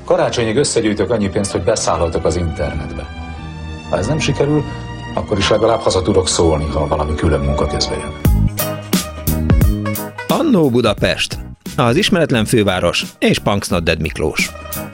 Karácsonyig összegyűjtök annyi pénzt, hogy beszállhatok az internetbe. Ha ez nem sikerül, akkor is legalább haza tudok szólni, ha valami külön munka közbe jön. Annó Budapest, az ismeretlen főváros és Punksnodded Miklós.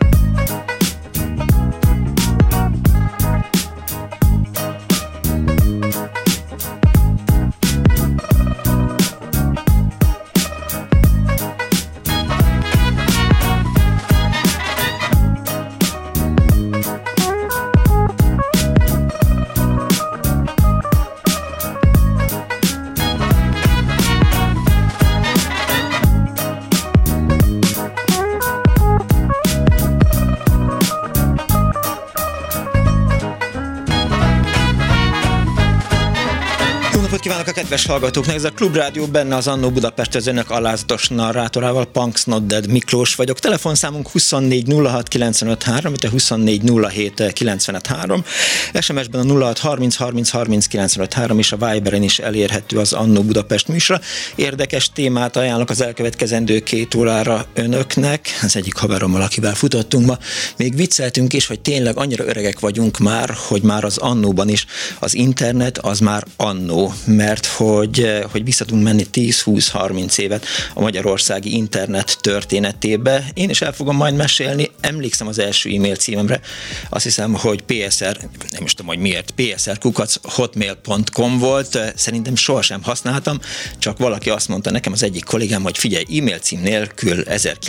Kívánok a kedves hallgatóknak, ez a Klubrádió, benne az Annó Budapest, az önök alázatos narrátorával, Punksnodded Miklós vagyok. Telefonszámunk 24 06 95 3, de 24 07 95 3. SMS-ben a 06 30 30 30 95 3 és a Viberen is elérhető az Annó Budapest műsora. Érdekes témát ajánlok az elkövetkezendő 2 órára önöknek. Az egyik haverommal, akivel futottunk ma, még vicceltünk is, hogy tényleg annyira öregek vagyunk már, hogy már az annóban is az internet az már annó, mert hogy vissza tudunk menni 10-20-30 évet a magyarországi internet történetébe. Én is el fogom majd mesélni, emlékszem az első e-mail címemre, azt hiszem, hogy PSR, nem is tudom, hogy miért, psr@hotmail.com volt, szerintem sohasem használtam, csak valaki azt mondta nekem, az egyik kollégám, hogy figyelj, e-mail cím nélkül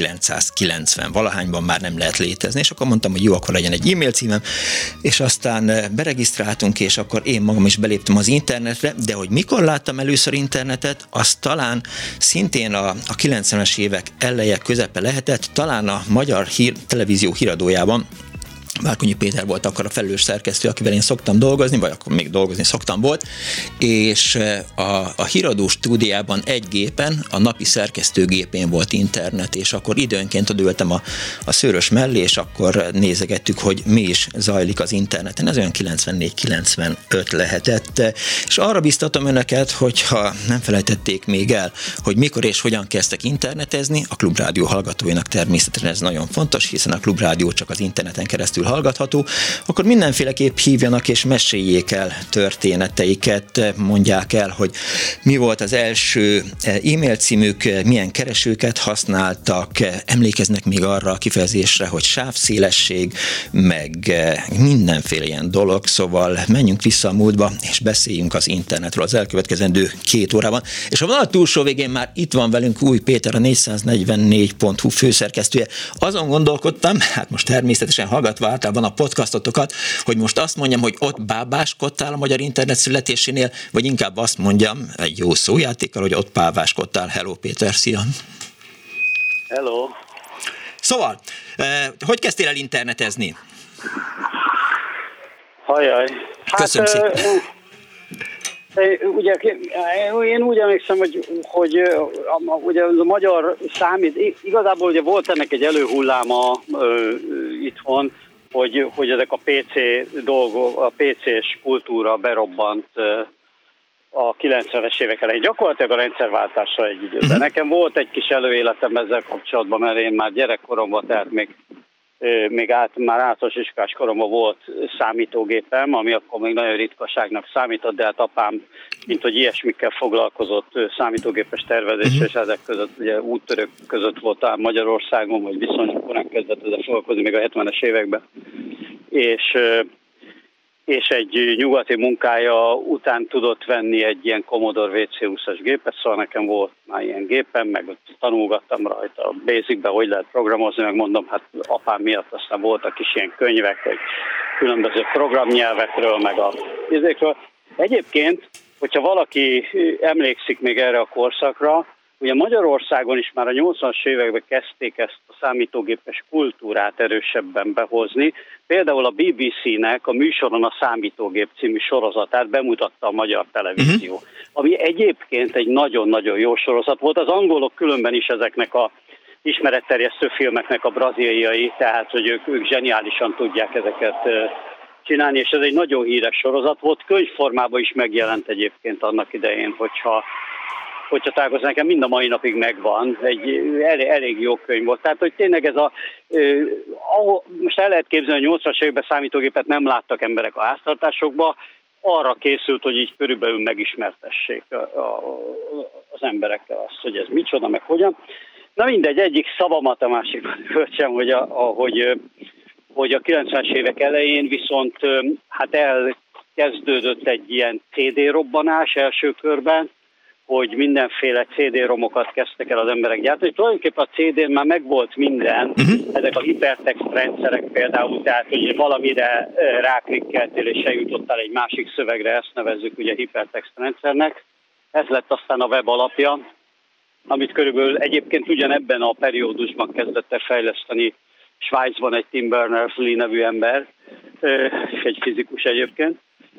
1990 valahányban már nem lehet létezni, és akkor mondtam, hogy jó, akkor legyen egy e-mail címem, és aztán beregisztráltunk, és akkor én magam is beléptem az internetre, de hogy mikor láttam először internetet, az talán szintén a 90-es évek eleje, közepe lehetett, talán a Magyar Televízió híradójában. Márkonyi Péter volt akkor a felelős szerkesztő, akivel én szoktam dolgozni, vagy akkor még dolgozni szoktam volt, és a híradó stúdiában egy gépen, a napi szerkesztőgépén volt internet, és akkor időnként odültem a szőrös mellé, és akkor nézegettük, hogy mi is zajlik az interneten. Ez olyan 94-95 lehetett, és arra biztatom önöket, hogyha nem felejtették még el, hogy mikor és hogyan kezdtek internetezni, a Klubrádió hallgatóinak természetesen ez nagyon fontos, hiszen a Klubrádió csak az interneten keresztül hallgatható, akkor mindenféleképp hívjanak és meséljék el történeteiket, mondják el, hogy mi volt az első e-mail címük, milyen keresőket használtak, emlékeznek még arra a kifejezésre, hogy sávszélesség, meg mindenféle ilyen dolog, szóval menjünk vissza a múltba, és beszéljünk az internetről az elkövetkezendő 2 órában. És a vonal túlsó végén már itt van velünk Új Péter, a 444.hu főszerkesztője. Azon gondolkodtam, hát most természetesen hallgatva általában a podcastotokat, hogy most azt mondjam, hogy ott bábáskodtál a magyar internet születésénél, vagy inkább azt mondjam, egy jó szójátékkal, hogy ott bábáskodtál. Hello Péter, szia! Hello! Szóval, hogy kezdtél el internetezni? Hajjaj! Köszönöm szépen! Ugye, én úgy emlékszem, hogy ugye a magyar számít, igazából ugye volt ennek egy előhulláma itthon, hogy ezek a PC dolgok, a PC-s kultúra berobbant a 90-es évek elején, gyakorlatilag a rendszerváltással egy időben. Nekem volt egy kis előéletem ezzel kapcsolatban, mert én már gyerekkoromban, tehát már általános iskolás koromban volt számítógépem, ami akkor még nagyon ritkaságnak számított, de hát apám, mint hogy ilyesmikkel foglalkozott, számítógépes tervezéssel, és ezek között ugye úttörők között voltál Magyarországon, vagy viszonylag korán kezdett ezzel foglalkozni még a 70-es években. És egy nyugati munkája után tudott venni egy ilyen Commodore VC20-as gépet, szóval nekem volt már ilyen gépem, meg tanulgattam rajta a Basicbe, hogy lehet programozni, meg mondom, hát apám miatt aztán voltak is ilyen könyvek, hogy különböző programnyelvekről, meg a izékről. Egyébként, hogyha valaki emlékszik még erre a korszakra, ugye Magyarországon is már a 80-as években kezdték ezt a számítógépes kultúrát erősebben behozni. Például a BBC-nek a Műsoron a számítógép című sorozatát bemutatta a Magyar Televízió, ami egyébként egy nagyon-nagyon jó sorozat volt. Az angolok különben is ezeknek a ismeretterjesztő filmeknek a braziliai, tehát hogy ők zseniálisan tudják ezeket csinálni, és ez egy nagyon híres sorozat volt. Könyvformában is megjelent egyébként annak idején, hogyha találkozom, nekem mind a mai napig megvan, egy elég jó könyv volt. Tehát, hogy tényleg ez most el lehet képzelni, hogy 80-as években számítógépet nem láttak emberek a háztartásokba, arra készült, hogy így körülbelül megismertessék az emberekkel azt, hogy ez micsoda, meg hogyan. Na mindegy, egyik szavamat a másikban hölcsem, hogy a 90-es évek elején viszont hát elkezdődött egy ilyen CD-robbanás első körben, hogy mindenféle CD-romokat kezdtek el az emberek gyártani. Tulajdonképpen a CD-n már megvolt minden, ezek a hipertext rendszerek például, tehát hogy valamire ráklikkeltél és eljutottál egy másik szövegre, ezt nevezzük ugye hipertext rendszernek. Ez lett aztán a web alapja, amit körülbelül egyébként ugyanebben a periódusban kezdett el fejleszteni Svájcban egy Tim Berners-Lee nevű ember, egy fizikus egyébként,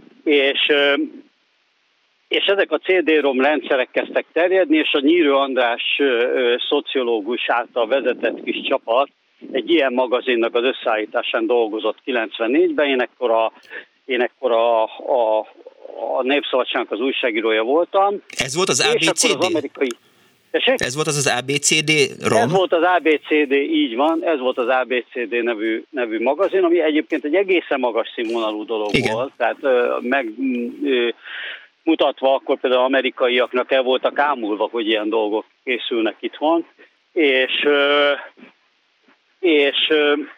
és ezek a CD-ROM rendszerek kezdtek terjedni, és a Nyírő András szociológus által vezetett kis csapat egy ilyen magazinnak az összeállításán dolgozott 94-ben, én ekkor a Népszabadságnak az újságírója voltam. Ez volt az ABCD? Ez volt az ABCD-ROM? Ez volt az ABCD, így van, ez volt az ABCD nevű magazin, ami egyébként egy egészen magas színvonalú dolog volt, tehát mutatva akkor például amerikaiaknak el voltak ámulva, hogy ilyen dolgok készülnek itthon, és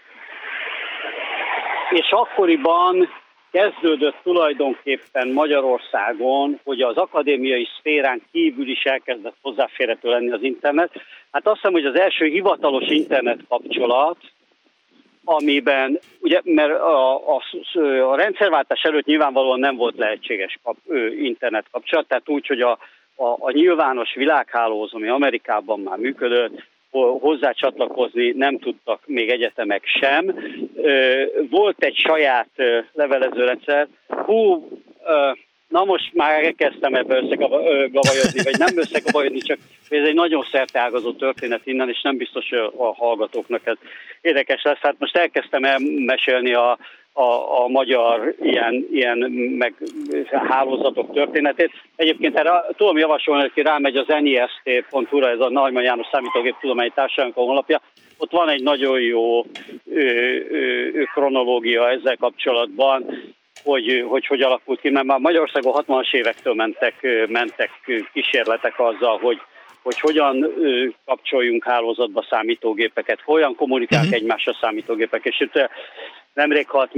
akkoriban kezdődött tulajdonképpen Magyarországon, hogy az akadémiai szférán kívül is elkezdett hozzáférhető lenni az internet. Hát azt hiszem, hogy az első hivatalos internet kapcsolat, amiben, ugye, mert a rendszerváltás előtt nyilvánvalóan nem volt lehetséges internet kapcsolat, tehát úgy, hogy a nyilvános világhálóhoz, ami Amerikában már működött, hozzá csatlakozni nem tudtak még egyetemek sem. Volt egy saját levelezőrendszer. Na most már elkezdtem ebbe összegavajozni, vagy nem összegavajozni, csak ez egy nagyon szerteágazó történet innen, és nem biztos, hogy a hallgatóknak ez érdekes lesz. Hát most elkezdtem elmesélni a magyar ilyen meg hálózatok történetét. Egyébként erre tudom javasolni, hogy ki rámegy az NIST.hu-ra, ez a Neumann János Számítógéptudományi Társaság honlapja. Ott van egy nagyon jó kronológia ezzel kapcsolatban, hogy alakult ki, mert már Magyarországon 60-as évektől mentek kísérletek azzal, hogy hogyan kapcsoljunk hálózatba számítógépeket, hogyan kommunikálnak egymással számítógépek, és itt nemrég halt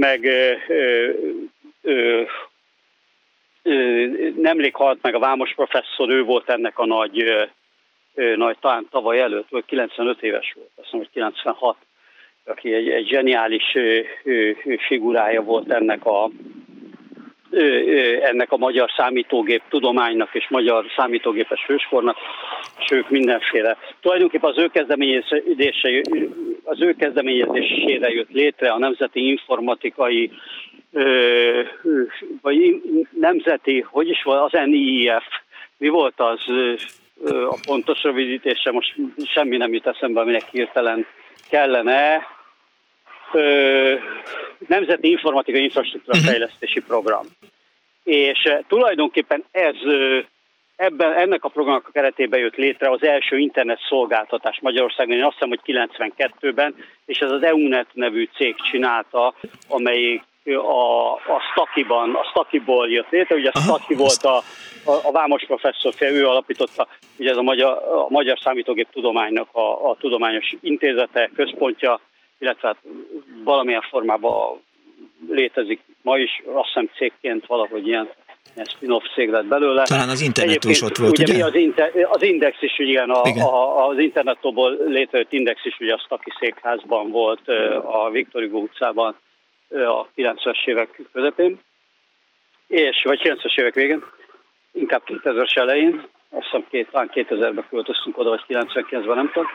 meg a Vámos professzor, ő volt ennek a nagy talán tavaly előtt, vagy 95 éves volt, azt mondom, hogy 96, aki egy zseniális figurája volt ennek a magyar számítógép tudománynak és magyar számítógépes hőskornak, és ők mindenféle. Tulajdonképpen az ő kezdeményezésére jött létre a Nemzeti Informatikai, vagy Nemzeti, hogy is volt, az NIIF. Mi volt az a pontos rövidítése? Most semmi nem jut eszembe, aminek hirtelen kellene. Nemzeti Informatikai Infrastruktúra Fejlesztési Program. És tulajdonképpen ennek a programnak a keretében jött létre az első internet szolgáltatás Magyarországon, én azt hiszem, hogy 92-ben, és ez az EUNET nevű cég csinálta, amelyik a Stakiból jött létre. Ugye a Staki volt a Vámos professzor, ő alapította, ugye ez a Magyar Számítógép Tudománynak a tudományos intézete, központja, illetve valamilyen formában létezik ma is, azt hiszem cégként valahogy ilyen spin-off cég lett belőle. Talán az internet is ott volt, ugye? Az Index is, igen, az internetból létrejött Index is, ugye a Staki székházban volt a Viktor Hugo utcában a 90-es évek közepén, vagy 90-es évek végén, inkább 2000-es elején, azt hiszem talán 2000-ben költöztünk oda, vagy 99-ben, nem tudom.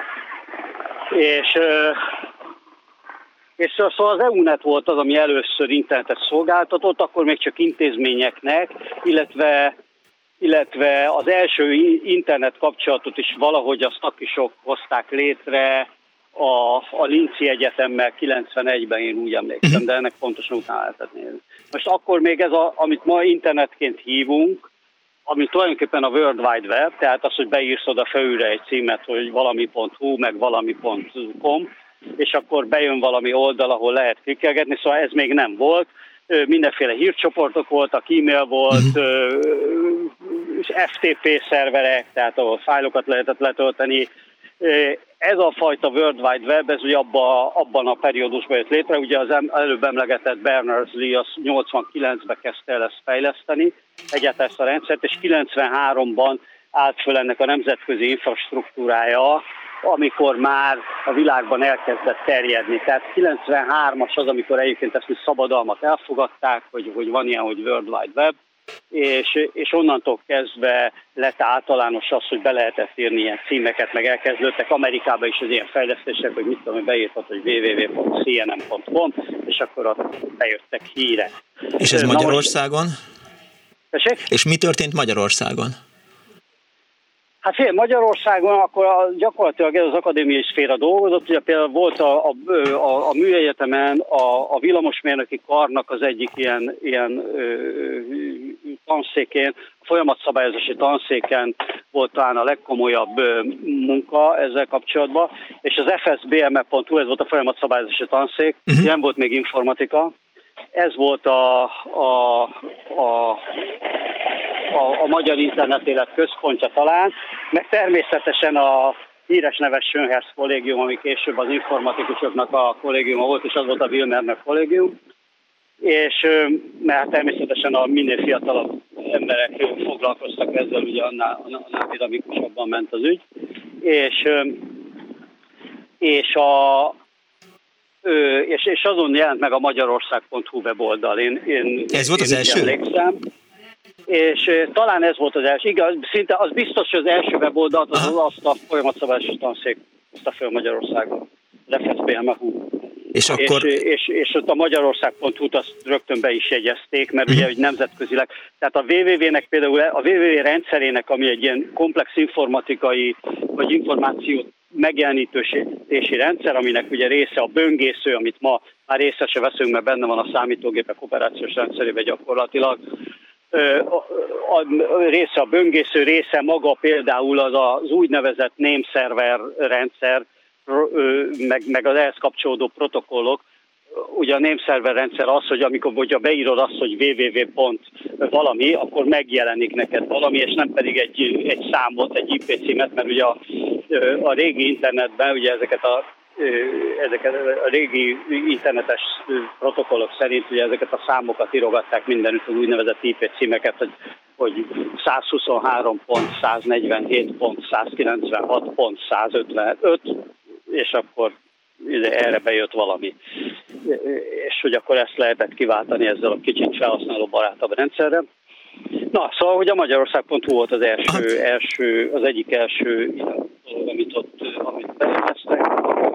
És szóval az EUNET volt az, ami először internetet szolgáltatott, akkor még csak intézményeknek, illetve az első internet kapcsolatot is valahogy a szakisok hozták létre a Linci Egyetemmel 91-ben, én úgy emlékszem, de ennek pontosan utána lehetett nézni. Most akkor még ez, amit ma internetként hívunk, ami tulajdonképpen a World Wide Web, tehát az, hogy beírsz oda felülre egy címet, hogy valami.hu, meg valami.com, és akkor bejön valami oldal, ahol lehet klikkelgetni, szóval ez még nem volt. Mindenféle hírcsoportok voltak, e-mail volt, FTP szerverek, tehát ahol fájlokat lehetett letölteni. Ez a fajta World Wide Web, ez ugye abban a periódusban jött létre, ugye az előbb emlegetett Berners-Lee az 89-ben kezdte el ezt fejleszteni, egyáltalán ezt a rendszert, és 93-ban állt föl ennek a nemzetközi infrastruktúrája, amikor már a világban elkezdett terjedni. Tehát 93-as az, amikor egyébként ezt a szabadalmat elfogadták, hogy van ilyen, hogy World Wide Web, és onnantól kezdve lett általános az, hogy be lehetett írni ilyen címeket, meg elkezdődtek Amerikában is az ilyen fejlesztések, hogy mit tudom, hogy beírtad, hogy www.cnn.com, és akkor ott bejöttek hírek. És ez Magyarországon? Tessék? És mi történt Magyarországon? Hát Magyarországon akkor gyakorlatilag ez az akadémiai szféra dolgozott, ugye például volt a műegyetemen a villamosmérnöki karnak az egyik ilyen tanszékén, a folyamatszabályozási tanszéken volt talán a legkomolyabb munka ezzel kapcsolatban, és az fsbme.hu, ez volt a folyamatszabályozási tanszék, nem volt még informatika, ez volt a Magyar Internetélet központja talán, meg természetesen a híres neves Schönherz kollégium, ami később az informatikusoknak a kollégiuma volt, és az volt a Wilmernek kollégium, és mert természetesen a minél fiatalabb emberek foglalkoztak ezzel, ugye annál dinamikusabban ment az ügy, és azon jelent meg a magyarország.hu weboldal. Ez volt az első? Emlékszem. És talán ez volt az első. Igaz, szinte az biztos, hogy az első weboldalt azt a folyamatszabályozási tanszék hozta föl Magyarországon. Az FSBME.hu. És ott a magyarország.hu-t azt rögtön be is jegyezték, mert ugye hogy nemzetközileg. Tehát a WWW-nek például, a WWW rendszerének, ami egy ilyen komplex informatikai vagy információ megjelenítősi rendszer, aminek ugye része a böngésző, amit ma már része se veszünk, mert benne van a számítógépek operációs rendszerében gyakorlatilag. Része a böngésző, része maga például az úgynevezett name server rendszer, meg az ehhez kapcsolódó protokollok. Ugye a name server rendszer az, hogy amikor beírod azt, hogy www.valami, akkor megjelenik neked valami, és nem pedig egy számot, egy IP címet, mert ugye a régi internetben ugye ezeket a régi internetes protokollok szerint ugye ezeket a számokat írogatták mindenütt, az úgynevezett IP címeket, hogy 123.147.196.155, és akkor erre bejött valami. És hogy akkor ezt lehetett kiváltani ezzel a kicsit felhasználó barátabb rendszerrel. Na, szóval, hogy a Magyarország.hu volt az egyik első dolog, amit beérkeztek.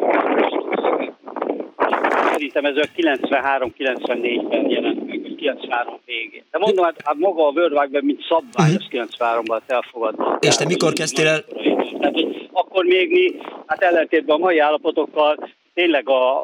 Szerintem ez 93-94-ben jelent meg, vagy 93 végén. De mondom, hát maga a World Wide Web, mint szabvány, az 93-ban elfogadva. És te mikor kezdtél el? Tehát, hogy akkor még mi, hát ellentétben a mai állapotokkal, tényleg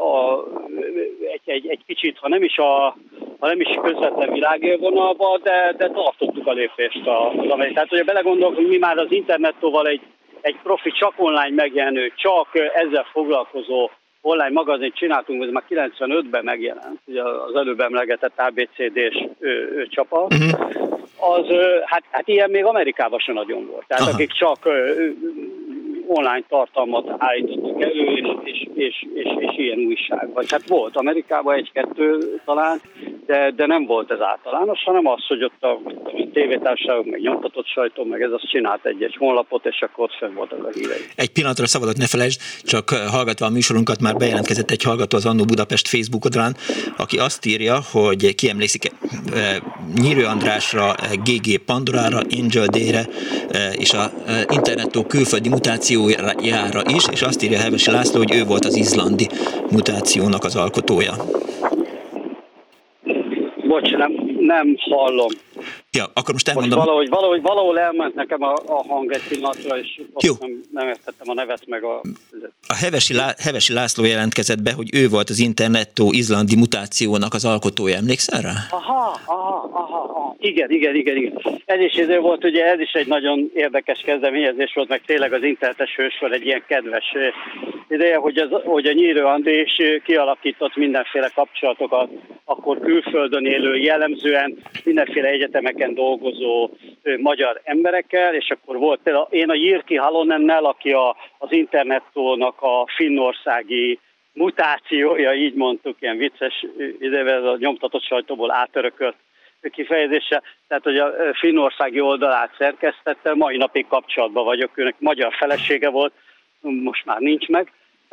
egy kicsit, ha nem is közvetlen világélvonalba, de tartottuk a lépést az amerikai. Tehát, hogyha belegondolok, hogy mi már az internettóval egy profi, csak online megjelenő, csak ezzel foglalkozó online magazint csináltunk, ez már 95-ben megjelent, ugye az előbb emlegetett ABCD-s csapat, az, hát ilyen még Amerikában sem nagyon volt. Tehát akik csak online tartalmat állítottak elő, és ilyen újság. Vagy hát volt Amerikában egy-kettő talán, de nem volt ez általános, hanem az, hogy ott a tévétársaságok, meg nyomtatott sajtó, meg ez azt csinált egy honlapot, és akkor ott sem volt az a hírei. Egy pillanatra szabadot ne felejtsd, csak hallgatva a műsorunkat már bejelentkezett egy hallgató az Annó Budapest Facebook oldalán, aki azt írja, hogy kiemlékszik Nyírő Andrásra, GG Pandorára, Angel D-re és a internettó külföldi mutációjára is, és azt írja Hevesi László, hogy ő volt az izlandi mutációnak az alkotója. Bocs, nem hallom. Ja, akkor most elmondom. Most valahol elment nekem a hang egy pillanatra, és nem értettem a nevet meg a... A Hevesi László jelentkezett be, hogy ő volt az Internettó izlandi mutációnak az alkotója, emlékszel rá? Aha. Igen. Ez is idő volt, ugye ez is egy nagyon érdekes kezdeményezés volt, meg tényleg az internetes hősről egy ilyen kedves ideje, hogy a Nyírő Andi is kialakított mindenféle kapcsolatokat, akkor külföldön élő, jellemzően mindenféle egyetemeken dolgozó magyar emberekkel, és akkor volt például én a Jirki Halonennel, aki az Internettónak a finnországi mutációja, így mondtuk, ilyen vicces idével a nyomtatott sajtóból átörökölt kifejezése, tehát hogy a finnországi oldalát szerkesztette, mai napig kapcsolatban vagyok, őnek magyar felesége volt, most már nincs meg,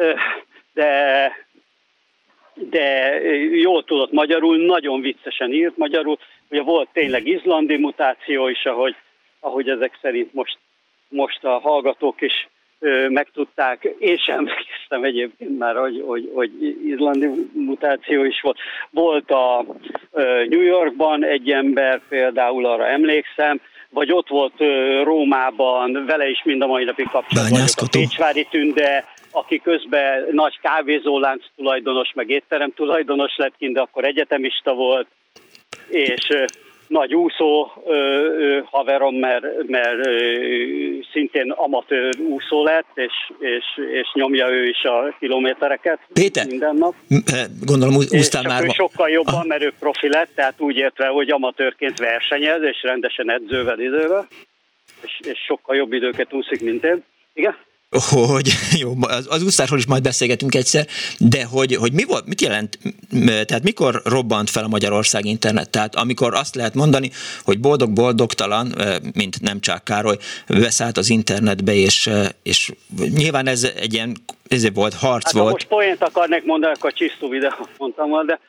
de jól tudott magyarul, nagyon viccesen írt magyarul, ugye volt tényleg izlandi mutáció is, ahogy ezek szerint most a hallgatók is megtudták, én sem emlékeztem egyébként már, hogy izlandi mutáció is volt. Volt a New Yorkban egy ember, például arra emlékszem, vagy ott volt Rómában, vele is mind a mai napig kapcsolatban vagyok, a Pécsvári Tünde, aki közben nagy kávézólánc tulajdonos, meg étterem tulajdonos lett kint, de akkor egyetemista volt, és nagy úszó haverom, mert szintén amatőr úszó lett, és nyomja ő is a kilométereket Péter, minden nap. Gondolom úsztál már. És ő sokkal jobban, mert ő profi lett, tehát úgy értve, hogy amatőrként versenyez, és rendesen edzővel idővel, és sokkal jobb időket úszik, mint én. Igen? Hogy jó, az úszásról is majd beszélgetünk egyszer, de hogy mi volt, mit jelent, tehát mikor robbant fel a Magyarország internet? Tehát amikor azt lehet mondani, hogy boldog-boldogtalan, mint Nemcsák Károly, beszállt az internetbe, és nyilván ez egy ilyen, ezért volt, harc hát, volt. Most poént akarnék mondani, akkor csisztú videót mondtam volna, de...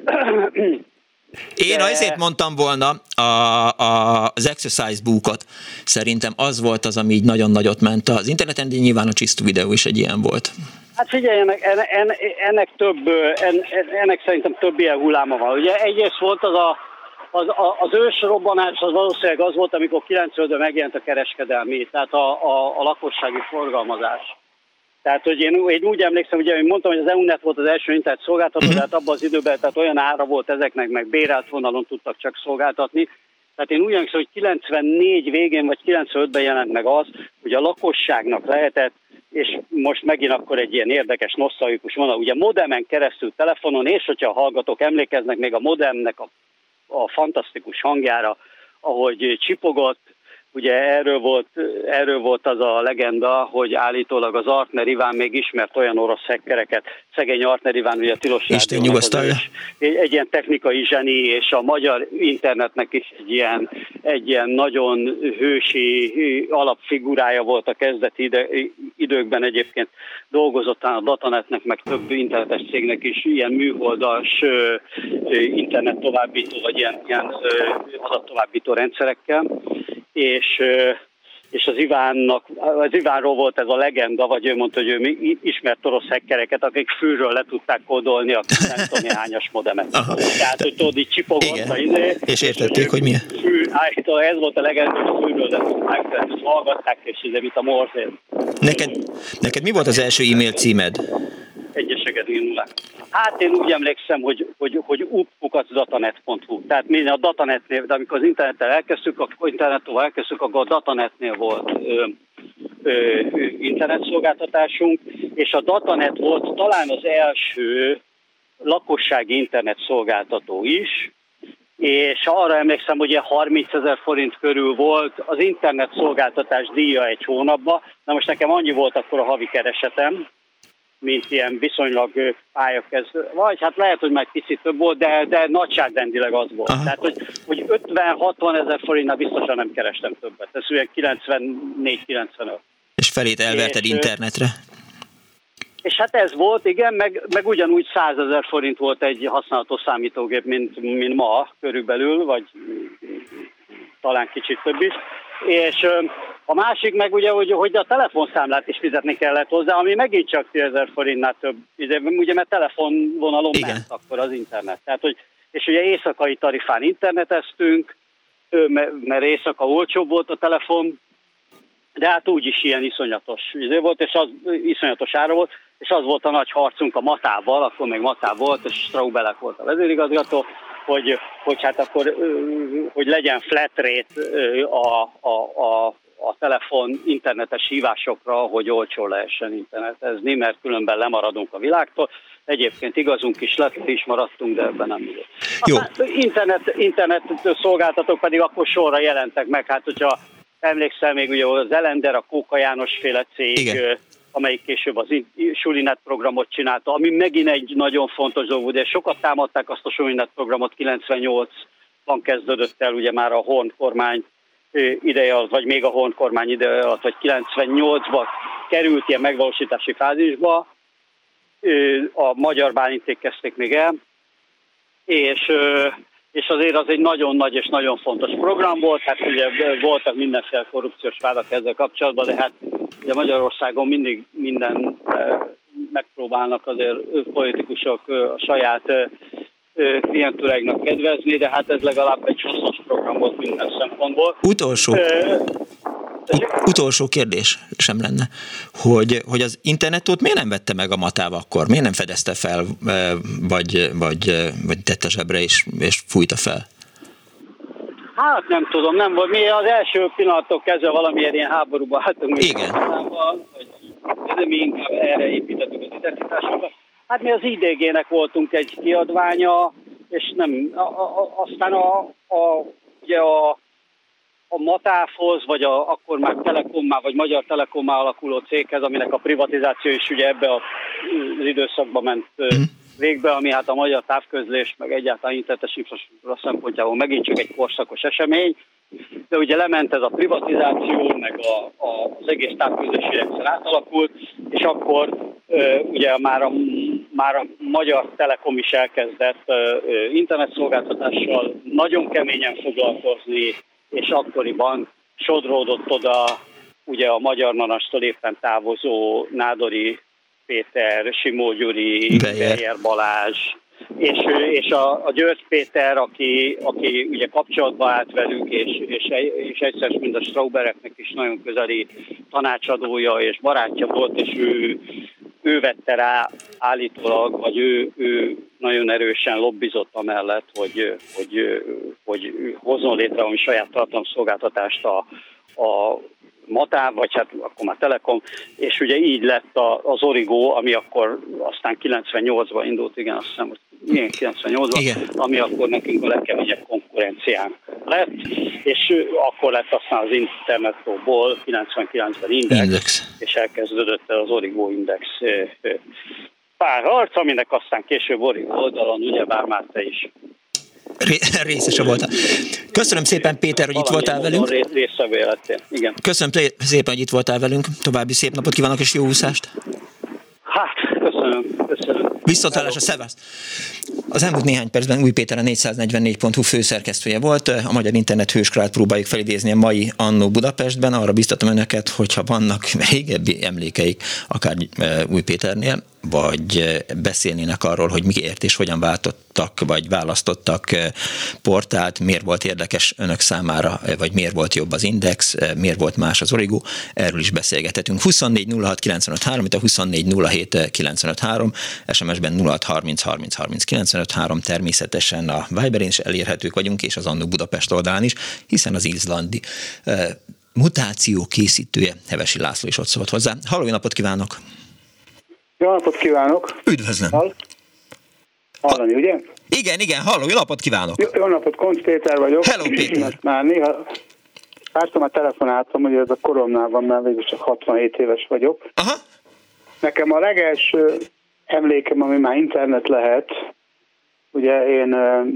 Én azért mondtam volna az Exercise Bookot. Szerintem az volt az, ami így nagyon nagyot ment az interneten, de nyilván a csisztú videó is egy ilyen volt. Hát figyeljenek, ennek szerintem több ilyen hulláma van. Ugye egyrészt volt az ősrobbanás, az valószínűleg az volt, amikor 95-ben megjelent a kereskedelmi, tehát a lakossági forgalmazás. Tehát, hogy én úgy emlékszem, ugye, én mondtam, hogy az EUNET volt az első internet szolgáltató, de hát abban az időben tehát olyan ára volt ezeknek, meg bérelt vonalon tudtak csak szolgáltatni. Tehát én úgy emlékszem, hogy 94 végén vagy 95-ben jelent meg az, hogy a lakosságnak lehetett, és most megint akkor egy ilyen érdekes, nosztalgikus vonal, ugye modemen keresztül telefonon, és hogyha a hallgatók emlékeznek még a modemnek a fantasztikus hangjára, ahogy csipogott, ugye erről volt az a legenda, hogy állítólag az Artner Iván még ismert olyan orosz hackereket. Szegény Artner Iván, ugye a Tilos Rádiónak egy ilyen technikai zseni, és a magyar internetnek is egy ilyen nagyon hősi alapfigurája volt a kezdeti időkben egyébként. Dolgozott a Datanetnek, meg több internetes cégnek is ilyen műholdas internet továbbító, vagy ilyen adattovábbító rendszerekkel. És az Ivánról volt ez a legenda, vagy ő mondta, hogy ő ismert orosz hackereket, akik fűről le tudták kódolni a nem tudom hányas modemet. Tehát, hogy tudod, így csipogott a idő. És értették, hogy milyen? Ez volt a legenda, hogy fűről le tudták, tehát hallgatták, és ez mint a morzén. Neked mi volt az első e-mail címed? Egyeseket írnulák. Hát én úgy emlékszem, hogy up@datanet.hu. Tehát mi a Datanetnél, de amikor az internettel elkezdtük, akkor a Datanetnél volt internetszolgáltatásunk, és a Datanet volt talán az első lakossági internetszolgáltató is, és arra emlékszem, hogy 30 000 forint körül volt az internetszolgáltatás díja egy hónapban. Na most nekem annyi volt akkor a havi keresetem, mint ilyen viszonylag pályakezdő. Vagy hát lehet, hogy már kicsit több volt, de nagyságrendileg az volt. Aha. Tehát, hogy 50-60 ezer forintnál biztosan nem kerestem többet. Ez olyan 94-95. És felét elverted internetre? És hát ez volt, igen, meg ugyanúgy 100 000 forint volt egy használható számítógép, mint ma körülbelül, vagy talán kicsit több is. És a másik meg ugye, hogy a telefonszámlát is fizetni kellett hozzá, ami megint csak 10 000 forintnál több, ugye mert telefonvonalon ment akkor az internet. Tehát, és ugye éjszakai tarifán interneteztünk, mert éjszaka olcsóbb volt a telefon, de hát úgyis ilyen iszonyatos idő volt, és az iszonyatos ára volt, és az volt a nagy harcunk a Matával, akkor még Matáv volt, és Straubelek volt a vezérigazgató, hogy hát akkor hogy legyen flat rate a telefon internetes hívásokra, hogy olcsó lehessen internetezni, mert különben lemaradunk a világtól. Egyébként igazunk is lett, is maradtunk, de ebben nem jó. Internet szolgáltatók pedig akkor sorra jelentek meg, hát hogyha emlékszel még ugye az Elender, a Kóka János féle cég, igen, amelyik később az Sulinet programot csinálta, ami megint egy nagyon fontos dolog, de sokat támadták azt a Sulinet programot, 98-ban kezdődött el ugye már a Horn kormány ideje alatt, vagy még a Horn kormány ideje alatt, vagy 98-ban került ilyen megvalósítási fázisba, a magyar Bálinték kezdték még el, és azért az egy nagyon nagy és nagyon fontos program volt, hát ugye voltak mindenféle korrupciós vádak ezzel kapcsolatban, de hát ugye Magyarországon mindig minden megpróbálnak azért politikusok a saját klientúráknak kedvezni, de hát ez legalább egy hasznos program volt minden szempontból. Utolsó kérdés sem lenne, hogy az internetot miért nem vette meg a Matáv akkor? Miért nem fedezte fel, vagy tette zsebre és fújta fel? Hát nem tudom, nem volt. Mi az első pillanattól kezdve valamilyen ilyen háborúban álltunk. Igen. De mi inkább erre építettük az identitásunkat. Hát mi az IDG-nek voltunk egy kiadványa, és nem, aztán ugye a Matávhoz, vagy akkor már Telekommá, vagy Magyar Telekommá alakuló céghez, aminek a privatizáció is ugye ebbe az időszakban ment végbe, ami hát a magyar távközlés, meg egyáltalán internetes infrastruktúra szempontjából megint csak egy korszakos esemény, de ugye lement ez a privatizáció, meg az egész távközlési rendszer átalakult, és akkor ugye már a Magyar Telekom is elkezdett internetszolgáltatással nagyon keményen foglalkozni, és akkoriban sodródott oda ugye a Magyar Manastól éppen távozó Nádori Péter, Simó Gyuri, Beyer Balázs, és a György Péter, aki ugye kapcsolatba állt velük, és egyszer mind a Straubereknek is nagyon közeli tanácsadója és barátja volt, és ő vette rá állítólag, vagy ő nagyon erősen lobbizott amellett, hogy hozzon létre valami saját tartalomszolgáltatást a Matáv, vagy hát akkor már Telekom, és ugye így lett az Origo, ami akkor aztán 98-ban indult, igen, azt hiszem, hogy 98-ban, igen, ami akkor nekünk a legkeményebb konkurenciánk lett, és akkor lett aztán az Internetról 99-ben Index, és elkezdődött az Origo Index párharc, aminek aztán később Origo oldalon, ugyebár már te is részese voltál. Köszönöm szépen, Péter, hogy itt voltál velünk. Igen. Köszönöm szépen, hogy itt voltál velünk. További szép napot kívánok, és jó úszást. Hát, köszönöm. Viszontlátásra, szevasz! Az elmúlt néhány percben Új Péter a 444.hu főszerkesztője volt. A Magyar Internet hőskorát próbáljuk felidézni a mai Annó Budapestben. Arra biztatom önöket, hogyha vannak régebbi emlékeik, akár Új Péternél, vagy beszélnének arról, hogy miért és hogyan váltottak, vagy választottak portált, miért volt érdekes önök számára, vagy miért volt jobb az Index, miért volt más az Origo, erről is beszélgethetünk. 24 06 95 3, itt a 24 07 95 3, SMS-ben 06 30 30 30 95 3, természetesen a Viberen is elérhetők vagyunk, és az Annó Budapest oldalán is, hiszen az izlandi mutáció készítője, Hevesi László is ott szólt hozzá. Halló, napot kívánok! Jó napot kívánok! Üdvözlöm! Hallani, ugye? Igen, halló, jó napot kívánok! Jó napot, Koncz Péter vagyok. Hello, Péter! Már néha párszor telefonáltam, hogy ez a koromnál van, mert végül csak 67 éves vagyok. Aha. Nekem a legelső emlékem, ami már internet lehet, ugye én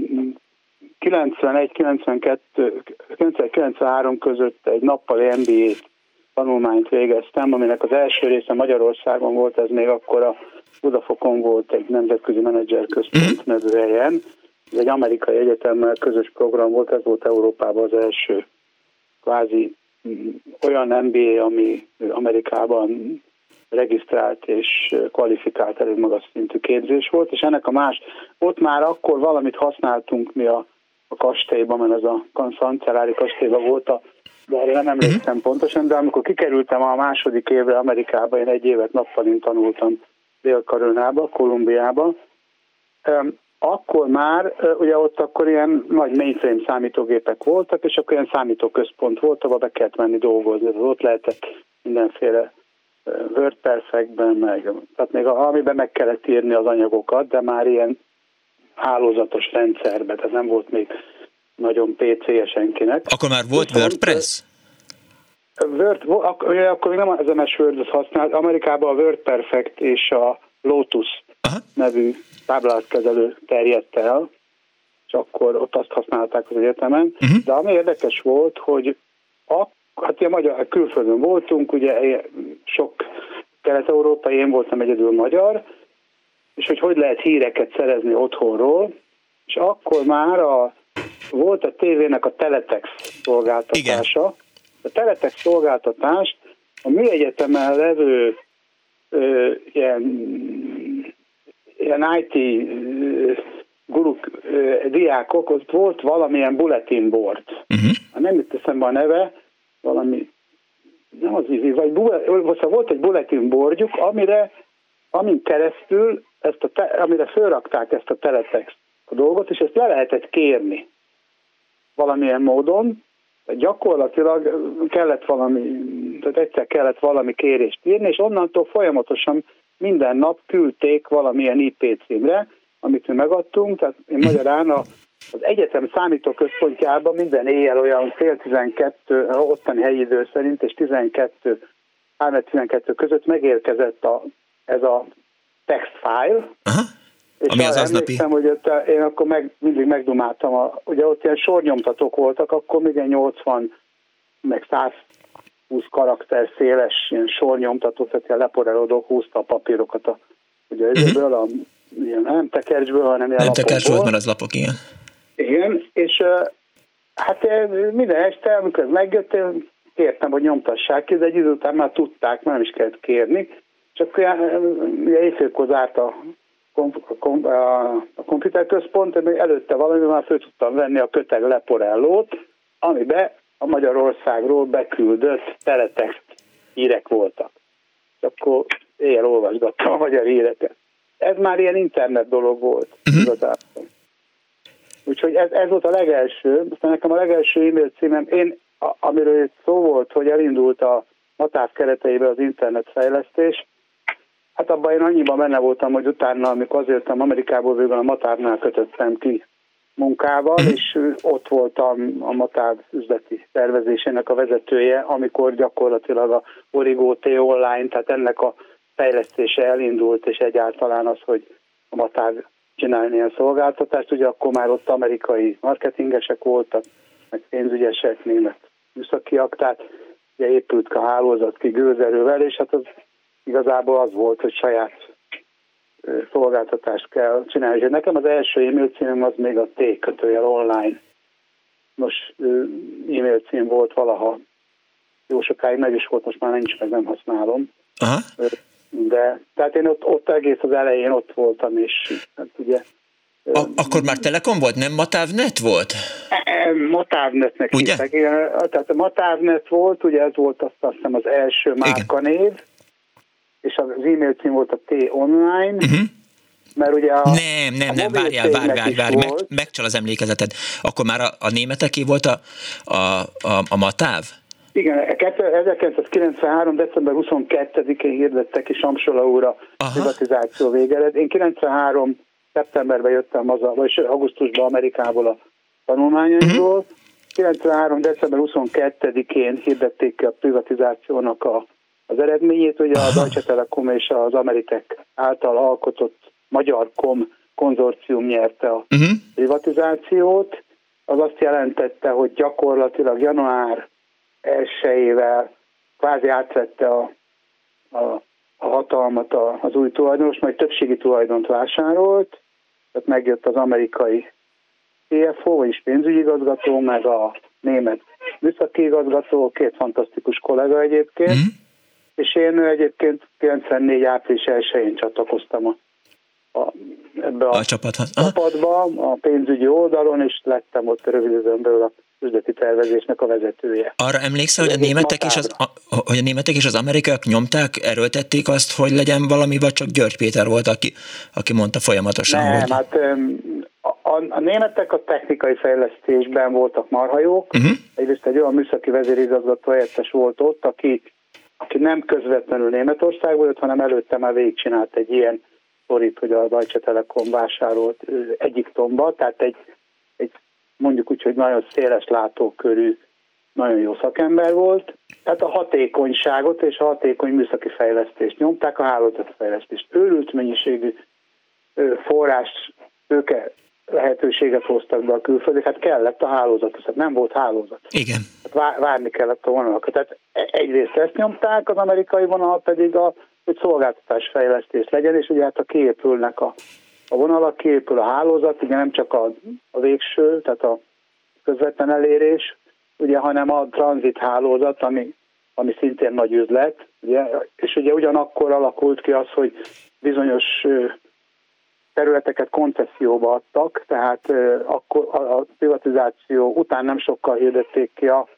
91-93 között egy nappali MBA tanulmányt végeztem, aminek az első része Magyarországon volt, ez még akkor a Budafokon volt egy nemzetközi menedzserközpont nevű helyen. Ez egy amerikai egyetemmel közös program volt, ez volt Európában az első kvázi olyan MBA, ami Amerikában regisztrált és kvalifikált elég magas szintű képzés volt, és ennek ott már akkor valamit használtunk mi a a kastélyban, mert az a kancellári kastélyban volt, de erre nem emlékszem pontosan, de amikor kikerültem a második évre Amerikába, én 1 évet nappalin tanultam Dél-Karolánába, Kolumbiába, akkor már, ugye ott akkor ilyen nagy mainframe számítógépek voltak, és akkor ilyen számítóközpont volt, ahol be kellett menni dolgozni. Ott lehetett mindenféle WordPerfectben, tehát még amiben meg kellett írni az anyagokat, de már ilyen hálózatos rendszerben, tehát nem volt még nagyon PC-je senkinek. Akkor már volt WordPress? Akkor még nem az MS Word-ot használt, Amerikában a WordPerfect és a Lotus nevű táblázatkezelő terjedt el, és akkor ott azt használták az egyetemen. De ami érdekes volt, hogy hát ilyen magyar külföldön voltunk, ugye sok kelet-európai, én voltam egyedül magyar, és hogy lehet híreket szerezni otthonról, és akkor már volt a tévének a teletext szolgáltatása. Igen. A teletext szolgáltatást a mi egyetemen levő ilyen IT guruk, diákok, ott volt valamilyen bulletin board. Nem jut eszembe a neve, valami, nem az ízi, vagy volt egy bulletin boardjuk, amin keresztül amire fölrakták ezt a teletext a dolgot, és ezt le lehetett kérni valamilyen módon. Gyakorlatilag egyszer kellett valami kérést írni, és onnantól folyamatosan minden nap küldték valamilyen IP címre, amit mi megadtunk, tehát én magyarán az egyetem számítóközpontjában minden éjjel olyan fél 12, ottani helyi idő szerint, és 3-12 között megérkezett ez a text file, és ami az aznapi. Hogy én akkor mindig megdumáltam, ugye ott ilyen sornyomtatók voltak, akkor még 80, meg 120 karakter széles ilyen sornyomtatók, tehát ilyen leporelódók húzta a papírokat ugye ebből nem tekercsből, hanem ilyen lapokból. Nem tekercs volt, mert az lapok, igen. Igen, és hát minden este, amikor megjöttem, kértem, hogy nyomtassák ki, de egy idő után már tudták, már nem is kellett kérni, csak ugye éjfélkor zárt a komputerközpont, előtte valami már föl tudtam venni a köteg leporellót, amiben a Magyarországról beküldött teletext hírek voltak. Akkor éjjel olvasgattam a magyar híreket. Ez már ilyen internet dolog volt igazából. Úgyhogy ez volt a legelső, aztán nekem a legelső e-mail címem, amiről szó volt, hogy elindult a MATÁV kereteibe az internetfejlesztés, hát abban én annyiban benne voltam, hogy utána, amikor azért jöttem Amerikából, végül a MATÁV-nál kötöttem ki munkával, és ott voltam a MATÁV üzleti tervezésének a vezetője, amikor gyakorlatilag a Origo T-Online, tehát ennek a fejlesztése elindult, és egyáltalán az, hogy a MATÁV csinálni ilyen szolgáltatást, ugye akkor már ott amerikai marketingesek voltak, meg pénzügyesek, német műszakiak, tehát ugye épült a hálózat ki gőzerővel, és hát az igazából az volt, hogy saját szolgáltatást kell csinálni. És nekem az első e-mail címem az még a T-online. Nos, e-mail cím volt valaha. Jó sokáig meg is volt, most már nincs, meg nem használom. Aha. De, tehát én ott egész az elején ott voltam, és hát ugye... Akkor már Telekom volt, nem MATÁV.net volt? MATÁV.net-nek hívták. Tehát a MATÁV.net volt, ugye ez volt azt hiszem az első márkanév, és az e-mail cím volt a T-online, mert ugye Nem, várjál, megcsal az emlékezeted. Akkor már a németeké volt a MATÁV? Igen, 1993. december 22-én hirdettek ki Samsola úr a privatizáció végelet. Én 93. szeptemberben jöttem haza, vagy augusztusban Amerikából a tanulmányaimról. 93. december 22-én hirdették ki a privatizációnak az eredményét. Ugye a Deutsche Telekom és az Ameritech által alkotott Magyarkom konzorcium nyerte a privatizációt. Az azt jelentette, hogy gyakorlatilag január 1-ével kvázi átvette a hatalmat az új tulajdonos, majd többségi tulajdont vásárolt, tehát megjött az amerikai CFO, vagyis pénzügyigazgató, meg a német műszaki igazgató, 2 fantasztikus kollega egyébként, és én egyébként 94. április 1-én csatlakoztam a ebbe a csapatba, a pénzügyi oldalon, és lettem ott rövid időn belül a üzleti tervezésnek a vezetője. Arra emlékszel, hogy a németek és az amerikaiak nyomták, erőltették azt, hogy legyen valami, vagy csak György Péter volt, aki mondta folyamatosan, nem, hogy... hát a németek a technikai fejlesztésben voltak marhajók. Egyrészt egy olyan műszaki vezérigazgató helyettes volt ott, aki nem közvetlenül Németországból jött, hanem előtte már végigcsinált egy ilyen sztorit, hogy a Deutsche Telekom vásárolt Egyiptomba, tehát egy mondjuk úgy, hogy nagyon széles látókörű, nagyon jó szakember volt. Tehát a hatékonyságot és a hatékony műszaki fejlesztést nyomták, a hálózatfejlesztést. Őrült mennyiségű forrás, tőke lehetőséget hoztak be a külföldek, hát kellett a hálózat, tehát nem volt hálózat. Igen. Hát várni kellett a vonalakat. Tehát egyrészt ezt nyomták, az amerikai vonal pedig hogy szolgáltatásfejlesztés legyen, és ugye hát ha kiépülnek a vonalak, kiépül a hálózat, ugye nem csak a végső, tehát a közvetlen elérés, ugye, hanem a tranzit hálózat, ami szintén nagy üzlet, ugye, és ugye ugyanakkor alakult ki az, hogy bizonyos területeket koncesszióba adtak, tehát akkor a privatizáció után nem sokkal hirdették ki a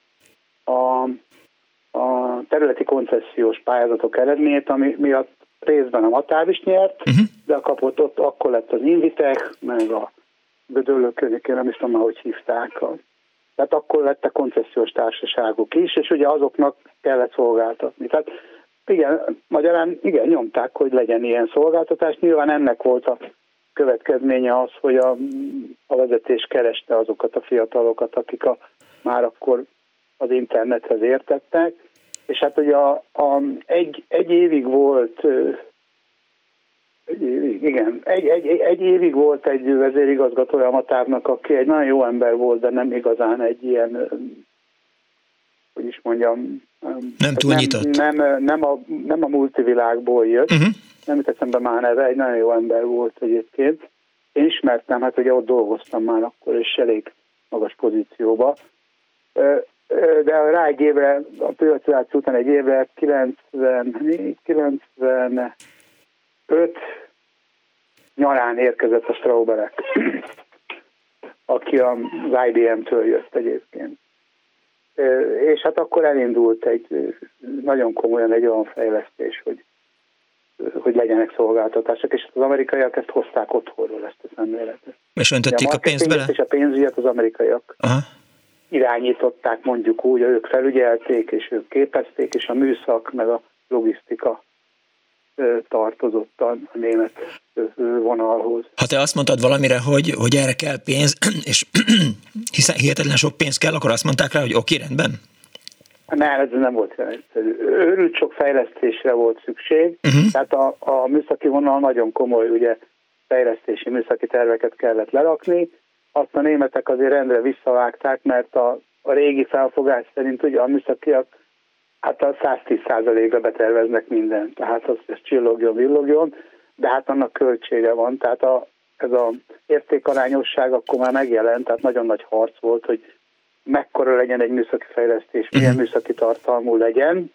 területi koncesziós pályázatok eredményét, ami miatt részben a Matáv is nyert, de kapott ott, akkor lett az Invitech, meg a Gödöllő környékén, nem is tudom már, hogy hívták. Tehát akkor lettek koncesziós társaságok is, és ugye azoknak kellett szolgáltatni. Tehát igen, magyarán igen, nyomták, hogy legyen ilyen szolgáltatás. Nyilván ennek volt a következménye az, hogy a vezetés kereste azokat a fiatalokat, akik már akkor az internethez értettek, és hát ugye egy évig volt, egy évig volt egy vezérigazgatója a Matávnak, aki egy nagyon jó ember volt, de nem igazán egy ilyen, hogy is mondjam, nem túl nyitott. Nem a multivilágból jött, nem jut eszembe már neve, egy nagyon jó ember volt egyébként. Én ismertem, hát ugye ott dolgoztam már akkor, és elég magas pozícióba. De rá egy évre, a privatizáció után egy évre, 95 nyarán érkezett a Strauberek, aki az IBM-től jött egyébként. És hát akkor elindult nagyon komolyan egy olyan fejlesztés, hogy legyenek szolgáltatások, és az amerikaiak ezt hozták otthonról, ezt a szemléletet. És öntötték a pénzt bele? És a pénzügyet az amerikaiak irányították, mondjuk úgy, ők felügyelték, és ők képezték, és a műszak, meg a logisztika tartozott a német vonalhoz. Ha te azt mondtad valamire, hogy erre kell pénz, és hiszen hihetetlen sok pénz kell, akkor azt mondták rá, hogy oké, rendben? Nem, ez nem volt olyan egyszerű. Őrült sok fejlesztésre volt szükség, tehát a műszaki vonal nagyon komoly, ugye, fejlesztési műszaki terveket kellett lerakni, azt a németek azért rendre visszavágták, mert a régi felfogás szerint ugye a műszakiak hát a 110%-ra beterveznek mindent, tehát az csillogjon, villogjon, de hát annak költsége van, tehát ez az értékarányosság akkor már megjelent, tehát nagyon nagy harc volt, hogy mekkora legyen egy műszaki fejlesztés, milyen műszaki tartalmú legyen,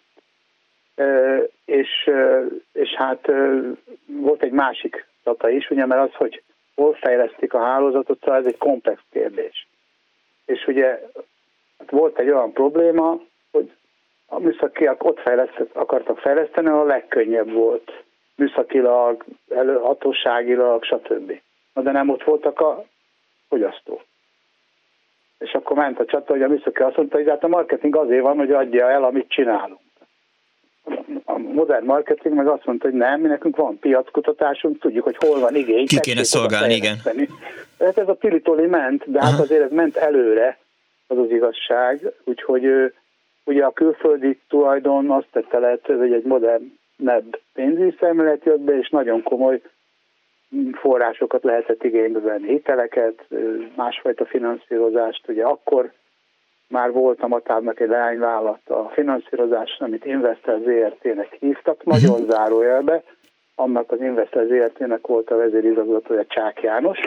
és hát volt egy másik data is, ugye, mert az, hogy hol fejlesztik a hálózatot, szóval ez egy komplex kérdés. És ugye volt egy olyan probléma, hogy a műszakiak ott akartak fejleszteni, ahol a legkönnyebb volt. Műszakilag, hatóságilag, stb. De nem ott voltak a fogyasztók. És akkor ment a csata, hogy a műszaki azt mondta, hogy hát a marketing azért van, hogy adja el, amit csinálunk. A modern marketing meg azt mondta, hogy nem, mi nekünk van piackutatásunk, tudjuk, hogy hol van igény. Ki kéne szolgálni, igen. Hát ez a pilitoli ment, de hát azért ez ment előre, az igazság, úgyhogy ugye a külföldi tulajdon azt tette lehetővé, hogy egy modernebb pénzügyi szemlélet jött be, és nagyon komoly forrásokat lehetett igénybe venni, hiteleket, másfajta finanszírozást. Ugye akkor már volt a Matávnak egy leányvállalat a finanszírozás, amit Investel ZRT-nek hívtak, nagyon zárójelbe. Annak az Investel ZRT-nek volt a vezérigazgatója Csák János.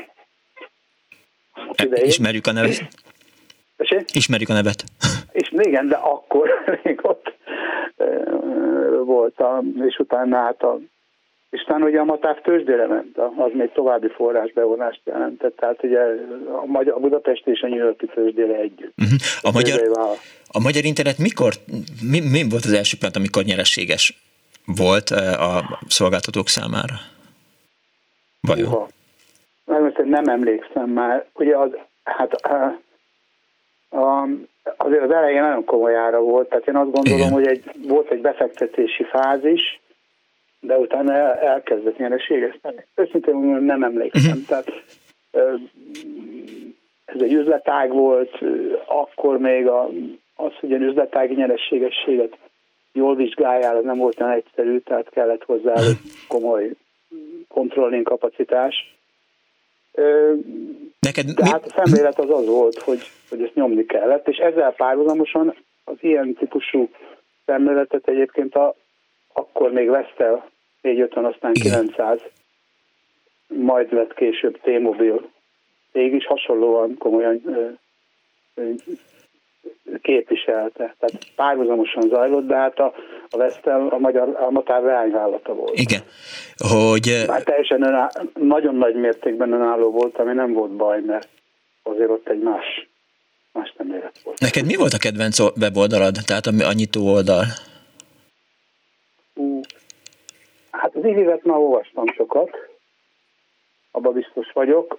Ismerjük a nevet. Ismerjük a nevet. És igen, de akkor még ott volt, és utána hát és talán ugye a MATÁV tőzsdére ment, az még további forrásbevonást jelentett, tehát ugye a Budapest és a New York-i tőzsdére együtt. A magyar internet mikor, mi volt az első pillanat, amikor nyereséges volt a szolgáltatók számára? Vajon? Nem emlékszem már. Ugye azért az elején nagyon komoly ára volt, tehát én azt gondolom, hogy volt egy befektetési fázis, de utána elkezdett nyereségeszteni. Őszintén nem emlékszem. Tehát ez egy üzletág volt, akkor még az, hogy egy üzletági nyereségességet jól vizsgáljál, az nem volt olyan egyszerű, tehát kellett hozzá egy komoly controlling kapacitás. Tehát a szemlélet az volt, hogy ezt nyomni kellett, és ezzel párhuzamosan az ilyen típusú szemléletet egyébként akkor még Vestel 450, aztán 900, majd lett később T-Mobile cég is hasonlóan komolyan képviselte. Tehát párhuzamosan zajlott, de hát a Vestel a MATÁV leányvállalata volt. Igen. Hogy... Már teljesen nagyon nagy mértékben önálló volt, ami nem volt baj, mert azért ott egy más szemlélet volt. Neked mi volt a kedvenc weboldalad, tehát a nyitó oldal? Hát az Ivivet már olvastam sokat, abban biztos vagyok.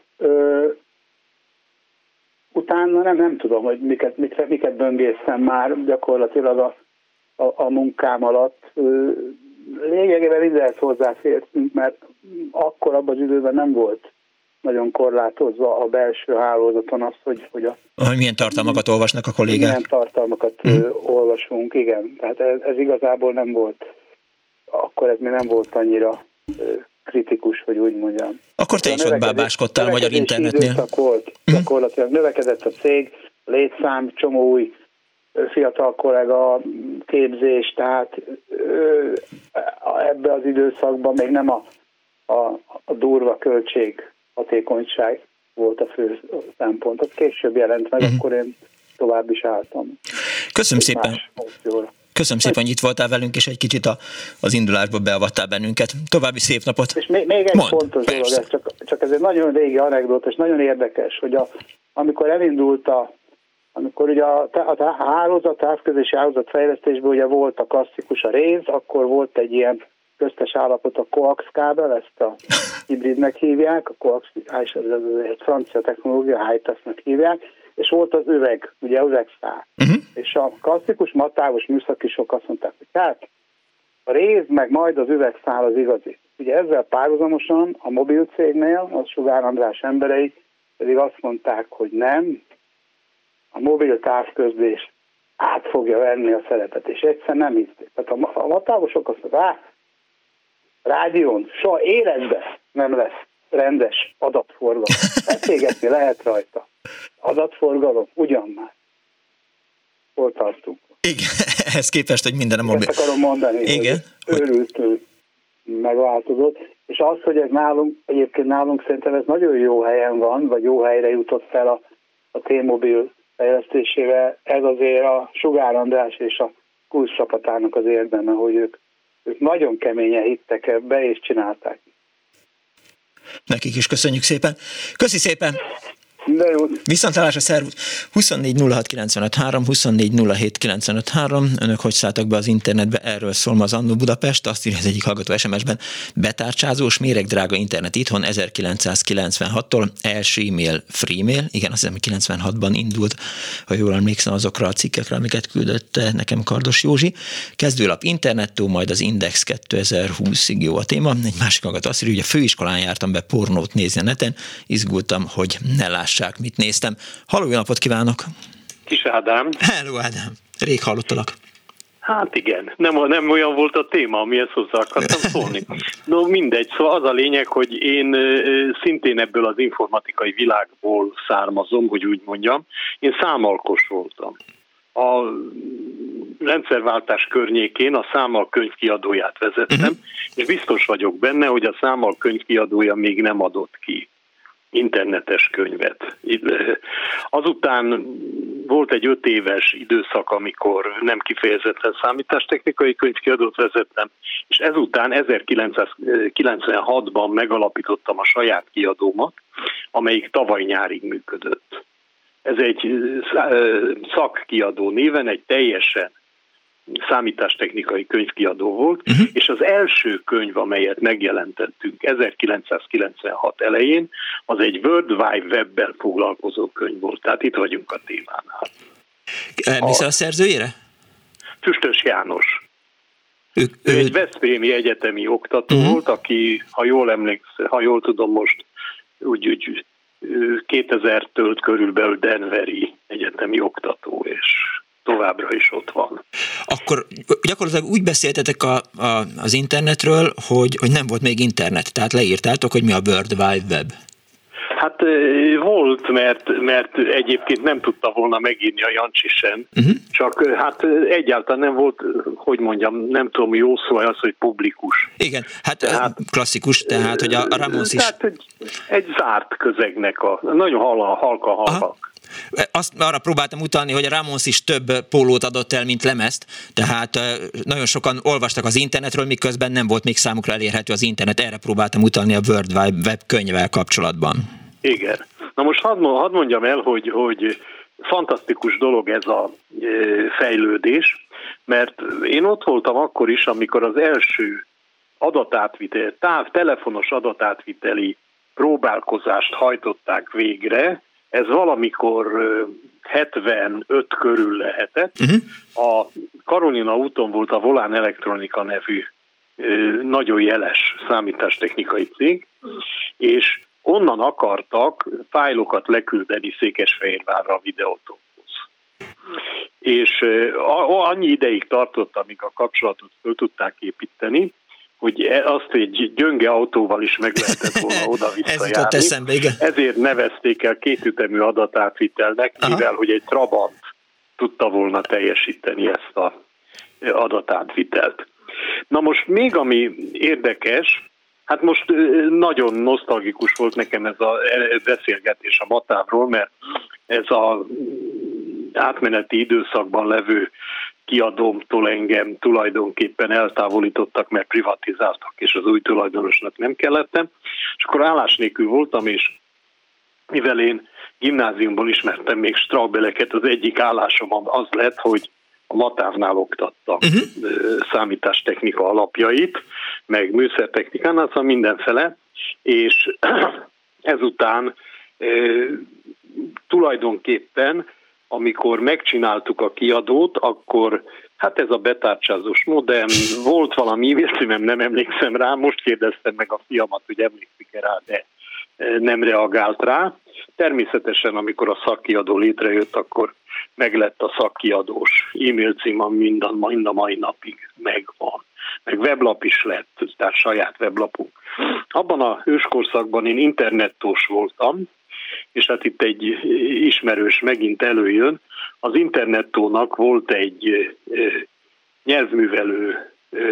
Utána nem tudom, hogy miket böngésztem már gyakorlatilag a munkám alatt. Lényegében mindenhez hozzáfértünk, mert akkor abban az időben nem volt nagyon korlátozva a belső hálózaton az, hogy milyen tartalmakat olvasnak a kollégák? Milyen tartalmakat olvasunk, igen. Tehát ez igazából nem volt, akkor ez még nem volt annyira kritikus, hogy úgy mondjam. Akkor te is ott bábáskodtál a magyar internetnél. Volt. Gyakorlatilag növekedett a cég, létszám, csomó új fiatal kollega, képzés, tehát ebbe az időszakban még nem a durva költség hatékonyság volt a fő szempont. Az később jelent meg, akkor én tovább is álltam. Köszönöm szépen. Köszönöm szépen, hogy itt voltál velünk, és egy kicsit az indulásba beavattál bennünket. További szép napot. És még egy fontos dolog, ez csak ez egy nagyon régi anekdóta, és nagyon érdekes, hogy amikor elindult amikor ugye a hálózat, távközlési hálózat fejlesztésben ugye volt a klasszikus a réz, akkor volt egy ilyen köztes állapot a coax kábel, ezt a hibridnek hívják, a coax, egy francia technológia, HITAS-nak hívják, és volt az üveg, ugye üvegszál. És a klasszikus matávos műszakisok azt mondták, hogy hát a réz meg majd az üvegszál az igazi. Ugye ezzel párhuzamosan a mobil cégnél, a Sugár András emberei pedig azt mondták, hogy nem, a mobil távközlés át fogja venni a szerepet, és egyszer nem hitték. Tehát a matávosok azt mondták, rádión soha életben nem lesz rendes adatforgalom. Beszélgetni lehet rajta. Adatforgalom, ugyan már. Hol tartunk? Igen, ehhez képest, hogy minden a mobil. Ezt akarom mondani, igen, hogy őrültül megváltozott, és az, hogy ez nálunk szerintem ez nagyon jó helyen van, vagy jó helyre jutott fel a T-Mobile fejlesztésével, ez azért a Sugár András és a Kulcs csapatának az érdeme, hogy ők nagyon keményen hittek ebbe, és csinálták. Nekik is köszönjük szépen. Köszi szépen! De jó. Viszontlátásra, szervusz! 24 06 95 3, 24 07 95 3. Önök hogy szálltak be az internetbe? Erről szól ma az Annó Budapest. Azt írja az egyik hallgató SMS-ben. Betárcsázós, méregdrága internet itthon 1996-tól. Első e-mail, freemail. Igen, azt hiszem, hogy 96-ban indult, ha jól emlékszem azokra a cikkekre, amiket küldött nekem Kardos Józsi. Kezdőlap internettől, majd az Index 2020-ig jó a téma. Egy másik hallgató azt írja, hogy a főiskolán jártam be pornót nézni a neten. Izgultam, hogy ne lássák, mit néztem. Halló, jó napot kívánok! Kis Ádám. Hello, Ádám. Rég hallottalak. Hát igen, nem olyan volt a téma, amihez hozzá akartam szólni. No mindegy, szóval az a lényeg, hogy én szintén ebből az informatikai világból származom, hogy úgy mondjam. Én számalkos voltam. A rendszerváltás környékén a Számal könyvkiadóját vezettem, és biztos vagyok benne, hogy a Számal könyvkiadója még nem adott ki internetes könyvet. Azután volt egy 5 éves időszak, amikor nem kifejezetten számítástechnikai könyvkiadót vezettem, és ezután 1996-ban megalapítottam a saját kiadómat, amelyik tavaly nyárig működött. Ez egy szakkiadó néven, egy teljesen számítástechnikai könyvkiadó volt, és az első könyv, amelyet megjelentettünk 1996 elején, az egy World Wide Webbel foglalkozó könyv volt. Tehát itt vagyunk a témánál. Emlékszel a szerzőjére? Füstös János. Ő egy veszprémi egyetemi oktató volt, aki, ha jól tudom most, úgy 2000-től körülbelül denveri egyetemi oktató, és továbbra is ott van. Akkor gyakorlatilag úgy beszéltetek az internetről, hogy nem volt még internet, tehát leírtátok, hogy mi a World Wide Web. Hát volt, mert egyébként nem tudta volna megírni a Jancsi sem, csak hát egyáltalán nem volt, hogy mondjam, nem tudom, jó szó az, hogy publikus. Igen, hát klasszikus, tehát, hogy a Ramones is... Tehát egy zárt közegnek nagyon halka. Azt arra próbáltam utalni, hogy a Ramones is több pólót adott el, mint lemezt, tehát nagyon sokan olvastak az internetről, miközben nem volt még számukra elérhető az internet. Erre próbáltam utalni a World Wide Web könyvvel kapcsolatban. Igen. Na most hadd mondjam el, hogy fantasztikus dolog ez a fejlődés, mert én ott voltam akkor is, amikor az első telefonos adatátviteli próbálkozást hajtották végre. Ez valamikor 75 körül lehetett. A Karolina úton volt a Volán Elektronika nevű nagyon jeles számítástechnikai cég, és onnan akartak fájlokat leküldeni Székesfehérvárra a Videótonhoz. És annyi ideig tartott, amíg a kapcsolatot föl tudták építeni, hogy azt egy gyönge autóval is meg lehetett volna oda-vissza járni. Ezért nevezték el kétütemű adatátvitelnek, mivel hogy egy Trabant tudta volna teljesíteni ezt az adatátvitelt. Na most még ami érdekes, hát most nagyon nosztalgikus volt nekem ez a beszélgetés a Matávról, mert ez az átmeneti időszakban levő kiadómtól engem tulajdonképpen eltávolítottak, mert privatizáltak, és az új tulajdonosnak nem kellettem. És akkor állás nélkül voltam, és mivel én gimnáziumból ismertem még Straubeleket, az egyik állásom az lett, hogy a Matávnál oktattam számítástechnika alapjait, meg műszertechnikánál, szóval mindenfele, és ezután tulajdonképpen amikor megcsináltuk a kiadót, akkor hát ez a betárcsázós modem, volt valami e-mail, nem emlékszem rá, most kérdeztem meg a fiamat, hogy emlékszik-e rá, de nem reagált rá. Természetesen, amikor a szakkiadó létrejött, akkor meglett a szakkiadós e-mail cím, mind a mai napig megvan. Meg weblap is lett, tehát saját weblapunk. Abban a hőskorszakban én internettós voltam, és hát itt egy ismerős megint előjön. Az internettónak volt egy nyelvművelő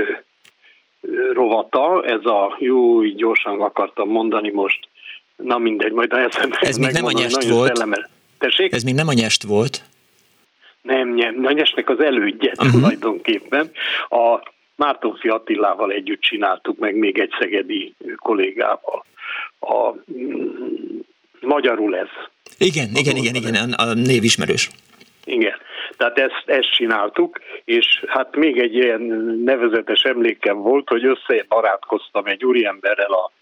rovata, ez így gyorsan akartam mondani most, na mindegy, majd eszembe. Ez még nem a nyest volt? Tessék? Ez még nem a nyest volt? Nem, a nyestnek az elődje tulajdonképpen. A Mártonfi Attilával együtt csináltuk, meg még egy szegedi kollégával. Magyarul ez. Igen, a név ismerős. Igen, tehát ezt csináltuk, és hát még egy ilyen nevezetes emlékem volt, hogy összebarátkoztam egy úriemberrel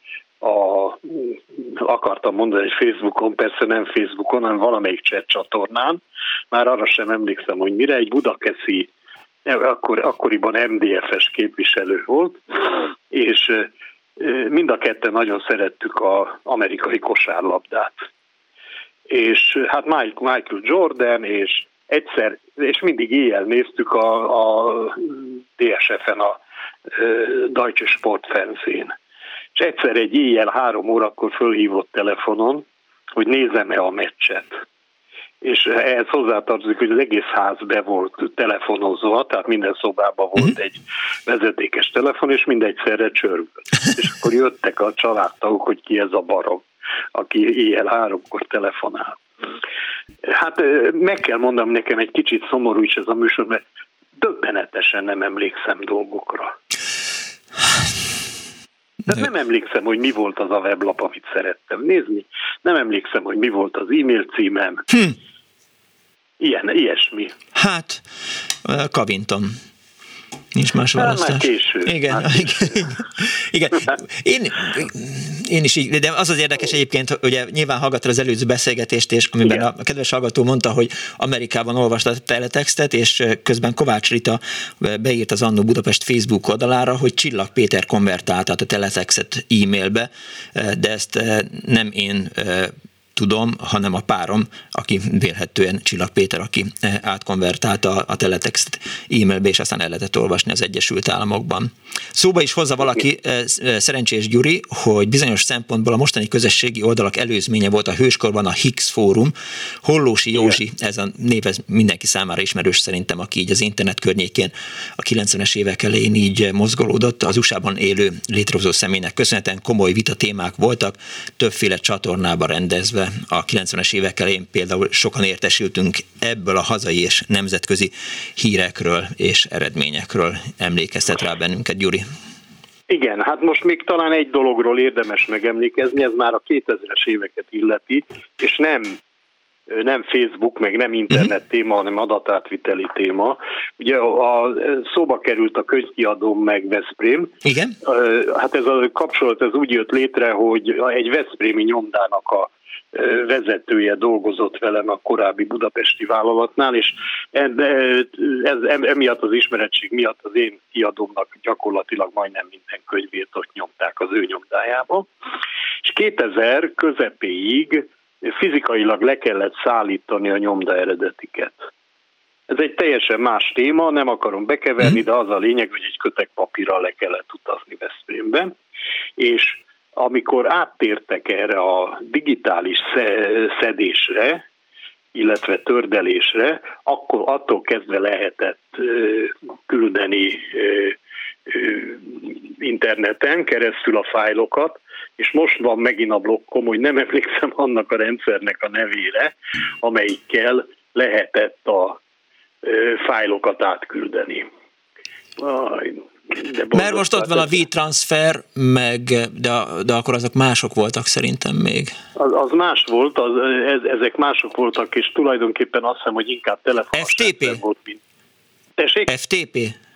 akartam mondani, hogy Facebookon, persze nem Facebookon, hanem valamelyik chat csatornán, már arra sem emlékszem, hogy mire, egy budakeszi, akkoriban MDF-es képviselő volt, és mind a ketten nagyon szerettük az amerikai kosárlabdát. És hát Michael Jordan, és mindig éjjel néztük a DSF-en a Deutsche Sportfernsehen. És egyszer egy éjjel 3 órakor fölhívott telefonon, hogy nézem-e a meccset. És ehhez hozzátartozik, hogy az egész ház be volt telefonozva, tehát minden szobában volt egy vezetékes telefon, és mindegyszerre csörgött. És akkor jöttek a családtagok, hogy ki ez a barom, aki éjjel 3-kor telefonál. Hát meg kell mondanom, nekem egy kicsit szomorú is ez a műsor, mert döbbenetesen nem emlékszem dolgokra. De nem emlékszem, hogy mi volt az a weblap, amit szerettem nézni. Nem emlékszem, hogy mi volt az e-mail címem. Ilyesmi. Hát, kavintom. Nincs más választás. Már késő. Igen. Én is így, de az érdekes egyébként, hogy ugye nyilván hallgattad az előző beszélgetést, és amiben igen. A kedves hallgató mondta, hogy Amerikában olvasta a teletextet, és közben Kovács Rita beírt az Annó Budapest Facebook oldalára, hogy Csillag Péter konvertálta a teletextet e-mailbe, de ezt nem én tudom, hanem a párom, aki vélhetően Csillag Péter, aki átkonvertálta a teletextet e-mailbe, és aztán el lehetett olvasni az Egyesült Államokban. Szóba is hozza valaki, Szerencsés Gyuri, hogy bizonyos szempontból a mostani közösségi oldalak előzménye volt a hőskorban a Higgs Fórum. Hollósi Józsi, ez a név ez mindenki számára ismerős szerintem, aki így az internet környékén a 90-es évek elején így mozgolódott. Az USA-ban élő létrehozó személynek köszönhetően komoly vita témák voltak, többféle csatornába rendezve. A 90-es évek elején például sokan értesültünk ebből a hazai és nemzetközi hírekről és eredményekről. Emlékeztet rá bennünket, Gyuri? Igen, hát most még talán egy dologról érdemes megemlékezni, ez már a 2000-es éveket illeti, és nem Facebook, meg nem internet téma, hanem adatátviteli téma. Ugye szóba került a könyvkiadóm meg Veszprém. Igen? Hát ez a kapcsolat ez úgy jött létre, hogy egy veszprémi nyomdának a vezetője dolgozott velem a korábbi budapesti vállalatnál, és emiatt az ismerettség miatt az én kiadómnak gyakorlatilag majdnem minden könyvét ott nyomták az ő nyomdájába. És 2000 közepéig fizikailag le kellett szállítani a nyomda eredetiket. Ez egy teljesen más téma, nem akarom bekeverni, de az a lényeg, hogy egy kötek papírral le kellett utazni Veszprémbe, és amikor áttértek erre a digitális szedésre, illetve tördelésre, akkor attól kezdve lehetett küldeni interneten keresztül a fájlokat, és most van megint a blokkom, hogy nem emlékszem annak a rendszernek a nevére, amelyikkel lehetett a fájlokat átküldeni. Mert most ott van a WeTransfer, de akkor azok mások voltak szerintem még. Az más volt, ezek mások voltak, és tulajdonképpen azt hiszem, hogy inkább telefonos FTP? Volt, mint... Tessék? FTP?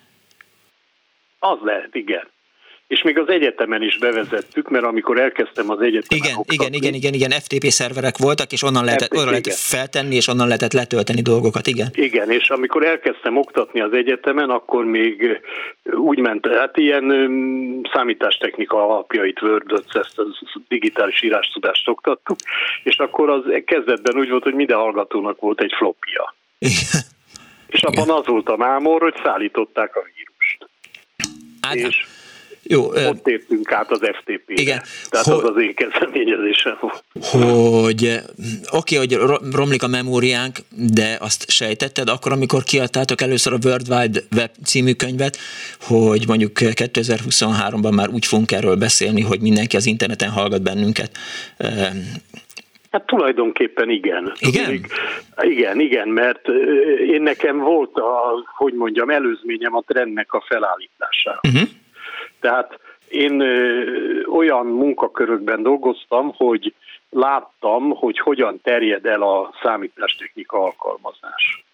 Az lehet, igen. És még az egyetemen is bevezettük, mert amikor elkezdtem az egyetemen oktatni... Igen, FTP szerverek voltak, és onnan lehetett feltenni, és onnan lehetett letölteni dolgokat, igen. Igen, és amikor elkezdtem oktatni az egyetemen, akkor még úgy ment, hát ilyen számítástechnika alapjait, Word-öt, ezt a digitális írástudást oktattuk, és akkor az kezdetben úgy volt, hogy minden hallgatónak volt egy flopja. Igen. És abban az volt a mámor, hogy szállították a vírust. És jó, ott értünk át az FTP-re. Igen. Tehát az az én kezdeményezésem volt. Hogy hogy romlik a memóriánk, de azt sejtetted akkor, amikor kiadtátok először a World Wide Web című könyvet, hogy mondjuk 2023-ban már úgy fogunk erről beszélni, hogy mindenki az interneten hallgat bennünket. Hát tulajdonképpen igen. Igen? Igen, mert én nekem volt előzményem a trendnek a felállítására. Tehát én olyan munkakörökben dolgoztam, hogy láttam, hogy hogyan terjed el a számítástechnika alkalmazás.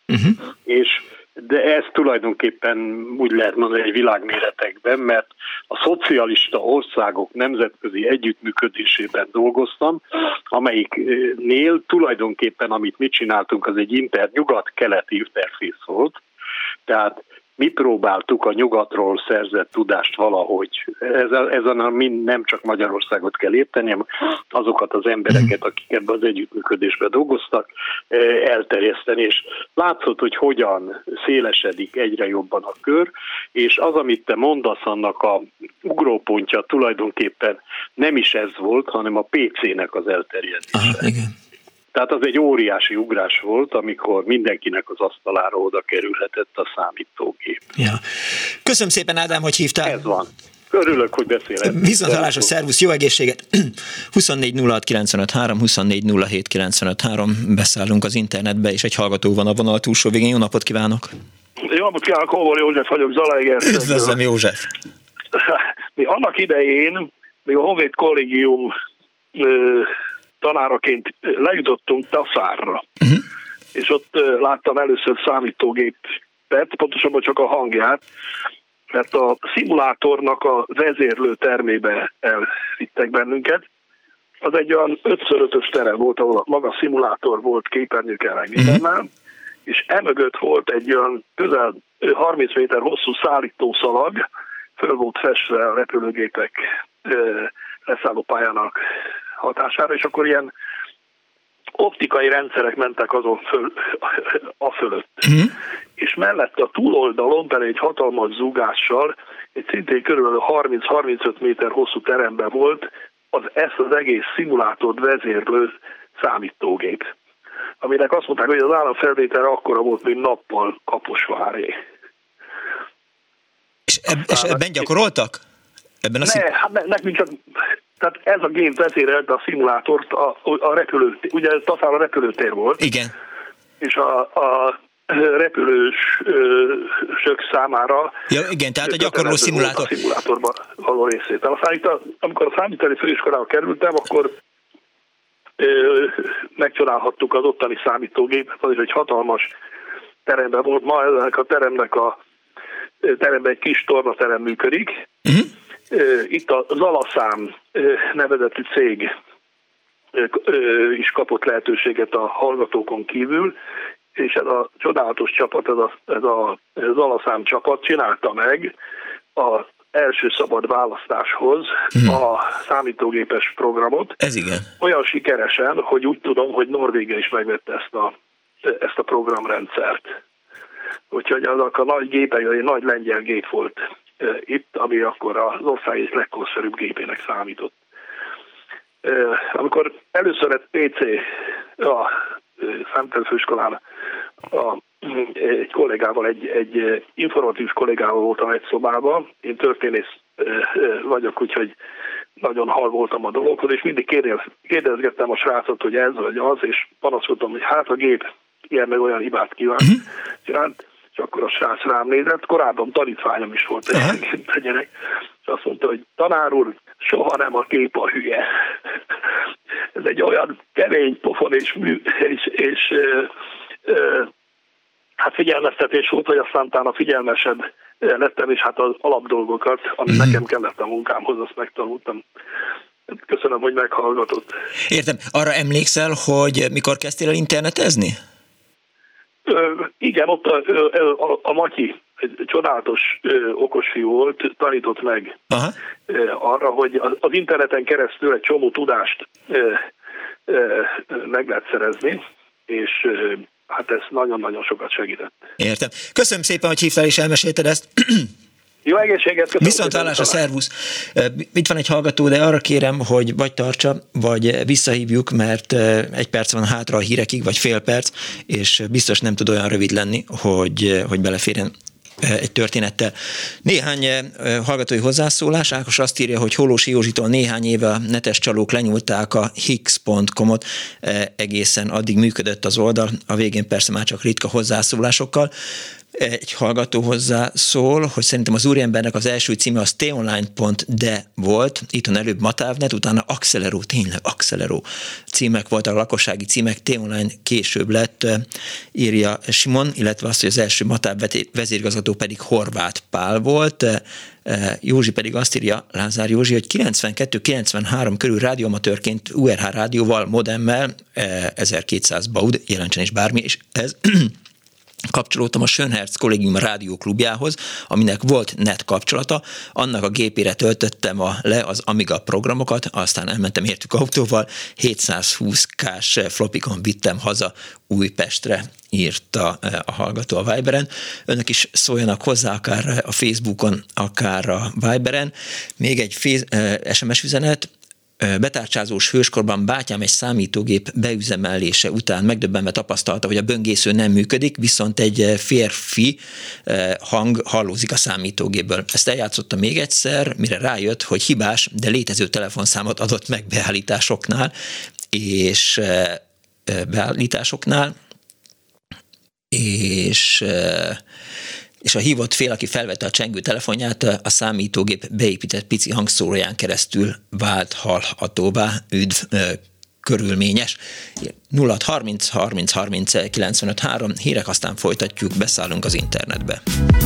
De ez tulajdonképpen úgy lehet mondani egy világméretekben, mert a szocialista országok nemzetközi együttműködésében dolgoztam, amelyiknél tulajdonképpen, amit mi csináltunk, az egy nyugat-keleti interfész volt, tehát mi próbáltuk a nyugatról szerzett tudást valahogy, ezen nem csak Magyarországot kell érteni, hanem azokat az embereket, akik ebben az együttműködésben dolgoztak, elterjeszteni, és látszott, hogy hogyan szélesedik egyre jobban a kör, és az, amit te mondasz, annak a ugrópontja tulajdonképpen nem is ez volt, hanem a PC-nek az elterjedése. Aha, igen. Tehát az egy óriási ugrás volt, amikor mindenkinek az asztalára oda kerülhetett a számítógép. Ja. Köszönöm szépen, Ádám, hogy hívtál. Ez van. Örülök, hogy beszélek. Viszont hallásra, szervusz, jó egészséget! 24 06 95 3, 24 07 95 3, beszállunk az internetbe, és egy hallgató van a vonal túlsó végén. Jó napot kívánok! Jó napot kívánok, Hóbor József vagyok, Zalaegerszeg. Üdvözlöm, József! Mi annak idején, még a Honvéd Kollégium tanáraként lejutottunk Taszárra, és ott láttam először számítógépet, pontosabban csak a hangját, mert a szimulátornak a vezérlő termébe elvittek bennünket. Az egy olyan 5x5-ös terem volt, ahol maga a szimulátor volt, képernyőkkel meg mindennel, és emögött volt egy olyan közel 30 méter hosszú szállítószalag, föl volt festve a repülőgépek leszállópályának hatására, és akkor ilyen optikai rendszerek mentek azon a fölött. És mellett a túloldalon pedig egy hatalmas zúgással, egy szintén körülbelül 30-35 méter hosszú teremben volt ezt az egész szimulátort vezérlő számítógép, aminek azt mondták, hogy az államfelvételre akkora volt, mint nappal Kaposváré. És ebben gyakoroltak? Ebben hát nekünk csak, tehát ez a gép vezérelte a szimulátort, a repülőtér, ugye ez Taszár a repülőtér volt. Igen. És a repülősök számára... Ja, igen, tehát a gyakorló szimulátor. A szimulátorban való részét. Aztán amikor a számviteli főiskolába kerültem, akkor megcsodálhattuk az ottani számítógépet, az is egy hatalmas teremben volt. Ma ennek a teremben egy kis tornaterem működik. Itt a Zalaszám nevezetű cég is kapott lehetőséget a hallgatókon kívül, és ez a csodálatos csapat, ez a Zalaszám csapat csinálta meg az első szabad választáshoz a számítógépes programot. Ez igen. Olyan sikeresen, hogy úgy tudom, hogy Norvégia is megvette ezt a programrendszert. Úgyhogy azok a nagy gépek, egy nagy lengyel gép volt itt, ami akkor az ország egy legkorszerűbb gépének számított. Amikor először egy PC a számviteli főiskolán egy kollégával, egy informatív kollégával voltam egy szobában. Én történész vagyok, úgyhogy nagyon hal voltam a dologhoz, és mindig kérdezgettem a srácot, hogy ez vagy az, és panaszkodtam, hogy hát a gép ilyen meg olyan hibát csinált, és akkor a srác rám nézett. Korábban tanítványom is volt egy gyerek, és azt mondta, hogy tanár úr, soha nem a gép a hülye. Ez egy olyan kemény pofon és hát figyelmeztetés volt, hogy aztán utána figyelmesebb lettem, és hát az alapdolgokat, ami nekem kellett a munkámhoz, azt megtanultam. Köszönöm, hogy meghallgatott. Értem. Arra emlékszel, hogy mikor kezdtél el internetezni? Igen, ott a Matyi, egy csodálatos okos fiú volt, tanított meg arra, hogy az interneten keresztül egy csomó tudást meg lehet szerezni, és hát ez nagyon-nagyon sokat segített. Értem. Köszönöm szépen, hogy hívtál és elmesélted ezt. Jó egészséget, köszönöm. Viszontlátásra, szervusz. Itt van egy hallgató, de arra kérem, hogy vagy tartsa, vagy visszahívjuk, mert egy perc van hátra a hírekig, vagy fél perc, és biztos nem tud olyan rövid lenni, hogy beleférjen egy történettel. Néhány hallgatói hozzászólás. Ákos azt írja, hogy Hollósi Józsitól néhány éve a netes csalók lenyúlták a higgs.com-ot, egészen addig működött az oldal, a végén persze már csak ritka hozzászólásokkal. Egy hallgató hozzászól, hogy szerintem az úriembernek az első címe az t-online.de volt, itthon előbb Matávnet, utána Accelero, tényleg Accelero címek voltak, a lakossági címek, t-online később lett, írja Simon, illetve azt, hogy az első Matáv vezérigazgató pedig Horváth Pál volt. Józsi pedig azt írja, Lázár Józsi, hogy 92-93 körül rádióamatőrként URH rádióval, modemmel, 1200 baud, jelentsen is bármi, és ez kapcsolódtam a Schönherz Kollégium rádióklubjához, aminek volt net kapcsolata, annak a gépére töltöttem le az Amiga programokat, aztán elmentem értük autóval, 720k-s flopikon vittem haza Újpestre, írta a hallgató a Viberen. Önök is szóljanak hozzá, akár a Facebookon, akár a Viberen. Még egy SMS üzenet, betárcsázós hőskorban bátyám egy számítógép beüzemelése után megdöbbenve tapasztalta, hogy a böngésző nem működik, viszont egy férfi hang hallózik a számítógépből. Ezt eljátszotta még egyszer, mire rájött, hogy hibás, de létező telefonszámot adott meg beállításoknál, és a hívott fél, aki felvette a csengő telefonját, a számítógép beépített pici hangszóróján keresztül vált hallhatóvá. Üdv, körülményes. 0630 30 30 95 3, hírek, aztán folytatjuk, beszállunk az internetbe.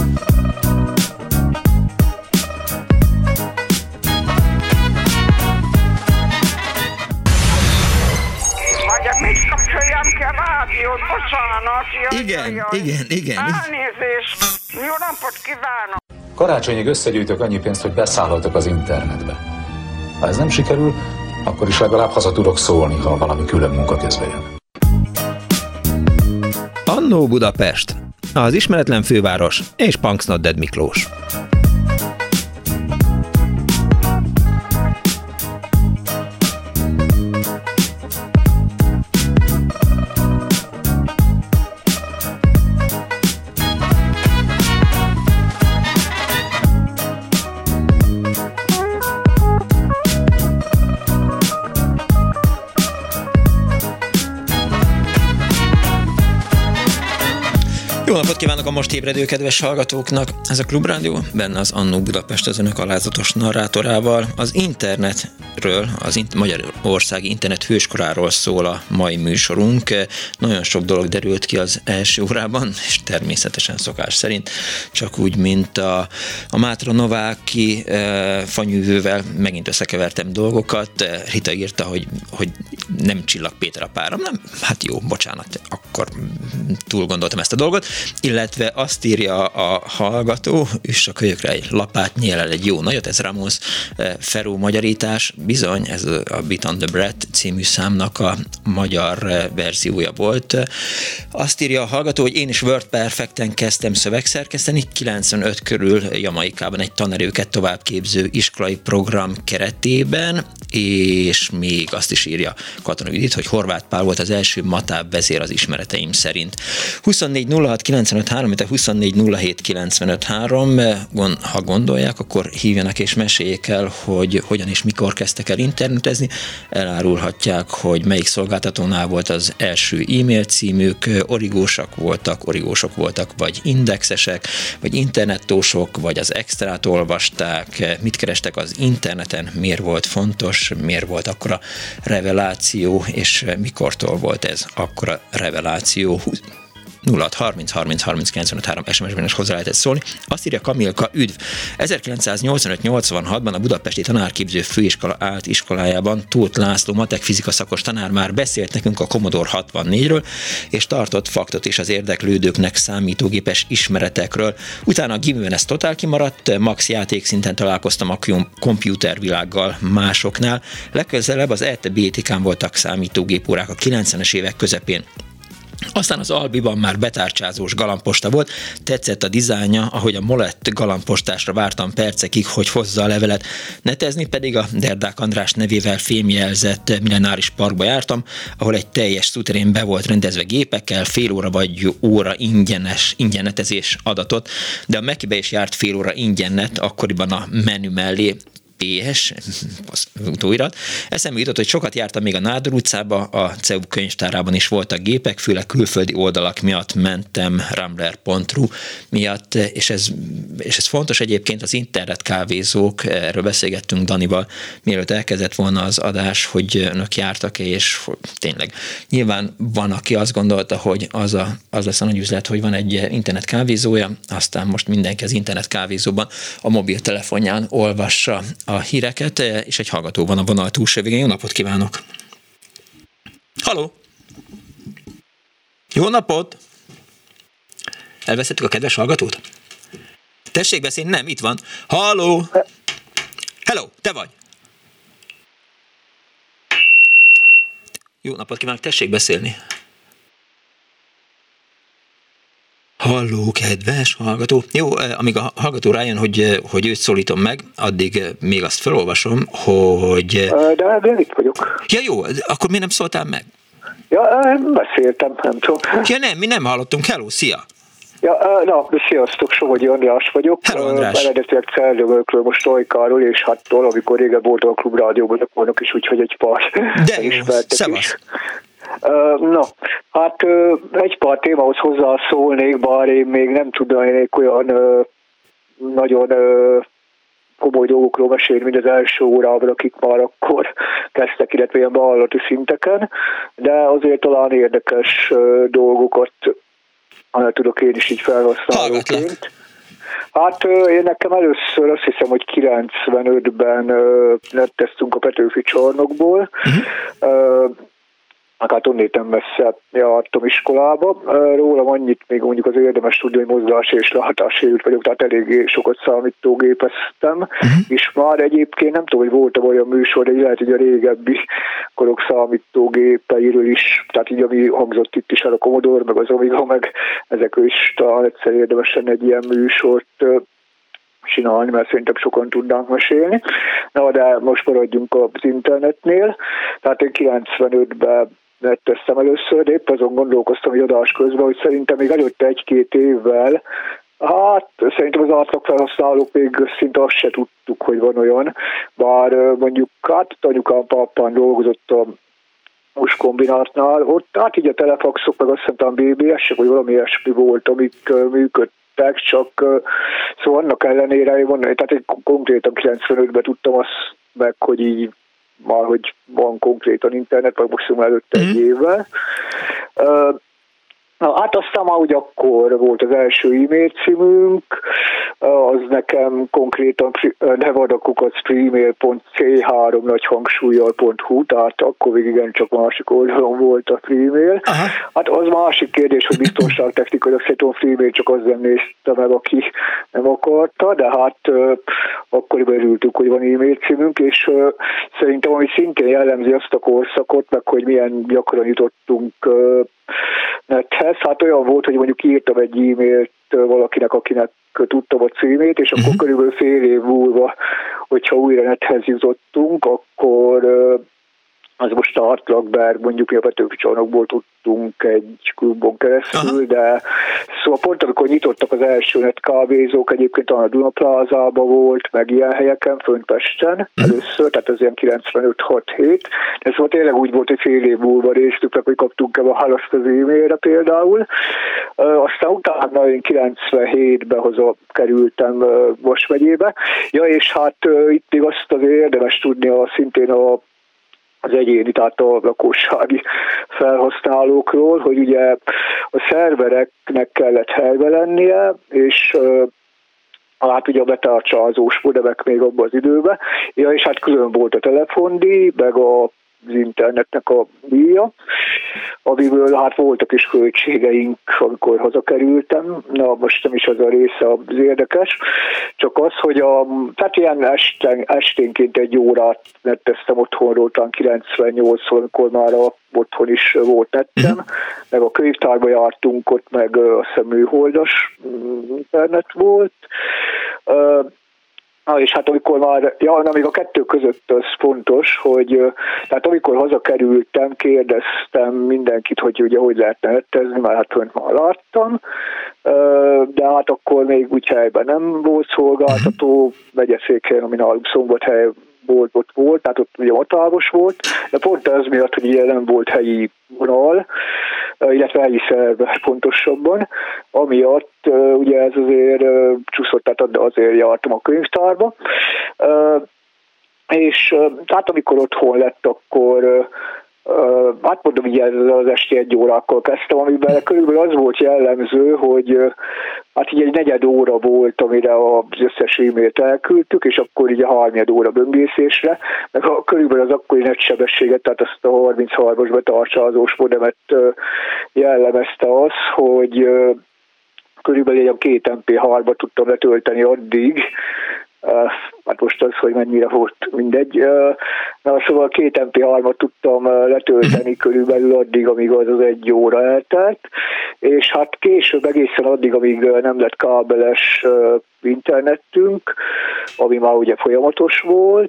Mit kapcsoljam ki a rádiót? Bocsánat. Igen. Elnézést. Jó napot kívánok. Karácsonyig összegyűjtök annyi pénzt, hogy beszállhatok az internetbe. Ha ez nem sikerül, akkor is legalább haza tudok szólni, ha valami külön munka közbe jön. Annó Budapest, az ismeretlen főváros és Punks Not Dead Miklós. Jó napot kívánok a most ébredő kedves hallgatóknak! Ez a Klubrádió, benne az Annó Budapest az önök alázatos narrátorával. Az internetről, Magyarországi internet hőskoráról szól a mai műsorunk. Nagyon sok dolog derült ki az első órában, és természetesen szokás szerint, csak úgy, mint a Mátra Nováki fanyűvővel megint összekevertem dolgokat. Rita írta, hogy nem Csillag Péter a párom. Nem, hát jó, bocsánat, akkor túl gondoltam ezt a dolgot. Illetve azt írja a hallgató, üss a kölyökre egy lapátnyél el egy jó nagyot, ez Ramos Feró magyarítás, bizony, ez a Beat on the Bread című számnak a magyar verziója volt. Azt írja a hallgató, hogy én is WordPerfecten kezdtem szövegszerkeszteni, 95 körül Jamaikában egy tanerőket továbbképző iskolai program keretében, és még azt is írja Katona Judit, hogy Horváth Pál volt az első matáb vezér az ismereteim szerint. 24 06 95 3, illetve 24 07 95 3, ha gondolják, akkor hívjanak és meséljék el, hogy hogyan és mikor kezdtek el internetezni. Elárulhatják, hogy melyik szolgáltatónál volt az első e-mail címük, origósok voltak, vagy indexesek, vagy internettósok, vagy az extrát olvasták, mit kerestek az interneten, miért volt fontos, miért volt akkora reveláció, és mikortól volt ez akkora reveláció. 06 30 30 30 95 3 SMS-ben is hozzá lehetett szólni. Azt írja Kamilka, üdv! 1985-86-ban a Budapesti Tanárképző Főiskola állt iskolájában Tóth László matek fizika szakos tanár már beszélt nekünk a Commodore 64-ről, és tartott faktot is az érdeklődőknek számítógépes ismeretekről. Utána a gimiben ez totál kimaradt, max játékszinten találkoztam a komputervilággal másoknál. Legközelebb az ELTE BTK-n voltak számítógépórák a 90-es évek közepén. Aztán az Albiban már betárcsázós galambposta volt, tetszett a dizájnja, ahogy a Molett galambpostásra vártam percekig, hogy hozza a levelet. Netezni pedig a Derdák András nevével fémjelzett Millenáris Parkba jártam, ahol egy teljes szuterén be volt rendezve gépekkel, fél óra vagy óra ingyenetezés adatot, de a Mekibe is járt fél óra ingyennet, akkoriban a menü mellé, PS, az utóirat. Eszembe jutott, hogy sokat jártam még a Nádor utcába, a CEU könyvtárában is voltak gépek, főleg külföldi oldalak miatt mentem, rambler.ru miatt, és ez fontos egyébként, az internetkávézók, erről beszélgettünk Danival, mielőtt elkezdett volna az adás, hogy önök jártak, és tényleg nyilván van, aki azt gondolta, hogy az lesz a nagy üzlet, hogy van egy internetkávézója, aztán most mindenki az internetkávézóban a mobiltelefonján olvassa a híreket, és egy hallgató van a vonal túlsó végén. Jó napot kívánok! Halló! Jó napot! Elvesztettük a kedves hallgatót? Tessék beszélni? Nem, itt van. Halló! Hello, te vagy! Jó napot kívánok, tessék beszélni! Halló, kedves hallgató. Jó, amíg a hallgató rájön, hogy őt szólítom meg, addig még azt felolvasom, hogy... De itt vagyok. Ja jó, akkor miért nem szóltál meg? Ja, beszéltem, nem tudom. Ja nem, mi nem hallottunk. Hello, szia! Ja, sziasztok, Somogyi András vagyok. Hello, András. Eredetileg Cellőmölkről, most Tojkáról, és hát amikor régen voltam a Klubrádióban, akkor is úgyhogy egy pár de jó, szevasz. Hát egy pár témához hozzászólnék, bár én még nem tudnék olyan nagyon komoly dolgokról mesélni, mint az első órában, akik már akkor kezdtek, illetve ilyen bevallati szinteken, de azért talán érdekes dolgokat tudok én is így felhasználóként. Hát én nekem először azt hiszem, hogy 95-ben netteztünk a Petőfi csarnokból, hát onnéten messze jártam iskolába. Rólam annyit még mondjuk az érdemes tudni, hogy mozgás és látássérült vagyok, tehát eléggé sokat számítógépeztem, és már egyébként nem tudom, hogy voltam olyan műsor, de lehet, hogy a régebbi korok számítógépeiről is, tehát így ami hangzott itt is el a Commodore, meg az Amiga, meg ezekről is talán egyszer érdemes lenne egy ilyen műsort csinálni, mert szerintem sokan tudnánk mesélni. Na, de most maradjunk az internetnél. Tehát én 95-ben netteztem először, de épp azon gondolkoztam, hogy adás közben, hogy szerintem még előtte 1-2 évvel, hát szerintem az átlag felhasználók még szinte azt se tudtuk, hogy van olyan, bár mondjuk hát anyukám pápán dolgozott a most kombinátnál, ott hát így a telefaxok, meg azt hiszem BBS-ek, vagy valami ilyesmi volt, amik működtek, csak szóval annak ellenére, tehát én konkrétan 95-ben tudtam azt meg, hogy így már, hogy van konkrétan internet, vagy maximum előtte egy évvel. Hát aztán már úgy akkor volt az első e-mail címünk, az nekem konkrétan nevadakukac.freemail.c3 nagy hangsúlyjal.hu, tehát akkor még igencsak másik oldalon volt a Freemail. Hát az másik kérdés, hogy biztonságtechnikailag szerintem a Freemail csak az nem nézte meg, aki nem akarta, de hát akkoriban örültük, hogy van e-mail címünk, és szerintem ami szintén jellemzi azt a korszakot, meg hogy milyen gyakran jutottunk nethez. Hát olyan volt, hogy mondjuk írtam egy e-mailt valakinek, akinek tudtam a címét, és akkor körülbelül fél év múlva, hogyha újra nethez jutottunk, akkor az most a Hartlagberg, mondjuk mi a Petőfi csarnokból tudtunk egy klubon keresztül, de szóval pont amikor nyitottak az első netkávézók, egyébként a Dunaplázában volt, meg ilyen helyeken, fönt Pesten először, tehát ez ilyen 95-6-7, de szóval tényleg úgy volt, hogy fél év múlva résztük, hogy kaptunk a választ az e-mailre például. Aztán utána én 97-ben haza kerültem Vas megyébe. Ja, és hát itt még azt azért érdemes tudni szintén az egyéni, tehát a lakossági felhasználókról, hogy ugye a szervereknek kellett helybe lennie, és hát ugye betartsa az modemek még abban az időben, ja, és hát külön volt a telefondíj, meg az internetnek a díja, amiből hát voltak is költségeink, amikor hazakerültem. Na, most nem is az a része az érdekes, csak az, hogy tehát ilyen esténként egy órát netteztem otthonról, talán 98-szor, amikor már otthon is volt nettem, meg a könyvtárba jártunk, ott meg a műholdas internet volt. És hát amikor már, még a kettő között az fontos, hogy tehát amikor hazakerültem, kérdeztem mindenkit, hogy ugye hogy lehetne nettezni, mert hát fönt már láttam, de hát akkor még úgy helyben nem volt szolgáltató, megyeszékhelyen, ami nálunk Szombathely ott volt, tehát ott ugye hatalmas volt, de pont ez miatt, hogy ilyen nem volt helyi vonal, illetve helyi szerver pontosabban, amiatt ugye ez azért csúszott, tehát azért jártam a könyvtárba, és hát amikor otthon lett, akkor hát mondom, így az esti 1 órákkal kezdtem, amiben körülbelül az volt jellemző, hogy hát így egy 4 óra volt, amire az összes e-mailt elküldtük, és akkor így a 3 óra böngészésre, meg körülbelül az akkori netsebességet, tehát azt a 33-as betartsázós modemet jellemezte az, hogy körülbelül egy 2 MP3-ba tudtam letölteni addig, hát most az, hogy mennyire volt, mindegy. Na, szóval 2 MP3-at tudtam letölteni körülbelül addig, amíg az 1 óra eltelt, és hát később egészen addig, amíg nem lett kábeles internetünk, ami már ugye folyamatos volt,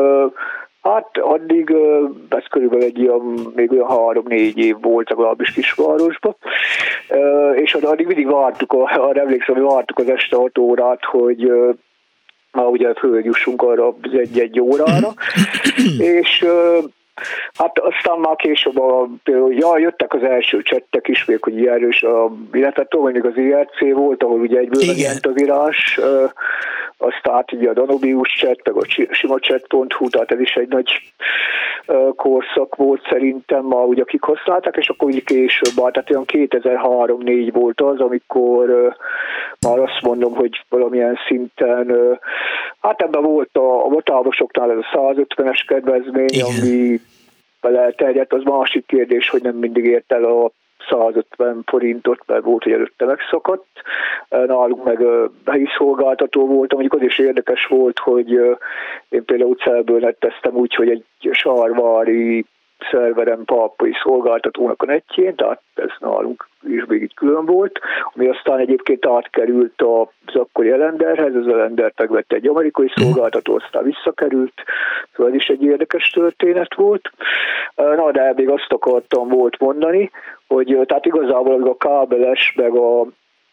hát addig, ez körülbelül még olyan 3-4 év volt legalábbis Kisvárosban, és addig mindig vártuk, arra emlékszem, hogy vártuk az este 6 órát, hogy már ugye följussunk arra az 1 órára, és hát aztán már később jöttek az első csettek is, még hogy ilyenről, illetve még az IRC volt, ahol ugye egyből megjelent az írás, aztán ugye a Danubius chat, meg a simachat.hu, tehát ez is egy nagy korszak volt szerintem, ma ugye akik használták, és akkor ugye később, tehát olyan 2003-4 volt az, amikor már azt mondom, hogy valamilyen szinten, hát ebben volt a távosoknál ez a 150-es kedvezmény, igen, ami elterjedt, az másik kérdés, hogy nem mindig ért el a 150 forintot, mert volt, hogy előtte megszakadt. Nálunk meg helyi szolgáltató voltam, mondjuk az is érdekes volt, hogy én például Celből netteztem úgy, hogy egy sarvári szerveren papai szolgáltatónak a netjén, tehát ez nálunk is még így külön volt, ami aztán egyébként átkerült az akkori Elenderhez, az Elendert megvette egy amerikai szolgáltató, aztán visszakerült, szóval ez is egy érdekes történet volt. Na, de még azt akartam volt mondani, hogy tehát igazából a kábeles, meg a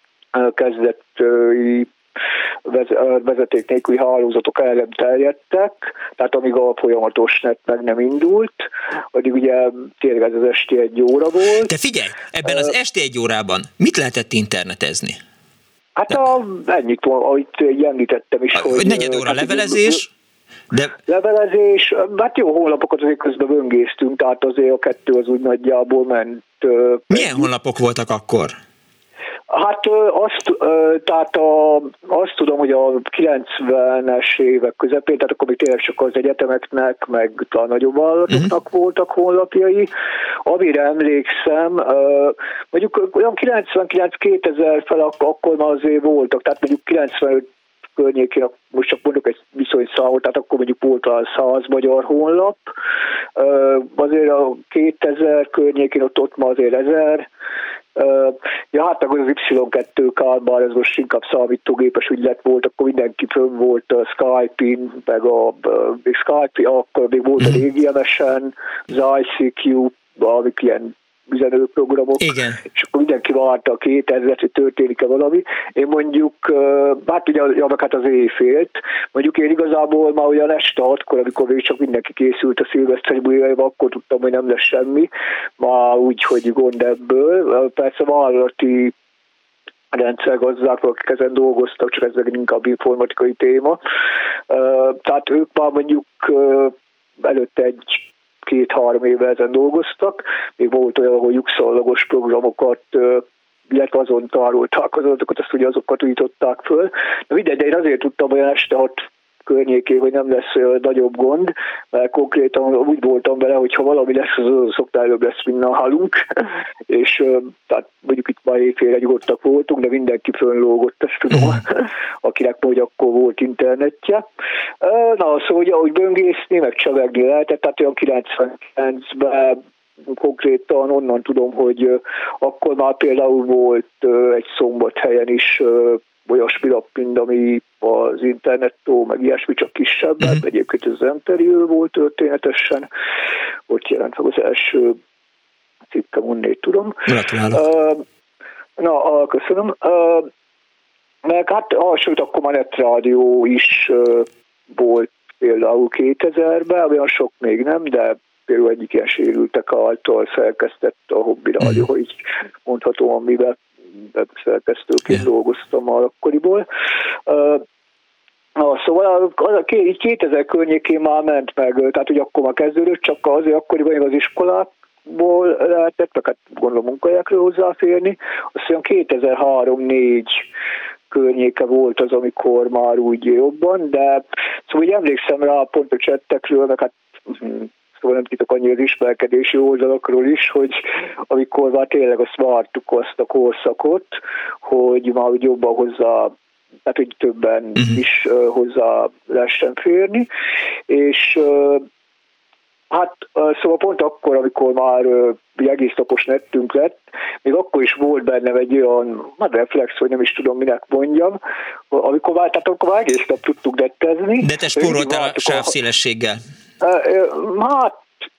kezdeti vezeték nélküli hálózatok el nem terjedtek, tehát amíg a folyamatos net meg nem indult, addig ugye tényleg ez az esti 1 óra volt. De figyelj, ebben az esti 1 órában mit lehetett internetezni? Hát ennyit, ahogy említettem is, hogy 4 óra levelezés, de... Levelezés, hát jó, honlapokat azért közben böngésztünk, tehát azért a 2 az úgy nagyjából ment. Milyen honlapok voltak akkor? Hát azt tudom, hogy a 90-es évek közepén, tehát akkor még tényleg csak az egyetemeknek, meg a nagyobb vállalatoknak voltak honlapjai. Amire emlékszem, mondjuk olyan 99-2000 fel akkor már azért voltak, tehát mondjuk 95 környékén, most csak mondok egy viszonyszámot, tehát akkor mondjuk volt a 100 magyar honlap, azért a 2000 környékén ott már azért 1000, ja, hát meg az Y2K, bár ez most inkább számítógépes ügylet volt, akkor mindenki fönn volt a Skype-in, meg még Skype, akkor még volt a régi MSN, az ICQ, amik ilyen üzenőprogramok, igen, és akkor mindenki várta a 2000-et, hogy történik-e valami. Én mondjuk, hát ugye hát az éjfélt, mondjuk én igazából már olyan este 6-kor, amikor még csak mindenki készült a szilveszteri buliaiba, akkor tudtam, hogy nem lesz semmi, már úgy, hogy gond ebből. Persze vállalati rendszergazdák, akik ezen dolgoztak, csak ez inkább informatikai téma. Tehát ők már mondjuk előtte 2-3 éve ezen dolgoztak, még volt olyan, hogy lyukszallagos programokat, illetve azon tárolták az adatokat, azt ugye azokat újították föl. De mindegy, de én azért tudtam olyan este 6 környékén, hogy nem lesz nagyobb gond, mert konkrétan úgy voltam vele, hogy ha valami lesz, az szokta előbb lesz, mint nálunk, és tehát mondjuk itt már éjfélre nyugodtak voltunk, de mindenki fönnlógott, ezt tudom, akinek majd akkor volt internetje. Na, szóval ahogy böngészni, meg csevegni lehetett, tehát olyan 99-ben konkrétan onnan tudom, hogy akkor már például volt egy Szombathelyen is olyasmi lap, mint ami az internettó, meg ilyesmi, csak kisebb, mert egyébként ez az Enteriő volt történetesen, ott jelent meg az első cikkem, onnét tudom. Na, köszönöm. Meg hát, sőt, akkor már netrádió is volt például 2000-ben, olyan sok még nem, de például egyik ilyen sérültek által szerkesztett a Hobby Rádió, hogy így mondhatom, amiben szerkesztőként dolgoztam már akkoriból. Szóval 2000 környékén már ment meg, tehát hogy akkor már kezdődött, csak azért akkoriban az iskolákból lehetett, meg hát gondolom munkahelyekről hozzáférni, azt olyan 2003-4 környéke volt az, amikor már úgy jobban, de szóval úgy emlékszem rá pont a csettekről, meg hát szóval nem titok annyi az ismerkedési oldalakról is, hogy amikor már tényleg azt vártuk azt a korszakot, hogy már úgy jobban hozzá, tehát hogy többen is hozzá lehessen férni, és Hát szóval pont akkor, amikor már egész napos nettünk lett, még akkor is volt bennem egy olyan reflex, hogy nem is tudom, minek mondjam, amikor már egész nap tudtuk nettezni. De te spóroltál a sávszélességgel? Hát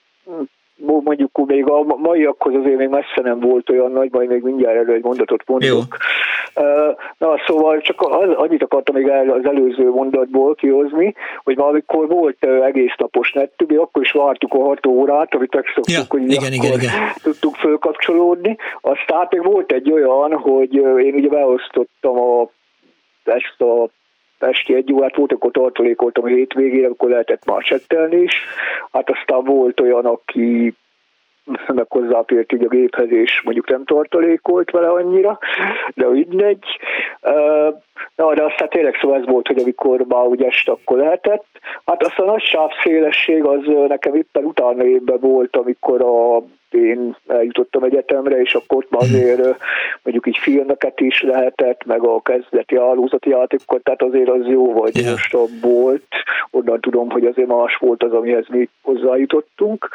mondjuk még a maiakhoz azért még messze nem volt olyan nagy, majd még mindjárt elő egy mondatot mondok. Na, szóval csak annyit akartam még az előző mondatból kihozni, hogy már amikor volt egész napos nettünk, mi akkor is vártuk a 6 órát, amit megszoktuk, hogy igen. Tudtuk fölkapcsolódni. Aztán még volt egy olyan, hogy én ugye beosztottam ezt a esti 1 órát, volt, akkor tartalékoltam a hétvégére, akkor lehetett már csettelni is. Hát aztán volt olyan, aki meg hozzáfért így a géphez, és mondjuk nem tartalékolt vele annyira, de mindegy. De aztán tényleg szóval ez volt, hogy amikor már úgy este, akkor lehetett. Hát aztán a nagy sávszélesség az nekem éppen utána évben volt, amikor én eljutottam egyetemre, és akkor ott már azért mondjuk így filmeket is lehetett, meg a kezdeti hálózati játékokat, tehát azért az jó vagy mostabb volt. Onnan tudom, hogy azért más volt az, amihez mi hozzájutottunk.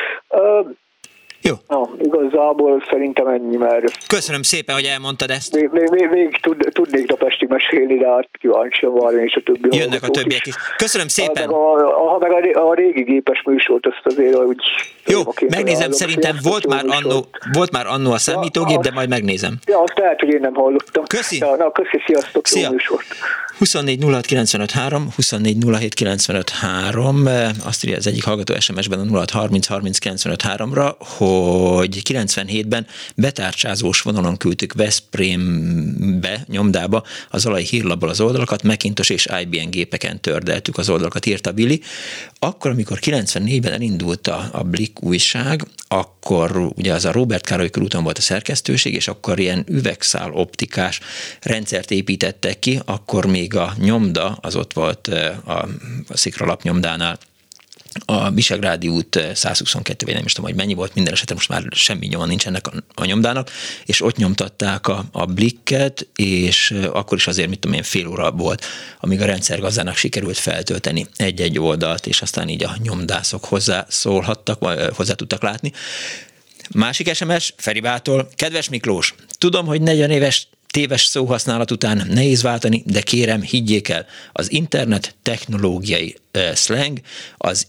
Jó. Igazából szerintem ennyi, mert... Köszönöm szépen, hogy elmondtad ezt. Még tudnék napestig mesélni, de hát kíváncsian várni, és a többi jönnek a többiek is. Köszönöm szépen. Meg a régi gépes műsort, azt azért, hogy... Jó, megnézem, szerintem volt már annó a számítógép, de majd megnézem. Ja, azt lehet, hogy én nem hallottam. Köszi. Ja, köszi, sziasztok, szia. Jó műsort. 24 06 953, 24 07 953, azt írja az egyik hallgató SMS-ben a 06 30 30 953-ra, hogy 97-ben betárcsázós vonalon küldtük Veszprémbe, nyomdába az Alai hírlapból az oldalakat, Macintosh és IBM gépeken tördeltük az oldalakat, írta Billy. Akkor, amikor 94-ben elindult a Blick újság, akkor ugye az a Róbert Károly körúton volt a szerkesztőség, és akkor ilyen üvegszál optikás rendszert építettek ki, akkor még a nyomda, az ott volt a Szikralap nyomdánál, a Visegrádi út 122, vagy nem is tudom, hogy mennyi volt, minden esetre most már semmi nyoma nincs ennek a nyomdának, és ott nyomtatták a Blicket, és akkor is azért, mit tudom én, fél óra volt, amíg a rendszergazdának sikerült feltölteni egy-egy oldalt, és aztán így a nyomdászok hozzászólhattak, hozzá tudtak látni. Másik SMS Feribától: kedves Miklós, tudom, hogy 40 éves téves szóhasználat után nehéz váltani, de kérem, higgyék el, az internet technológiai slang az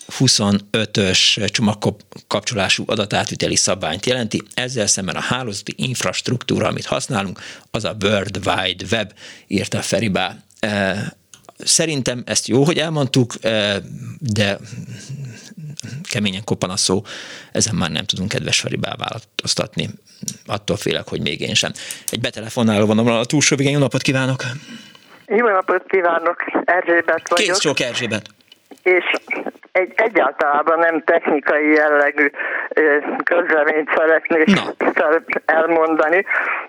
X25-ös csomagkapcsolású adatátviteli szabványt jelenti, ezzel szemben a hálózati infrastruktúra, amit használunk, az a World Wide Web, írta Feribá. Szerintem ezt jó, hogy elmondtuk, de keményen koppan a szó, ezen már nem tudunk, kedves Feribá, változtatni. Attól félek, hogy még én sem. Egy betelefonáló van a túlsó végén. Jó napot kívánok! Jó napot kívánok! Erzsébet vagyok. Kész sok, Erzsébet! És egyáltalában nem technikai jellegű közleményt szeretnék elmondani,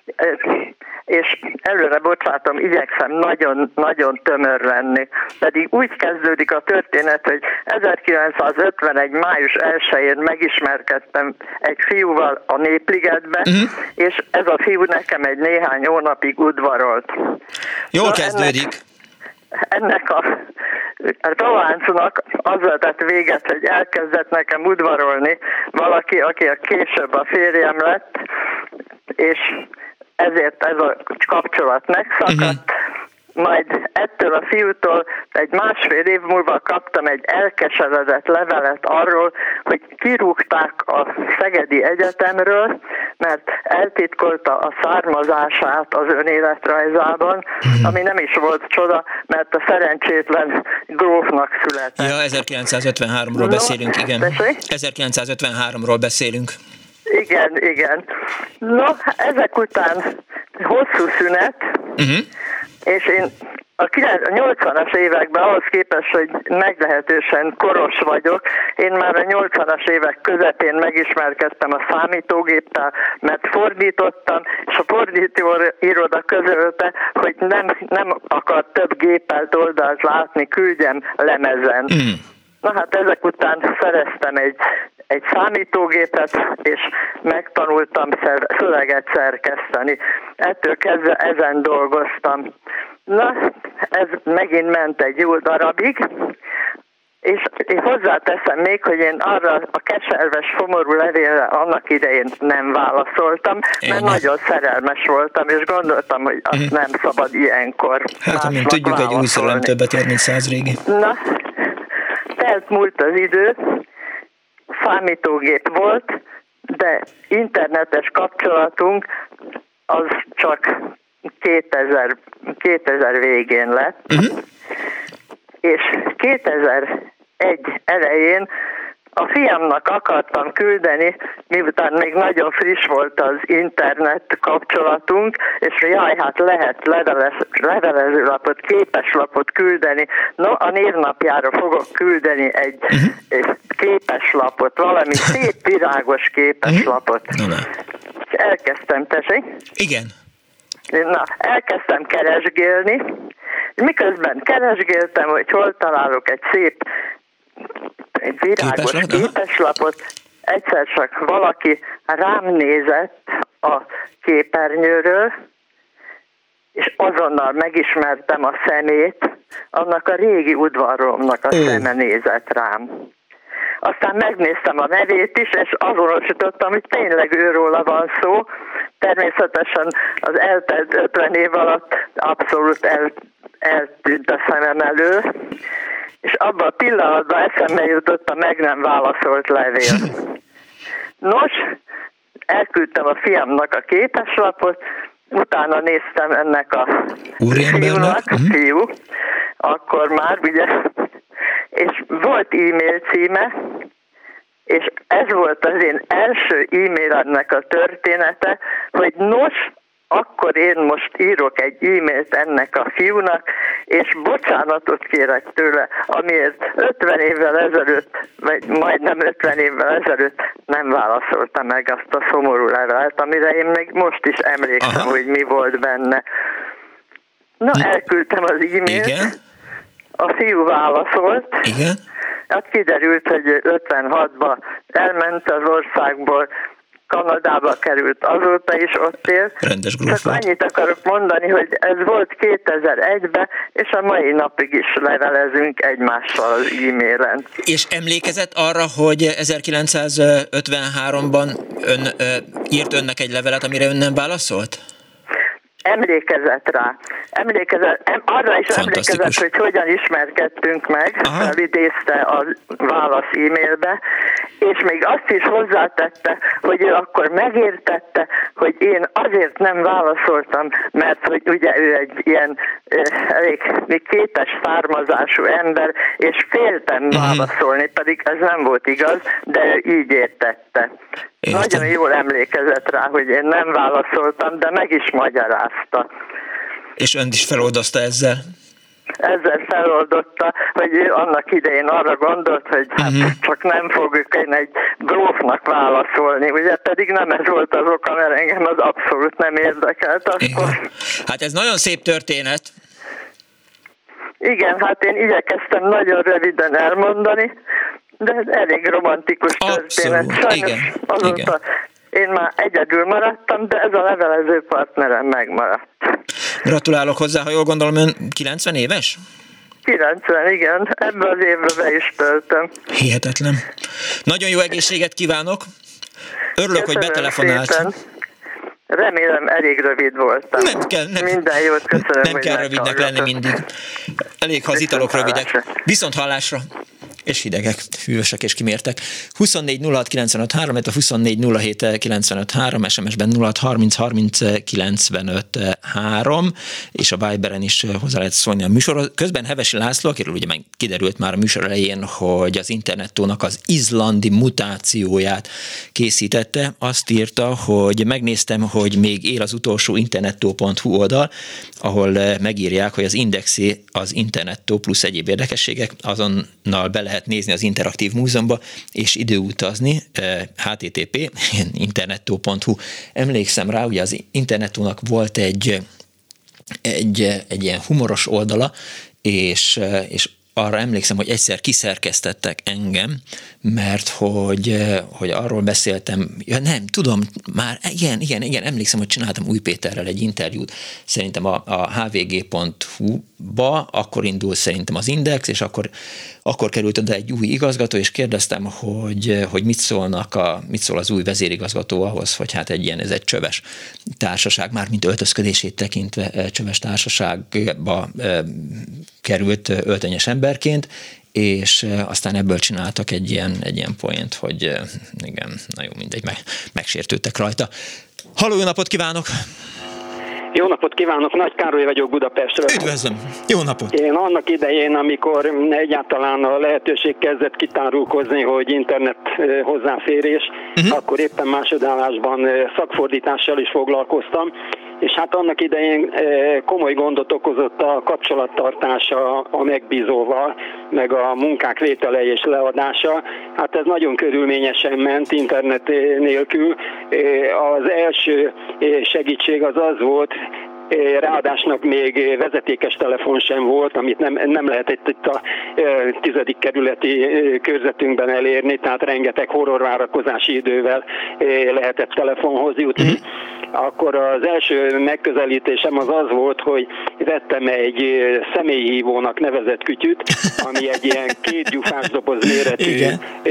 és előre bocsátom, igyekszem nagyon tömör lenni. Pedig úgy kezdődik a történet, hogy 1951. május 1-én megismerkedtem egy fiúval a Népligetben, és ez a fiú nekem egy néhány hónapig udvarolt. Jól kezdődik. Ennek a rováncnak az vetett véget, hogy elkezdett nekem udvarolni valaki, aki később a férjem lett, és ezért ez a kapcsolat megszakadt. Majd ettől a fiútól egy 1,5 év múlva kaptam egy elkeseredett levelet arról, hogy kirúgták a Szegedi Egyetemről, mert eltitkolta a származását az önéletrajzában, ami nem is volt csoda, mert a szerencsétlen grófnak született. Ja, 1953-ról beszélünk, igen. 1953-ról beszélünk. Igen. No, ezek után hosszú szünet, és én a 80-as években ahhoz képest, hogy meglehetősen koros vagyok, én már a 80-as évek közepén megismerkedtem a számítógéppel, mert fordítottam, és a fordítóiroda közölte, hogy nem akar több gépelt oldalt látni, küldjem lemezen. Na hát ezek után szereztem egy számítógépet, és megtanultam szöveget szerkeszteni. Ettől kezdve ezen dolgoztam. Na, ez megint ment egy jó darabig, És én hozzáteszem még, hogy én arra a keserves, szomorú levélre annak idején nem válaszoltam, mert nagyon szerelmes voltam, és gondoltam, hogy azt nem szabad ilyenkor. Hát, amint tudjuk, egy új szerelem többet ér, mint 100 régi. Na, múlt az idő, számítógép volt, de internetes kapcsolatunk az csak 2000 végén lett, és 2001 elején a fiamnak akartam küldeni, miután még nagyon friss volt az internet kapcsolatunk, és jaj, hát lehet levelezőlapot, képeslapot küldeni. No, a névnapjára fogok küldeni egy képeslapot, valami szép virágos képeslapot. És elkezdtem, tessék? Igen. Na, elkezdtem keresgélni, miközben keresgéltem, hogy hol találok egy szép egy virágos képeslapot, egyszer csak valaki rám nézett a képernyőről, és azonnal megismertem a szemét, annak a régi udvaromnak a szeme nézett rám. Aztán megnéztem a nevét is, és azonosítottam, hogy tényleg őróla van szó. Természetesen az eltelt 50 év alatt abszolút eltűnt a szemem elől, és abban a pillanatban eszembe jutott a meg nem válaszolt levél. Nos, elküldtem a fiamnak a képeslapot, utána néztem ennek a fiú, akkor már ugye, és volt e-mail címe, és ez volt az én első e-mailemnek a története, hogy nos, akkor én most írok egy e-mailt ennek a fiúnak, és bocsánatot kérek tőle, amiért 50 évvel ezelőtt, vagy majdnem 50 évvel ezelőtt nem válaszolta meg azt a szomorú levelet, amire én még most is emlékszem, hogy mi volt benne. Na, elküldtem az e-mailt, igen. A fiú válaszolt, igen. Hát kiderült, hogy 56-ban elment az országból, Kanadába került, azóta is ott él. Rendes gróf. Csak annyit akarok mondani, hogy ez volt 2001-ben, és a mai napig is levelezünk egymással az e-mailen. És emlékezett arra, hogy 1953-ban ön írt önnek egy levelet, amire ön nem válaszolt? Emlékezett rá. Arra is emlékezett, hogy hogyan ismerkedtünk meg, felidézte a válasz e-mailbe, és még azt is hozzátette, hogy ő akkor megértette, hogy én azért nem válaszoltam, mert hogy ugye ő egy ilyen elég kétes származású ember, és féltem válaszolni, pedig ez nem volt igaz, de ő így értette. Értem. Nagyon jól emlékezett rá, hogy én nem válaszoltam, de meg is magyarázta. És ön is feloldozta ezzel? Ezzel feloldotta, hogy ő annak idején arra gondolt, hogy hát csak nem fogjuk én egy grófnak válaszolni, ugye pedig nem ez volt az oka, mert engem az abszolút nem érdekelt akkor. Hát ez nagyon szép történet. Igen, hát én igyekeztem nagyon röviden elmondani, de ez elég romantikus történet. Sajnos azóta én már egyedül maradtam, de ez a levelező partnerem megmaradt. Gratulálok hozzá, ha jól gondolom, ön 90 éves? 90, igen. Ebben az évben be is töltöm. Hihetetlen. Nagyon jó egészséget kívánok. Örülök, hogy betelefonált. Szépen. Remélem, elég rövid voltam. Minden jót, köszönöm. Nem kell rövidnek lenni mindig. Elég, ha az italok rövidek. Viszont hallásra. És hidegek, hűvösek és kimértek. 24 06 95 3, a 24 07 95 3, SMS-ben 06 30 30 95 3, és a Viberen is hozzá lehet szólni a műsorhoz. Közben Hevesi László, akiről ugye kiderült már a műsor elején, hogy az Internettónak az izlandi mutációját készítette, azt írta, hogy megnéztem, hogy még él az utolsó internettó.hu oldal, ahol megírják, hogy az Indexé az Internettó plusz egyéb érdekességek, azonnal be lehet nézni az Interaktív Múzeumba, és időutazni, http internettó.hu. Emlékszem rá, ugye az Internettónak volt egy ilyen humoros oldala, és arra emlékszem, hogy egyszer kiszerkesztettek engem, mert hogy arról beszéltem, nem, tudom, már igen, emlékszem, hogy csináltam Új Péterrel egy interjút, szerintem a hvg.hu akkor indult szerintem az Index, és akkor került oda egy új igazgató, és kérdeztem, hogy mit szól az új vezérigazgató ahhoz, hogy hát ez egy csöves társaság, mármint öltözködését tekintve csöves társaságba került öltönyes emberként, és aztán ebből csináltak egy ilyen poént, hogy igen, na jó, mindegy, megsértődtek rajta. Halló, jó napot kívánok! Jó napot kívánok, Nagy Károly vagyok Budapestről. Üdvözlöm, jó napot! Én annak idején, amikor egyáltalán a lehetőség kezdett kitárulkozni, hogy internet hozzáférés, akkor éppen másodállásban szakfordítással is foglalkoztam, és hát annak idején komoly gondot okozott a kapcsolattartása a megbízóval, meg a munkák vétele és leadása. Hát ez nagyon körülményesen ment internet nélkül. Az első segítség az volt, ráadásnak még vezetékes telefon sem volt, amit nem lehetett itt a 10. kerületi körzetünkben elérni, tehát rengeteg horrorvárakozási idővel lehetett telefonhoz jutni. Akkor az első megközelítésem az volt, hogy vettem egy személyhívónak nevezett kütyüt, ami egy ilyen 2 gyufás doboz méretű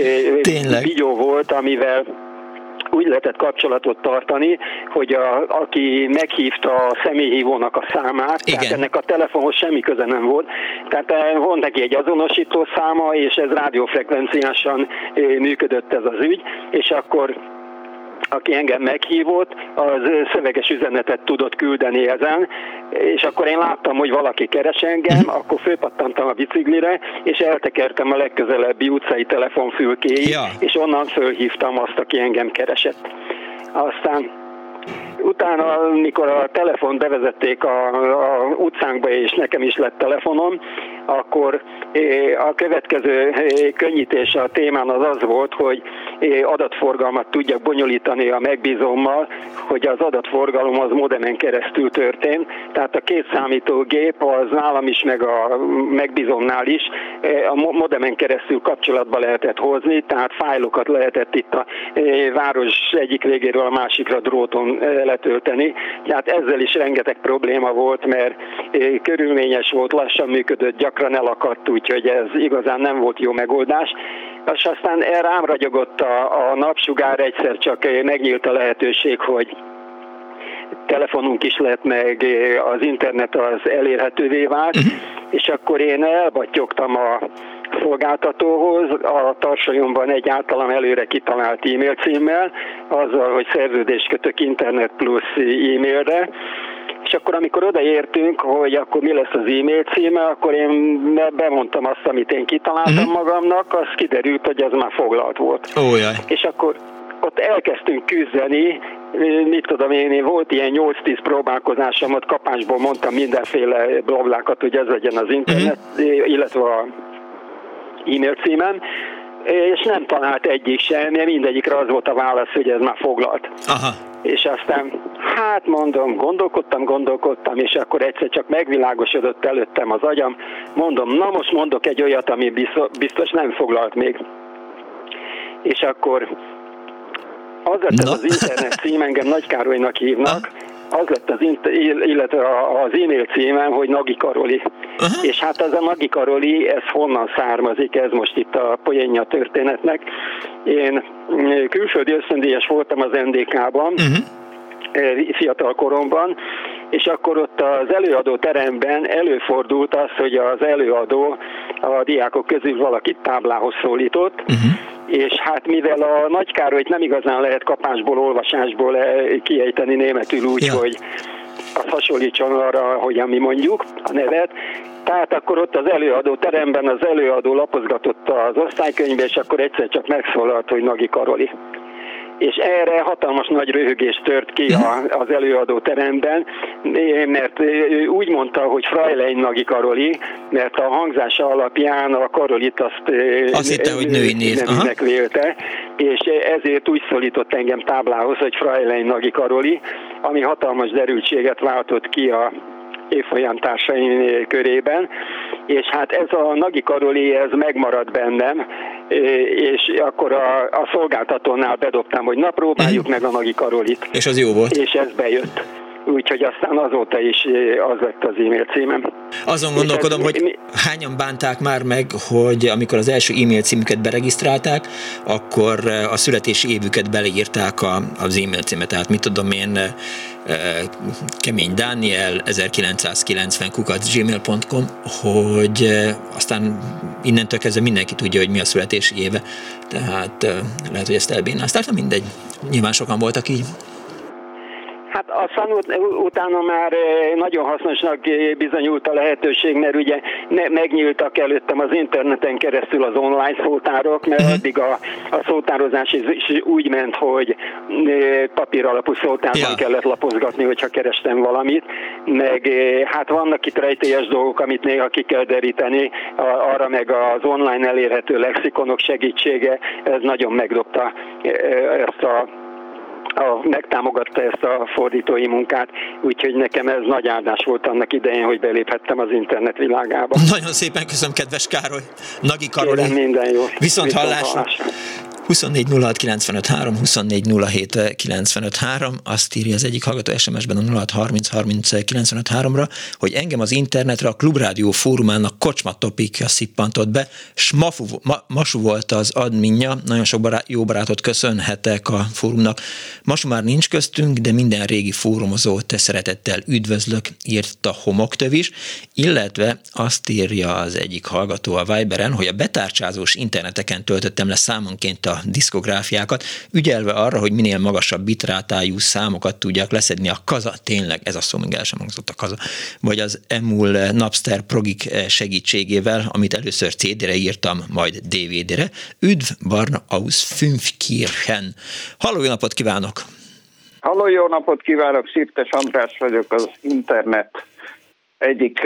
vigyó volt, amivel úgy lehetett kapcsolatot tartani, hogy aki meghívta a személyhívónak a számát, tehát ennek a telefonhoz semmi köze nem volt, tehát volt neki egy azonosító száma, és ez rádiófrekvenciásan működött ez az ügy, és akkor aki engem meghívott, az szöveges üzenetet tudott küldeni ezen, és akkor én láttam, hogy valaki keres engem, akkor fölpattantam a biciklire, és eltekertem a legközelebbi utcai telefonfülkéig, és onnan fölhívtam azt, aki engem keresett. Aztán utána, mikor a telefont bevezették a utcánkba, és nekem is lett telefonom, akkor a következő könnyítés a témán az volt, hogy adatforgalmat tudjak bonyolítani a megbízómmal, hogy az adatforgalom az modemen keresztül történt, tehát a 2 számítógép az nálam is, meg a megbízómnál is a modemen keresztül kapcsolatba lehetett hozni, tehát fájlokat lehetett itt a város egyik végéről a másikra dróton letölteni, tehát ezzel is rengeteg probléma volt, mert körülményes volt, lassan működött, gyakran elakadt, úgyhogy ez igazán nem volt jó megoldás. És aztán rám ragyogott a napsugár, egyszer csak megnyílt a lehetőség, hogy telefonunk is lett, meg az internet az elérhetővé vált, és akkor én elbattyogtam a szolgáltatóhoz, a tarsolyomban egy általam előre kitalált e-mail címmel, azzal, hogy szerződést kötök Internet Plus e-mailre, és akkor amikor odaértünk, hogy akkor mi lesz az e-mail címe, akkor én bemondtam azt, amit én kitaláltam magamnak, az kiderült, hogy ez már foglalt volt. És akkor ott elkezdtünk küzdeni, mit tudom én, volt ilyen 8-10 próbálkozásom, ott kapásból mondtam mindenféle bloglákat, hogy ez legyen az internet, illetve a e-mail címem, és nem talált egyik sem, mert mindegyikre az volt a válasz, hogy ez már foglalt. És aztán, hát mondom, gondolkodtam, és akkor egyszer csak megvilágosodott előttem az agyam, mondom, na most mondok egy olyat, ami biztos nem foglalt még. És akkor az lett az internet cím, engem Nagy Károlynak hívnak, az lett illetve az e-mail címem, hogy Nagy Karoli. És hát az a Nagy Karoli, ez honnan származik, ez most itt a poénja történetnek. Én külföldi ösztöndíjas voltam az NDK-ban, fiatal koromban, és akkor ott az előadó teremben előfordult az, hogy az előadó a diákok közül valakit táblához szólított, és hát mivel a Nagy Károlyt nem igazán lehet kapásból, olvasásból kiejteni németül úgy, hogy az hasonlítson arra, hogyan mi mondjuk a nevet, tehát akkor ott az előadó teremben az előadó lapozgatott az osztálykönyvbe, és akkor egyszer csak megszólalt, hogy Nagy Karoli. És erre hatalmas nagy röhögés tört ki az előadó teremben, mert ő úgy mondta, hogy Freilein Nagy Karoli, mert a hangzása alapján a Karolit azt hitte, hogy női névnek vélte, és ezért úgy szólított engem táblához, hogy Freilein Nagy Karoli, ami hatalmas derültséget váltott ki a évfolyam társaim körében, és hát ez a Nagy Karoli, ez megmaradt bennem, és akkor a szolgáltatónál bedobtam, hogy na próbáljuk meg a Nagy Karolit. És az jó volt. És ez bejött. úgyhogy aztán azóta is az lett az e-mail címem. Azon gondolkodom, hogy hányan bánták már meg, hogy amikor az első e-mail címüket beregisztrálták, akkor a születési évüket beleírták az e-mail címet. Tehát mit tudom én, Kemény Dániel 1990 @gmail.com, hogy aztán innentől kezdve mindenki tudja, hogy mi a születési éve. Tehát lehet, hogy ezt elbénázták, de mindegy. Nyilván sokan voltak így. Hát aztán utána már nagyon hasznosnak bizonyult a lehetőség, mert ugye megnyíltak előttem az interneten keresztül az online szótárok, mert addig a szótározás is úgy ment, hogy papíralapú szótárban kellett lapozgatni, hogyha kerestem valamit, meg hát vannak itt rejtélyes dolgok, amit néha ki kell deríteni, arra meg az online elérhető lexikonok segítsége, ez nagyon megdobta ezt megtámogatta ezt a fordítói munkát, úgyhogy nekem ez nagy áldás volt annak idején, hogy beléphettem az internet világába. Nagyon szépen köszönöm, kedves Károly. Nagy Karoli. Kérem, minden jó. Viszont hallásra. 24 06 95 3, 24 07 95 3, azt írja az egyik hallgató SMS-ben a 06 30 30 95 3-ra, hogy engem az internetre a Klubrádió fórumának Kocsma topikja szippantott be, Masu volt az adminja, nagyon sok jó barátot köszönhetek a fórumnak. Masu már nincs köztünk, de minden régi fórumozót szeretettel üdvözlök, írt a Homoktövis, illetve azt írja az egyik hallgató a Viberen, hogy a betárcsázós interneteken töltöttem le számonként a diszkográfiákat, ügyelve arra, hogy minél magasabb bitrátájú számokat tudják leszedni a kaza, tényleg ez a szó még el sem hangzott a kaza, vagy az Emul Napster progik segítségével, amit először CD-re írtam, majd DVD-re. Üdv Barna aus Fünfkirchen. Halló, jó napot kívánok! Halló, jó napot kívánok! Szirtes András vagyok, az internet egyik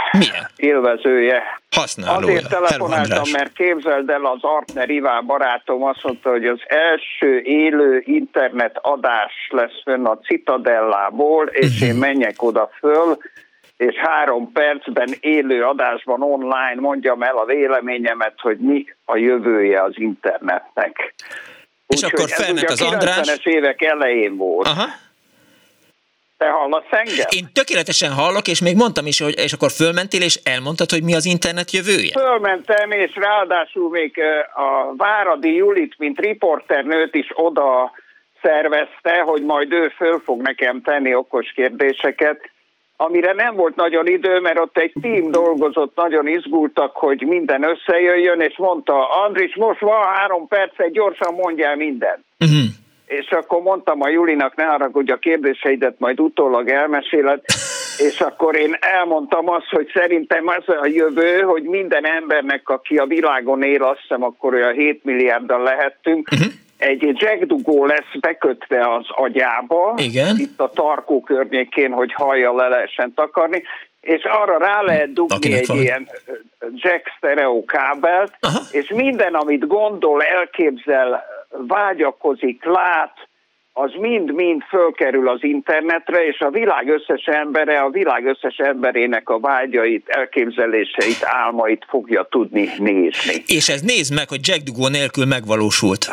élvezője. Használója. Azért telefonáltam, mert képzeld el, az Artner Iván barátom azt mondta, hogy az első élő internet adás lesz fönn a Citadellából, és én menjek oda föl, és 3 percben élő adásban online mondjam el a véleményemet, hogy mi a jövője az internetnek. És akkor felment az András. Ez a 90-es évek elején volt. Aha. Te hallasz engem? Én tökéletesen hallok, és még mondtam is, hogy és akkor fölmentél, és elmondtad, hogy mi az internet jövője? Fölmentem, és ráadásul még a Váradi Julit, mint riporternőt is oda szervezte, hogy majd ő föl fog nekem tenni okos kérdéseket, amire nem volt nagyon idő, mert ott egy tím dolgozott, nagyon izgultak, hogy minden összejöjjön, és mondta, Andris, most van 3 perc, gyorsan mondjál mindent. És akkor mondtam a Julinak, ne haragudj, a kérdéseidet majd utólag elmeséled, és akkor én elmondtam azt, hogy szerintem ez a jövő, hogy minden embernek, aki a világon él, azt hiszem, akkor olyan 7 milliárdan lehettünk, egy jackdugó lesz bekötve az agyába, igen, itt a tarkó környékén, hogy hajjal le lehessen takarni, és arra rá lehet dugni egy ilyen jack stereo kábelt, és minden, amit gondol, elképzel, vágyakozik, lát, az mind-mind fölkerül az internetre, és a világ összes embere, a világ összes emberének a vágyait, elképzeléseit, álmait fogja tudni nézni. És ez nézd meg, hogy Jack Dugó nélkül megvalósult.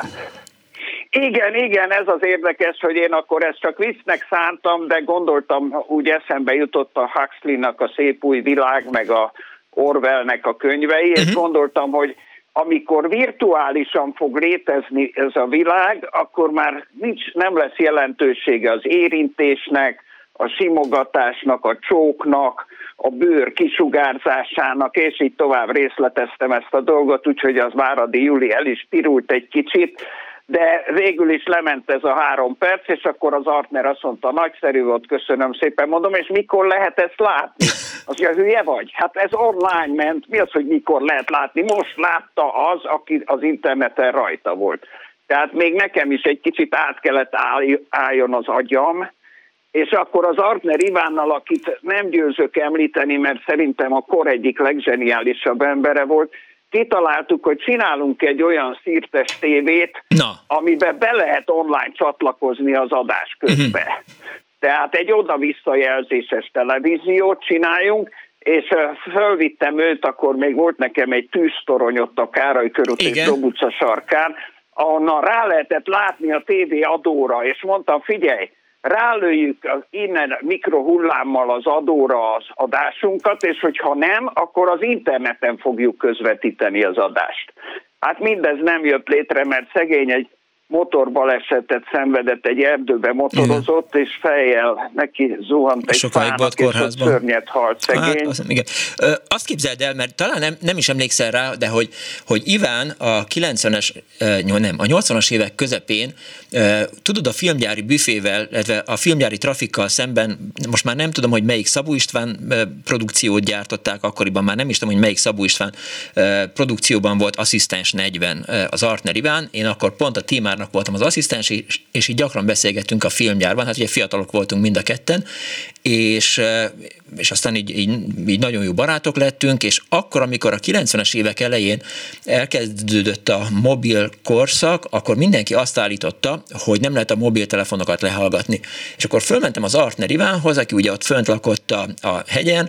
Igen, ez az érdekes, hogy én akkor ezt csak viccnek szántam, de gondoltam, úgy eszembe jutott a Huxley-nak a Szép új világ, meg a Orwellnek a könyvei, és gondoltam, hogy amikor virtuálisan fog létezni ez a világ, akkor már nem lesz jelentősége az érintésnek, a simogatásnak, a csóknak, a bőr kisugárzásának, és így tovább részleteztem ezt a dolgot, úgyhogy az Váradi Juli el is pirult egy kicsit, de végül is lement ez a 3 perc, és akkor az Artner azt mondta, nagyszerű volt, köszönöm szépen, mondom, és mikor lehet ezt látni? Az, hogy hülye vagy? Hát ez online ment, mi az, hogy mikor lehet látni? Most látta az, aki az interneten rajta volt. Tehát még nekem is egy kicsit át kellett álljon az agyam, és akkor az Artner Ivánnal, akit nem győzök említeni, mert szerintem a kor egyik legzseniálisabb embere volt, kitaláltuk, hogy csinálunk egy olyan Szirtes tévét, amiben be lehet online csatlakozni az adás közben. Tehát egy oda-visszajelzéses televíziót csináljunk, és fölvittem őt, akkor még volt nekem egy tűztorony ott a Károly körút és Dob utca sarkán, ahonnan rá lehetett látni a tévé adóra, és mondtam, figyelj, rálőjük innen mikrohullámmal az adóra az adásunkat, és hogyha nem, akkor az interneten fogjuk közvetíteni az adást. Hát mindez nem jött létre, mert szegény egy motorbalesetet szenvedett, egy erdőbe motorozott, és fejjel neki zuhant egy fának, és ott szörnyet halt szegény. Hát, igen. Azt képzeld el, mert talán nem is emlékszel rá, de hogy Iván a 80-as évek közepén, tudod, a filmgyári büfével, illetve a filmgyári trafikkal szemben, most már nem tudom, hogy melyik Szabó István produkciót gyártották akkoriban, már nem is tudom, hogy melyik Szabó István produkcióban volt asszisztens 40 az Artner Iván, én akkor pont a Tímárnak voltam az asszisztens, és így gyakran beszélgettünk a filmgyárban, hát ugye fiatalok voltunk mind a ketten, és aztán így nagyon jó barátok lettünk, és akkor, amikor a 90-es évek elején elkezdődött a mobil korszak, akkor mindenki azt állította, hogy nem lehet a mobiltelefonokat lehallgatni. És akkor fölmentem az Artner Ivánhoz, aki ugye ott fönt lakott a hegyen,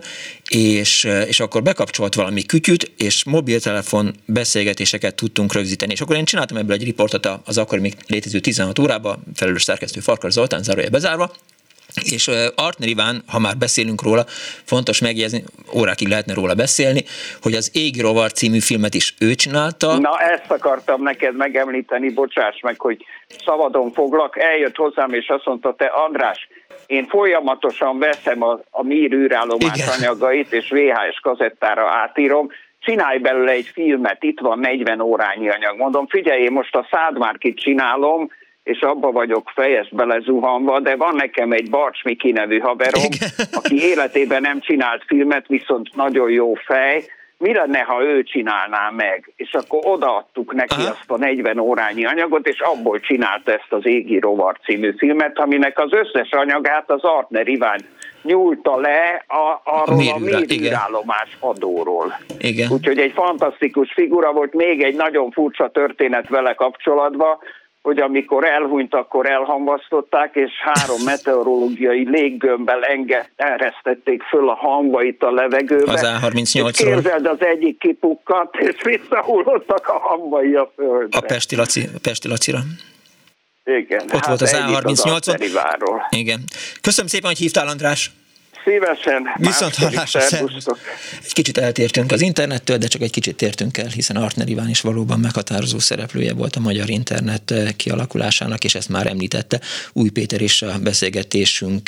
és akkor bekapcsolt valami kütyüt, és mobiltelefon beszélgetéseket tudtunk rögzíteni. És akkor én csináltam ebből egy riportot az akkor még létező 16 órában, felelős szerkesztő Farkas Zoltán, zárója bezárva, és Artner Iván, ha már beszélünk róla, fontos megjegyezni, órákig lehetne róla beszélni, hogy az Égi rovar című filmet is ő csinálta. Na, ezt akartam neked megemlíteni, bocsáss meg, hogy szabadon foglak. Eljött hozzám, és azt mondta, te András, én folyamatosan veszem a MIR űrállomás anyagait, és VHS kazettára átírom, csinálj belőle egy filmet, itt van 40 órányi anyag. Mondom, figyelj, én most a Szádmárkit csinálom, és abba vagyok fejest belezuhanva, de van nekem egy Barcs Miki nevű haverom, aki életében nem csinált filmet, viszont nagyon jó fej. Mi lenne, ha ő csinálná meg? És akkor odaadtuk neki azt a 40 órányi anyagot, és abból csinálta ezt az Égi rovar című filmet, aminek az összes anyagát az Artner Iván nyúlta le arról a MIR űrállomás adóról. Igen. Úgyhogy egy fantasztikus figura volt, még egy nagyon furcsa történet vele kapcsolatban, hogy amikor elhunyt, akkor elhamvasztották, és 3 meteorológiai léggömbbel eresztették föl a hamvait a levegőbe. Az A38-ról. És képzeld, az egyik kipukkadt, és visszahullottak a hamvai a földre. A Pesti Lacira. Igen. Ott volt az A38-on. Igen. Köszönöm szépen, hogy hívtál, András. Szívesen. Viszont hallásra, szervusztok. Egy kicsit eltértünk az internettől, de csak egy kicsit tértünk el, hiszen Artner Iván is valóban meghatározó szereplője volt a magyar internet kialakulásának, és ezt már említette Új Péter is a beszélgetésünk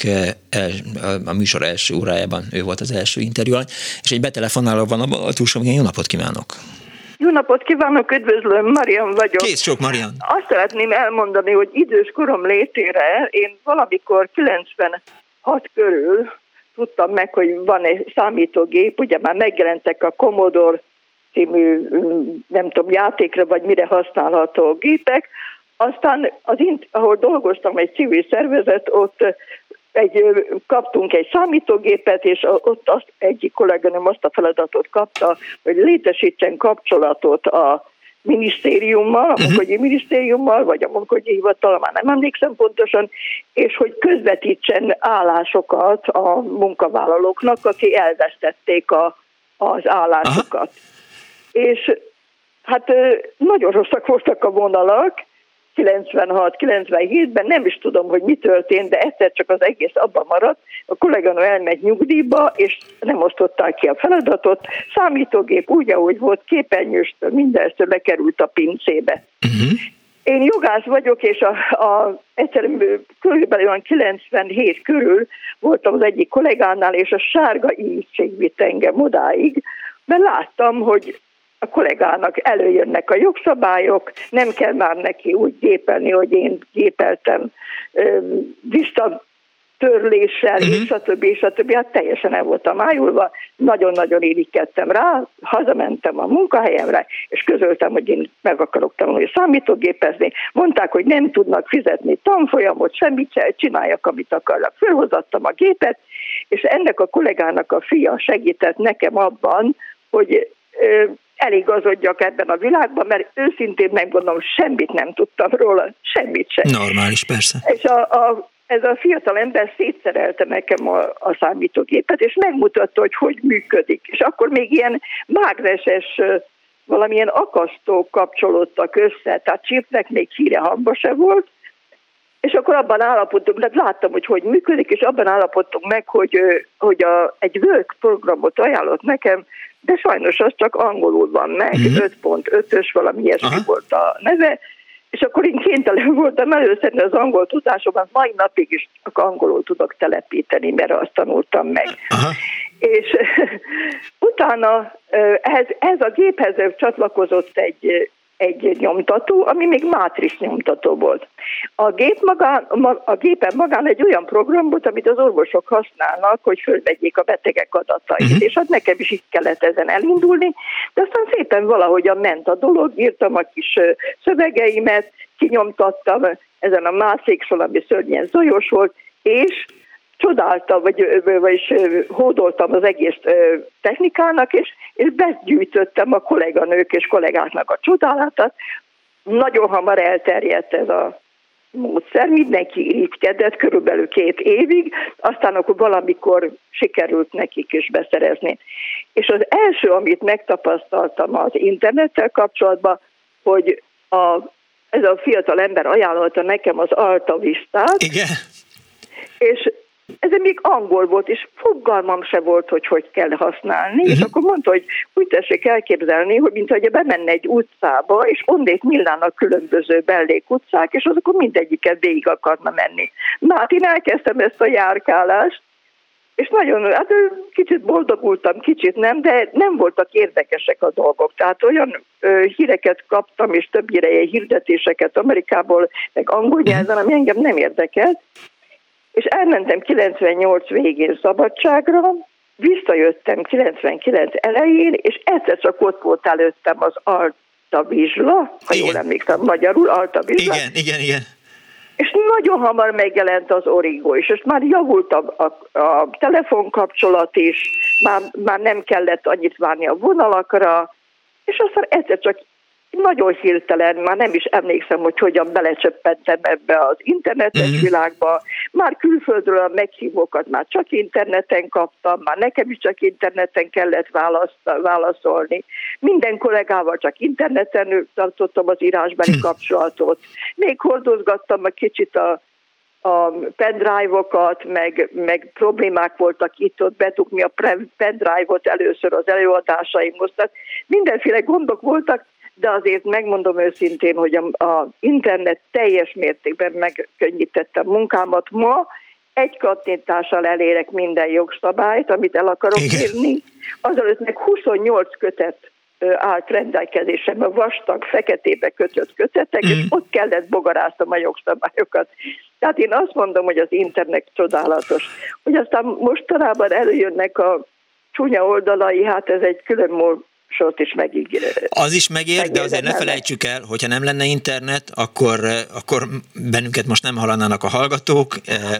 a műsor első órájában, ő volt az első interjú, és egy betelefonáló van a túlsó, jó napot kívánok! Jó napot kívánok, üdvözlöm, Marian vagyok. Kész sok, Marian. Azt szeretném elmondani, hogy idős korom létére én valamikor 96 körül tudtam meg, hogy van egy számítógép, ugye már megjelentek a Commodore című, nem tudom, játékra vagy mire használható gépek. Aztán ahol dolgoztam, egy civil szervezet, ott kaptunk egy számítógépet, és ott egyik kolléganőm azt a feladatot kapta, hogy létesítsen kapcsolatot a minisztériummal, a munkahogyi minisztériummal, vagy a munkahogyi hivatal, már nem emlékszem pontosan, és hogy közvetítsen állásokat a munkavállalóknak, akik elvesztették az állásokat. És hát nagyon rosszak voltak a vonalak, 96-97-ben, nem is tudom, hogy mi történt, de egyszer csak az egész abban maradt, a kolléganő elmegy nyugdíjba, és nem osztották ki a feladatot, számítógép úgy, ahogy volt, képernyőstől, mindenestől lekerült a pincébe. Én jogász vagyok, és egyszer körülbelül 97 körül voltam az egyik kollégánál, és a sárga ízség vitt engem odáig, mert láttam, hogy a kollégának előjönnek a jogszabályok, nem kell már neki úgy gépelni, hogy én gépeltem visszatörléssel, és stb. Hát teljesen el voltam ájulva, nagyon-nagyon irigykedtem rá, hazamentem a munkahelyemre, és közöltem, hogy én meg akarok tanulni számítógépezni. Mondták, hogy nem tudnak fizetni tanfolyamot, semmit se, csináljak, amit akarnak. Fölhozattam a gépet, és ennek a kollégának a fia segített nekem abban, hogy eligazodjak ebben a világban, mert őszintén megmondom, semmit nem tudtam róla, semmit sem. Normális, persze. És ez a fiatal ember szétszerelte nekem a számítógépet, és megmutatta, hogy működik. És akkor még ilyen mágneses, valamilyen akasztók kapcsolódtak össze, tehát chipnek még híre hamba se volt, És akkor abban állapodtunk, tehát láttam, hogy működik, és abban állapodtunk meg, hogy egy Word programot ajánlott nekem, de sajnos az csak angolul van meg, 5.5-ös, valami ilyesmi volt a neve, és akkor én kénytelen voltam előszedni az angol tudásomat, mai napig is csak angolul tudok telepíteni, mert azt tanultam meg. Aha. És utána ez a géphez csatlakozott egy nyomtató, ami még mátrix nyomtató volt. A gépen magán egy olyan program volt, amit az orvosok használnak, hogy fölvegyék a betegek adatait, és hát nekem is így kellett ezen elindulni, de aztán szépen valahogyan ment a dolog, írtam a kis szövegeimet, kinyomtattam ezen a mátrixon, ami szörnyen zajos volt, és csodáltam, vagyis hódoltam az egész technikának, és begyűjtöttem a kolléganők és kollégáknak a csodálatát. Nagyon hamar elterjedt ez a módszer, mindenki irigykedett körülbelül 2 évig, aztán akkor valamikor sikerült nekik is beszerezni. És az első, amit megtapasztaltam az internettel kapcsolatban, hogy ez a fiatal ember ajánlotta nekem az Alta Vistát. Igen. És ez még angol volt, és fogalmam se volt, hogy kell használni, és akkor mondta, hogy úgy tessék elképzelni, hogy mintha bemenne egy utcába, és onnét nyílnának különböző mellékutcák, és azok mindegyiket végig akarna menni. Na hát én elkezdtem ezt a járkálást, és nagyon, hát kicsit boldogultam, kicsit nem, de nem voltak érdekesek a dolgok. Tehát olyan híreket kaptam, és többnyire hirdetéseket Amerikából, meg angol nyelven, ami engem nem érdekelt. És elmentem 98 végén szabadságra, visszajöttem 99 elején, és egyszer csak ott volt előttem az Alta Vizsla, ha jól emlékszem magyarul, Alta Vizsla. Igen. És nagyon hamar megjelent az Origo is, és már javult a telefonkapcsolat is, már nem kellett annyit várni a vonalakra, és aztán egyszer csak nagyon hirtelen, már nem is emlékszem, hogy hogyan belecsöppentem ebbe az internetes világba, már külföldről a meghívókat már csak interneten kaptam, már nekem is csak interneten kellett válaszolni. Minden kollégával csak interneten tartottam az írásbeli kapcsolatot. Még hordozgattam egy kicsit a pendrive-okat, meg problémák voltak itt-ott bedugni a pendrive-ot először az előadásaimhoz. Tehát mindenféle gondok voltak, de azért megmondom őszintén, hogy az internet teljes mértékben megkönnyítette a munkámat. Ma egy kattintással elérek minden jogszabályt, amit el akarok írni. Azelőtt meg 28 kötet állt rendelkezésem, a vastag, feketébe kötött kötetek, és ott kellett bogaráztam a jogszabályokat. Tehát én azt mondom, hogy az internet csodálatos. Hogy aztán mostanában előjönnek a csúnya oldalai, hát ez egy külön sort is megígér. Az is megér, de azért ne felejtsük el, hogyha nem lenne internet, akkor bennünket most nem hallanának a hallgatók.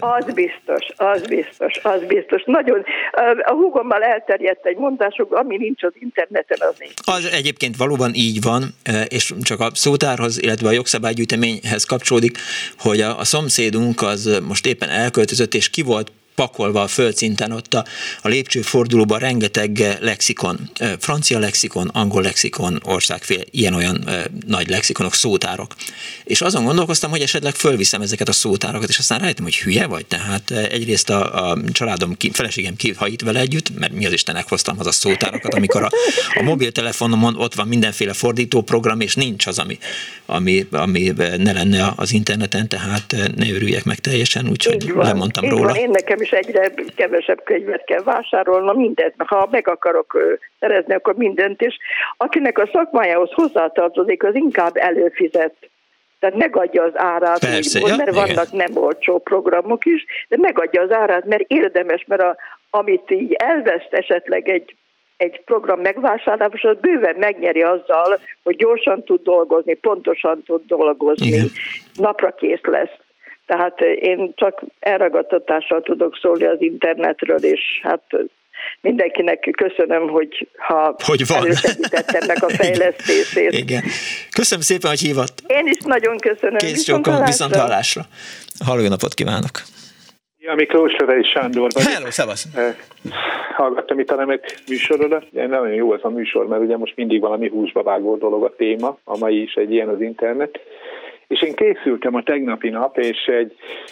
Az biztos. Nagyon. A húgommal elterjedt egy mondásuk, ami nincs az interneten, az nincs. Az egyébként valóban így van, és csak a szótárhoz, illetve a jogszabálygyűjteményhez kapcsolódik, hogy a szomszédunk az most éppen elköltözött, és ki volt pakolva a földszinten ott a lépcsőfordulóban rengeteg lexikon, francia lexikon, angol lexikon, országfél, ilyen-olyan nagy lexikonok, szótárok. És azon gondolkoztam, hogy esetleg fölviszem ezeket a szótárokat, és aztán rájöttem, hogy hülye vagy, tehát egyrészt a családom, feleségem kihajít vele együtt, mert mi az Istennek hoztam haza szótárokat, amikor a mobiltelefonomon ott van mindenféle fordítóprogram, és nincs az, ami ne lenne az interneten, tehát ne örüljek meg teljesen, úgyhogy lemondtam róla. Én nekem is egyre kevesebb könyvet kell vásárolnom, mindent, ha meg akarok szerezni, akkor mindent, és akinek a szakmájához hozzátartozik, az inkább előfizet. Tehát megadja az árát, persze, mert vannak nem olcsó programok is, de megadja az árát, mert érdemes, mert amit így elveszt esetleg egy program megvásárlása, az bőven megnyeri azzal, hogy gyorsan tud dolgozni, pontosan tud dolgozni, igen. Napra kész lesz. Tehát én csak elragadtatással tudok szólni az internetről, és hát mindenkinek köszönöm, hogy elősegített ennek a fejlesztését. Igen. Köszönöm szépen, hogy hívott. Én is nagyon köszönöm. Viszont hallásra. Halló, jó napot kívánok. Ja, Miklós, Lövei Sándor vagyok. Hello, szevasz. Hallgattam itt a remek műsorodat. Nagyon jó ez a műsor, mert ugye most mindig valami húsba vágó dolog a téma. A mai is egy ilyen az internet. És én készültem a tegnapi nap, és egy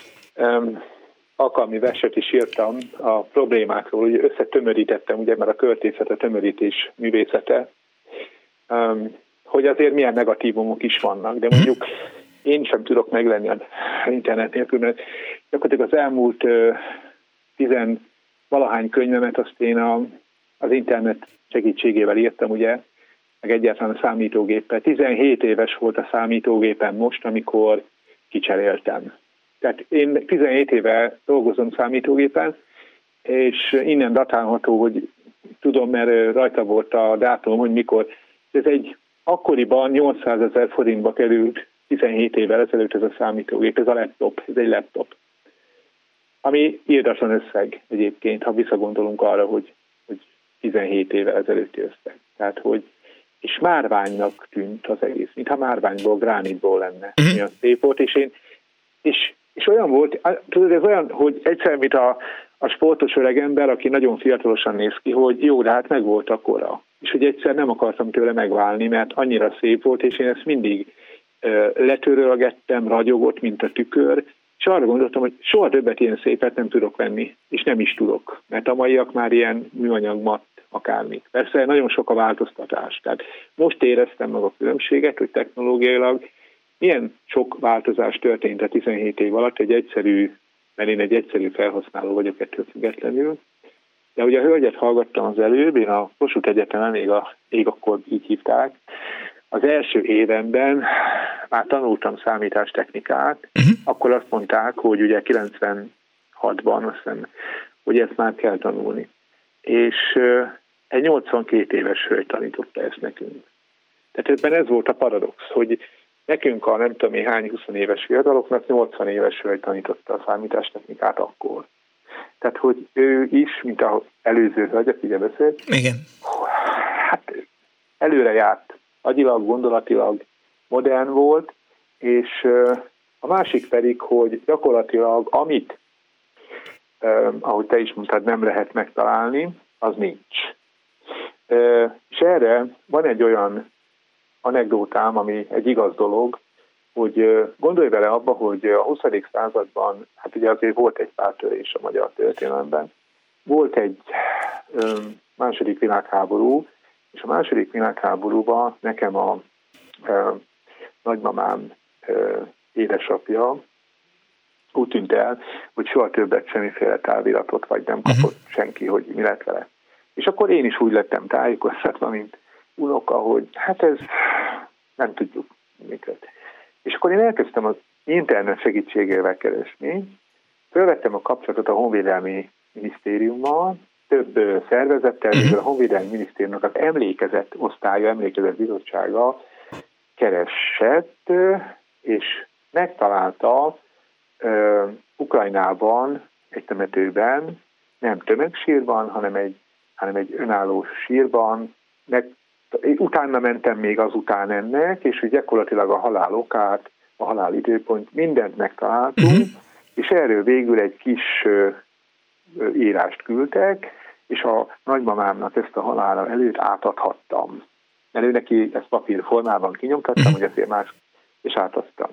alkalmi verset is írtam a problémákról, ugye összetömörítettem, ugye, mert a költészet a tömörítés művészete, hogy azért milyen negatívumok is vannak, de mondjuk én sem tudok meglenni az internet nélkül, mert gyakorlatilag az elmúlt 10-valahány könyvemet azt én az internet segítségével írtam, ugye, meg egyáltalán a számítógéppel. 17 éves volt a számítógépem most, amikor kicseréltem. Tehát én 17 éve dolgozom számítógépen, és innen datálható, hogy tudom, mert rajta volt a dátum, hogy mikor. Ez egy akkoriban 800 000 forintba került 17 évvel ezelőtt ez a számítógép, ez a laptop, ez egy laptop. Ami irdatlan összeg egyébként, ha visszagondolunk arra, hogy 17 évvel ezelőtti összeg. Tehát, hogy és márványnak tűnt az egész, mintha márványból, gránitból lenne. Milyen szép volt, és olyan volt, tudod, ez olyan, hogy egyszer, mint a sportos öreg ember, aki nagyon fiatalosan néz ki, hogy jó, de hát meg volt akkora. És hogy egyszer nem akartam tőle megválni, mert annyira szép volt, és én ezt mindig letörölgettem, ragyogott, mint a tükör, és arra gondoltam, hogy soha többet ilyen szépet nem tudok venni, és nem is tudok, mert a maiak már ilyen műanyag matt, akármi. Persze nagyon sok a változtatás, tehát most éreztem meg a különbséget, hogy technológiailag milyen sok változás történt a 17 év alatt, mert én egy egyszerű felhasználó vagyok ettől függetlenül. De ugye a hölgyet hallgattam az előbb, én a Kossuth Egyetemen, még akkor így hívták, az első évemben már tanultam számítástechnikát, akkor azt mondták, hogy ugye 96-ban azt hiszem, hogy ezt már kell tanulni. És egy 82 éves hölgy tanította ezt nekünk. Tehát ebben ez volt a paradox, hogy nekünk a nem tudom én hány 20 éves fiataloknak 80 éves hölgy tanította a számítástechnikát akkor. Tehát, hogy ő is, mint az előző hölgy, aki ugye beszélt, igen. Hát előre járt, agyilag, gondolatilag modern volt, és a másik pedig, hogy gyakorlatilag amit, ahogy te is mondtad, nem lehet megtalálni, az nincs. És erre van egy olyan anekdótám, ami egy igaz dolog, hogy gondolj vele abba, hogy a 20. században, hát ugye azért volt egy pár törés a magyar történelemben, volt egy második világháború, és a második világháborúban nekem a nagymamám édesapja úgy tűnt el, hogy soha többet semmiféle táviratot, vagy nem kapott senki, hogy mi lett vele. És akkor én is úgy lettem tájékoztatva, mint unoka, hogy hát ez nem tudjuk miket. És akkor én elkezdtem az internet segítségével keresni, felvettem a kapcsolatot a Honvédelmi Minisztériummal, több szervezettel, a Honvédelmi Minisztériumnak az emlékezett osztálya, emlékezett bizottsága keresett, és megtalálta Ukrajnában, egy temetőben, nem tömegsírban, hanem egy önálló sírban, utána mentem még azután ennek, és úgy gyakorlatilag a halál okát, a halál időpont, mindent megtaláltunk, és erről végül egy kis írást küldtek, és a nagymamámnak ezt a halála előtt átadhattam. Mert ő neki ezt papírformában kinyomtattam, hogy azért más, és átadtam.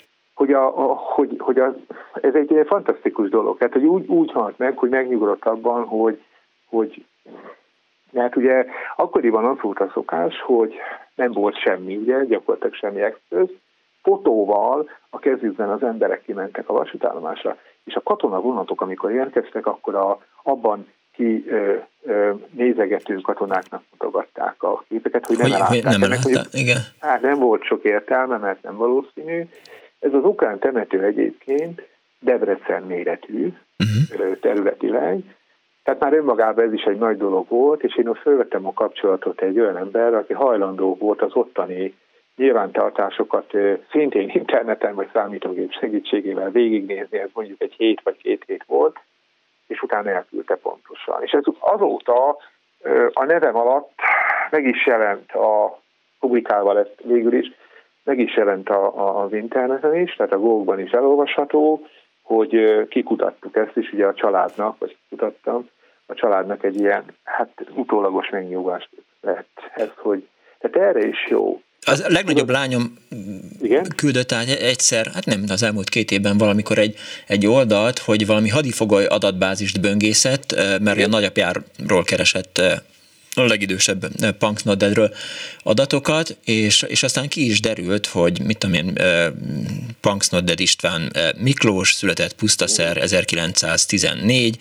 Ez egy ilyen fantasztikus dolog. Tehát, hogy úgy halt meg, hogy megnyugodott abban, hogy mert ugye akkoriban az volt a szokás, hogy nem volt semmi, ugye, gyakorlatilag semmi eszköz, fotóval a kezükben az emberek kimentek a vasútállomásra, és a katonavonatok, amikor érkeztek, akkor abban nézegető katonáknak mutogatták a képeket, hogy nem látták. Igen. Hát nem volt sok értelme, mert nem valószínű. Ez az ukrán temető egyébként Debrecen méretű területileg, tehát már önmagában ez is egy nagy dolog volt, és én ott felvettem a kapcsolatot egy olyan ember, aki hajlandó volt az ottani nyilvántartásokat szintén interneten vagy számítógép segítségével végignézni, ez mondjuk egy 7 vagy 2 hét volt, és utána elküldte pontosan. És ez azóta a nevem alatt meg is jelent, publikálva lett végül is, meg is jelent az interneten is, tehát a Google-ban is elolvasható, hogy kikutattuk ezt is, ugye a családnak, vagy kutattam, a családnak egy ilyen, utólagos megnyugvást lett ez, hogy tehát erre is jó. Az legnagyobb lányom küldött át egyszer, hát nem, az elmúlt 2 évben valamikor egy oldalt, hogy valami hadifogoly adatbázist böngészett, mert a nagyapjáról keresett a legidősebb Punks Not Deadről adatokat, és aztán ki is derült, hogy mit tudom én, Punks Not Dead István Miklós született Pusztaszer 1914,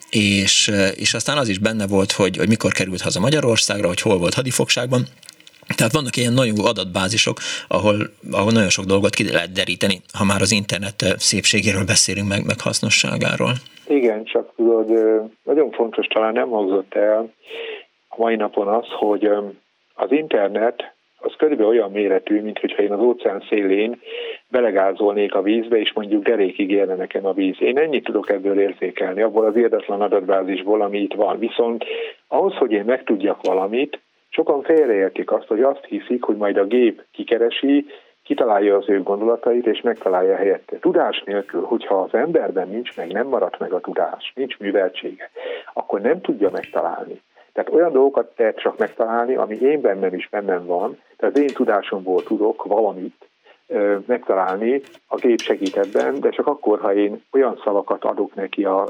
és aztán az is benne volt, hogy mikor került haza Magyarországra, hogy hol volt hadifogságban. Tehát vannak ilyen nagyon jó adatbázisok, ahol nagyon sok dolgot ki lehet deríteni, ha már az internet szépségéről beszélünk, meg hasznosságáról. Igen, csak tudod, nagyon fontos, talán nem hangzott el a mai napon az, hogy az internet az körülbelül olyan méretű, mint hogyha én az óceán szélén belegázolnék a vízbe, és mondjuk derékig érne nekem a víz. Én ennyit tudok ebből érzékelni, abból az irdatlan adatbázisból, ami itt van. Viszont ahhoz, hogy én megtudjak valamit, sokan félreértik azt, hogy azt hiszik, hogy majd a gép kikeresi, kitalálja az ő gondolatait, és megtalálja helyette. Tudás nélkül, hogyha az emberben nincs meg, nem maradt meg a tudás, nincs műveltsége, akkor nem tudja megtalálni. Tehát olyan dolgokat lehet csak megtalálni, ami én bennem is bennem van, tehát az én tudásomból tudok valamit megtalálni, a gép segít ebben, de csak akkor, ha én olyan szavakat adok neki a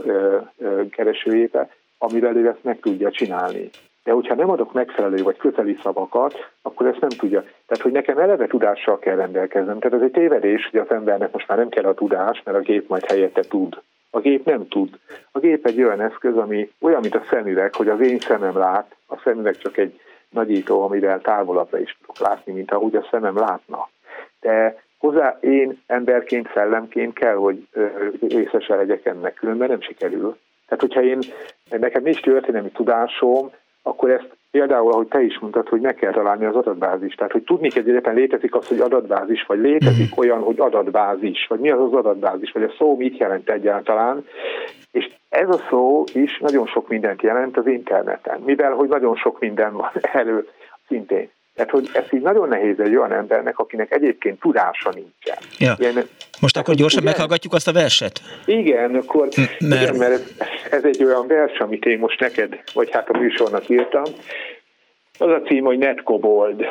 keresőjébe, amivel ő ezt meg tudja csinálni. De hogyha nem adok megfelelő vagy közeli szavakat, akkor ezt nem tudja. Tehát, hogy nekem eleve tudással kell rendelkeznem. Tehát ez egy tévedés, hogy az embernek most már nem kell a tudás, mert a gép majd helyette tud. A gép nem tud. A gép egy olyan eszköz, ami olyan, mint a szemüveg, hogy az én szemem lát, a szemüveg csak egy nagyító, amivel távolabbra is tudok látni, mint ahogy a szemem látna. De hozzá én emberként, szellemként kell, hogy részesen legyek ennek, különben nem sikerül. Tehát, hogyha nekem nincs történelmi tudásom, akkor ezt például, ahogy te is mondtad, hogy meg kell találni az adatbázist. Tehát, hogy tudni kell, hogy egyébként létezik az, hogy adatbázis, vagy létezik olyan, hogy adatbázis, vagy mi az az adatbázis, vagy a szó mit jelent egyáltalán. És ez a szó is nagyon sok mindent jelent az interneten, mivel hogy nagyon sok minden van elő szintén. Tehát, hogy ez így nagyon nehéz egy olyan embernek, akinek egyébként tudása nincsen. Ja. Most akkor gyorsan meghallgatjuk azt a verset? Igen, akkor mert ez egy olyan vers, amit én most neked, vagy hát a műsornak írtam. Az a cím, hogy Netkobold.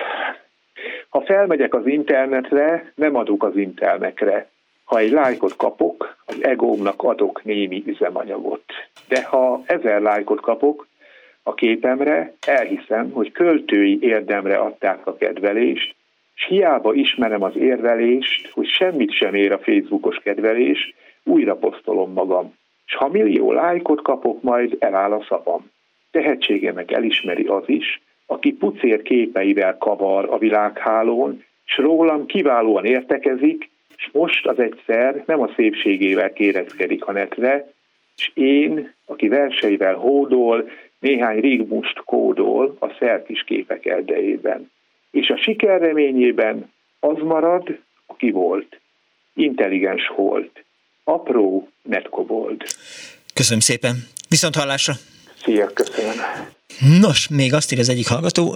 Ha felmegyek az internetre, nem adok az intelmekre. Ha egy lájkot kapok, az egómnak adok némi üzemanyagot. De ha 1000 lájkot kapok a képemre, elhiszem, hogy költői érdemre adták a kedvelést, és hiába ismerem az érvelést, hogy semmit sem ér a Facebookos kedvelés, újra posztolom magam. És ha millió lájkot kapok, majd eláll a szavam. Tehetségemet elismeri az is, aki pucér képeivel kavar a világhálón, s rólam kiválóan értekezik, és most az egyszer nem a szépségével kéreckedik a netre, és én, aki verseivel hódol, néhány rigmust kódol a szerkis képek erdejében. És a siker reményében az marad, aki volt. Intelligens holt. Apró netkobold. Köszönöm szépen. Viszont hallásra. Szia, köszönöm. Nos, még azt ír az egyik hallgató,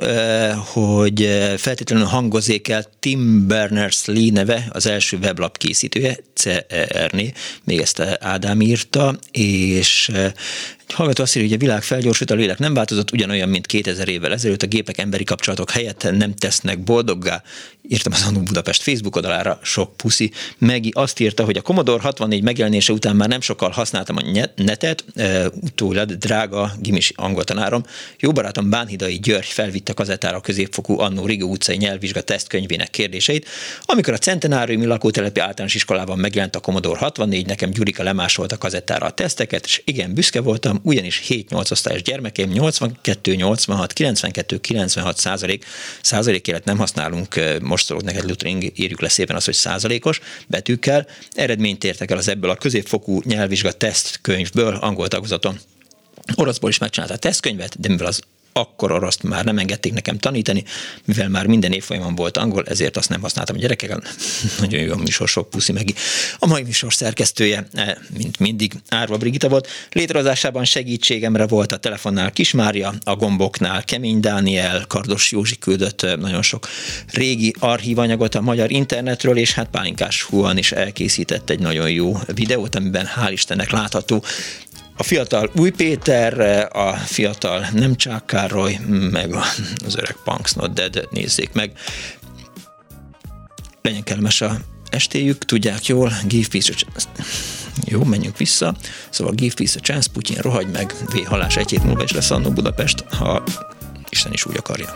hogy feltétlenül hangozzék el Tim Berners-Lee neve, az első weblap készítője, CERN-é, még ezt Ádám írta, és egy hallgató azt írja, hogy a világ felgyorsult, a lélek nem változott, ugyanolyan, mint 2000 évvel ezelőtt, a gépek emberi kapcsolatok helyett nem tesznek boldoggá. Írtam az Annó Budapest Facebook oldalára, sok puszi. Megi azt írta, hogy a Commodore 64 megjelenése után már nem sokkal használtam a netet, utólag drága gimis angol tanárom, jó barátom Bánhidai György felvitte kazettára a középfokú Annó Rigó utcai nyelvvizsga tesztkönyvének kérdéseit. Amikor a Centenáriumi lakótelepi általános iskolában megjelent a Commodore 64, nekem Gyurika lemásolta kazettára a teszteket, és igen, büszke voltam, ugyanis 7-8 osztályos gyermekeim 82, 86, 92, 96 százalékért nem használunk, most szólok neked, Lutring, írjuk le szépen azt, hogy százalékos betűkkel, eredményt értek el az ebből a középfokú nyelvvizsga tesztkönyvből angol tagozaton. Oroszból is megcsinálta a tesztkönyvet, de mivel az akkor oroszt már nem engedték nekem tanítani, mivel már minden évfolyamon volt angol, ezért azt nem használtam a gyerekekkel. Nagyon jó a műsor, sok puszi Megi. A mai műsor szerkesztője, mint mindig, Árva Brigitta volt. Létrehozásában segítségemre volt a telefonnál Kis Mária, a gomboknál Kemény Dániel, Kardos Józsi küldött nagyon sok régi archívanyagot a magyar internetről, és hát Pálinkás Huan is elkészített egy nagyon jó videót, amiben hál' Istennek látható a fiatal Új Péter, a fiatal Nemcsák Károly, meg az öreg Punks Not Dead, nézzék meg. legyen kellemes a estéjük, tudják jól, give peace a chance. Jó, menjünk vissza. Szóval give peace a chance, Putyin rohagy meg, halás egy hét múlva is lesz annó Budapest, ha Isten is úgy akarja.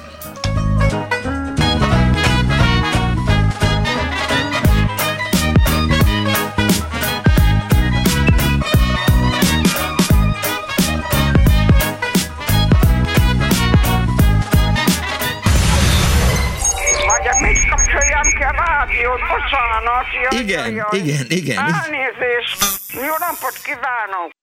Bocsánat, igen. Elnézést! Jó napot kívánok!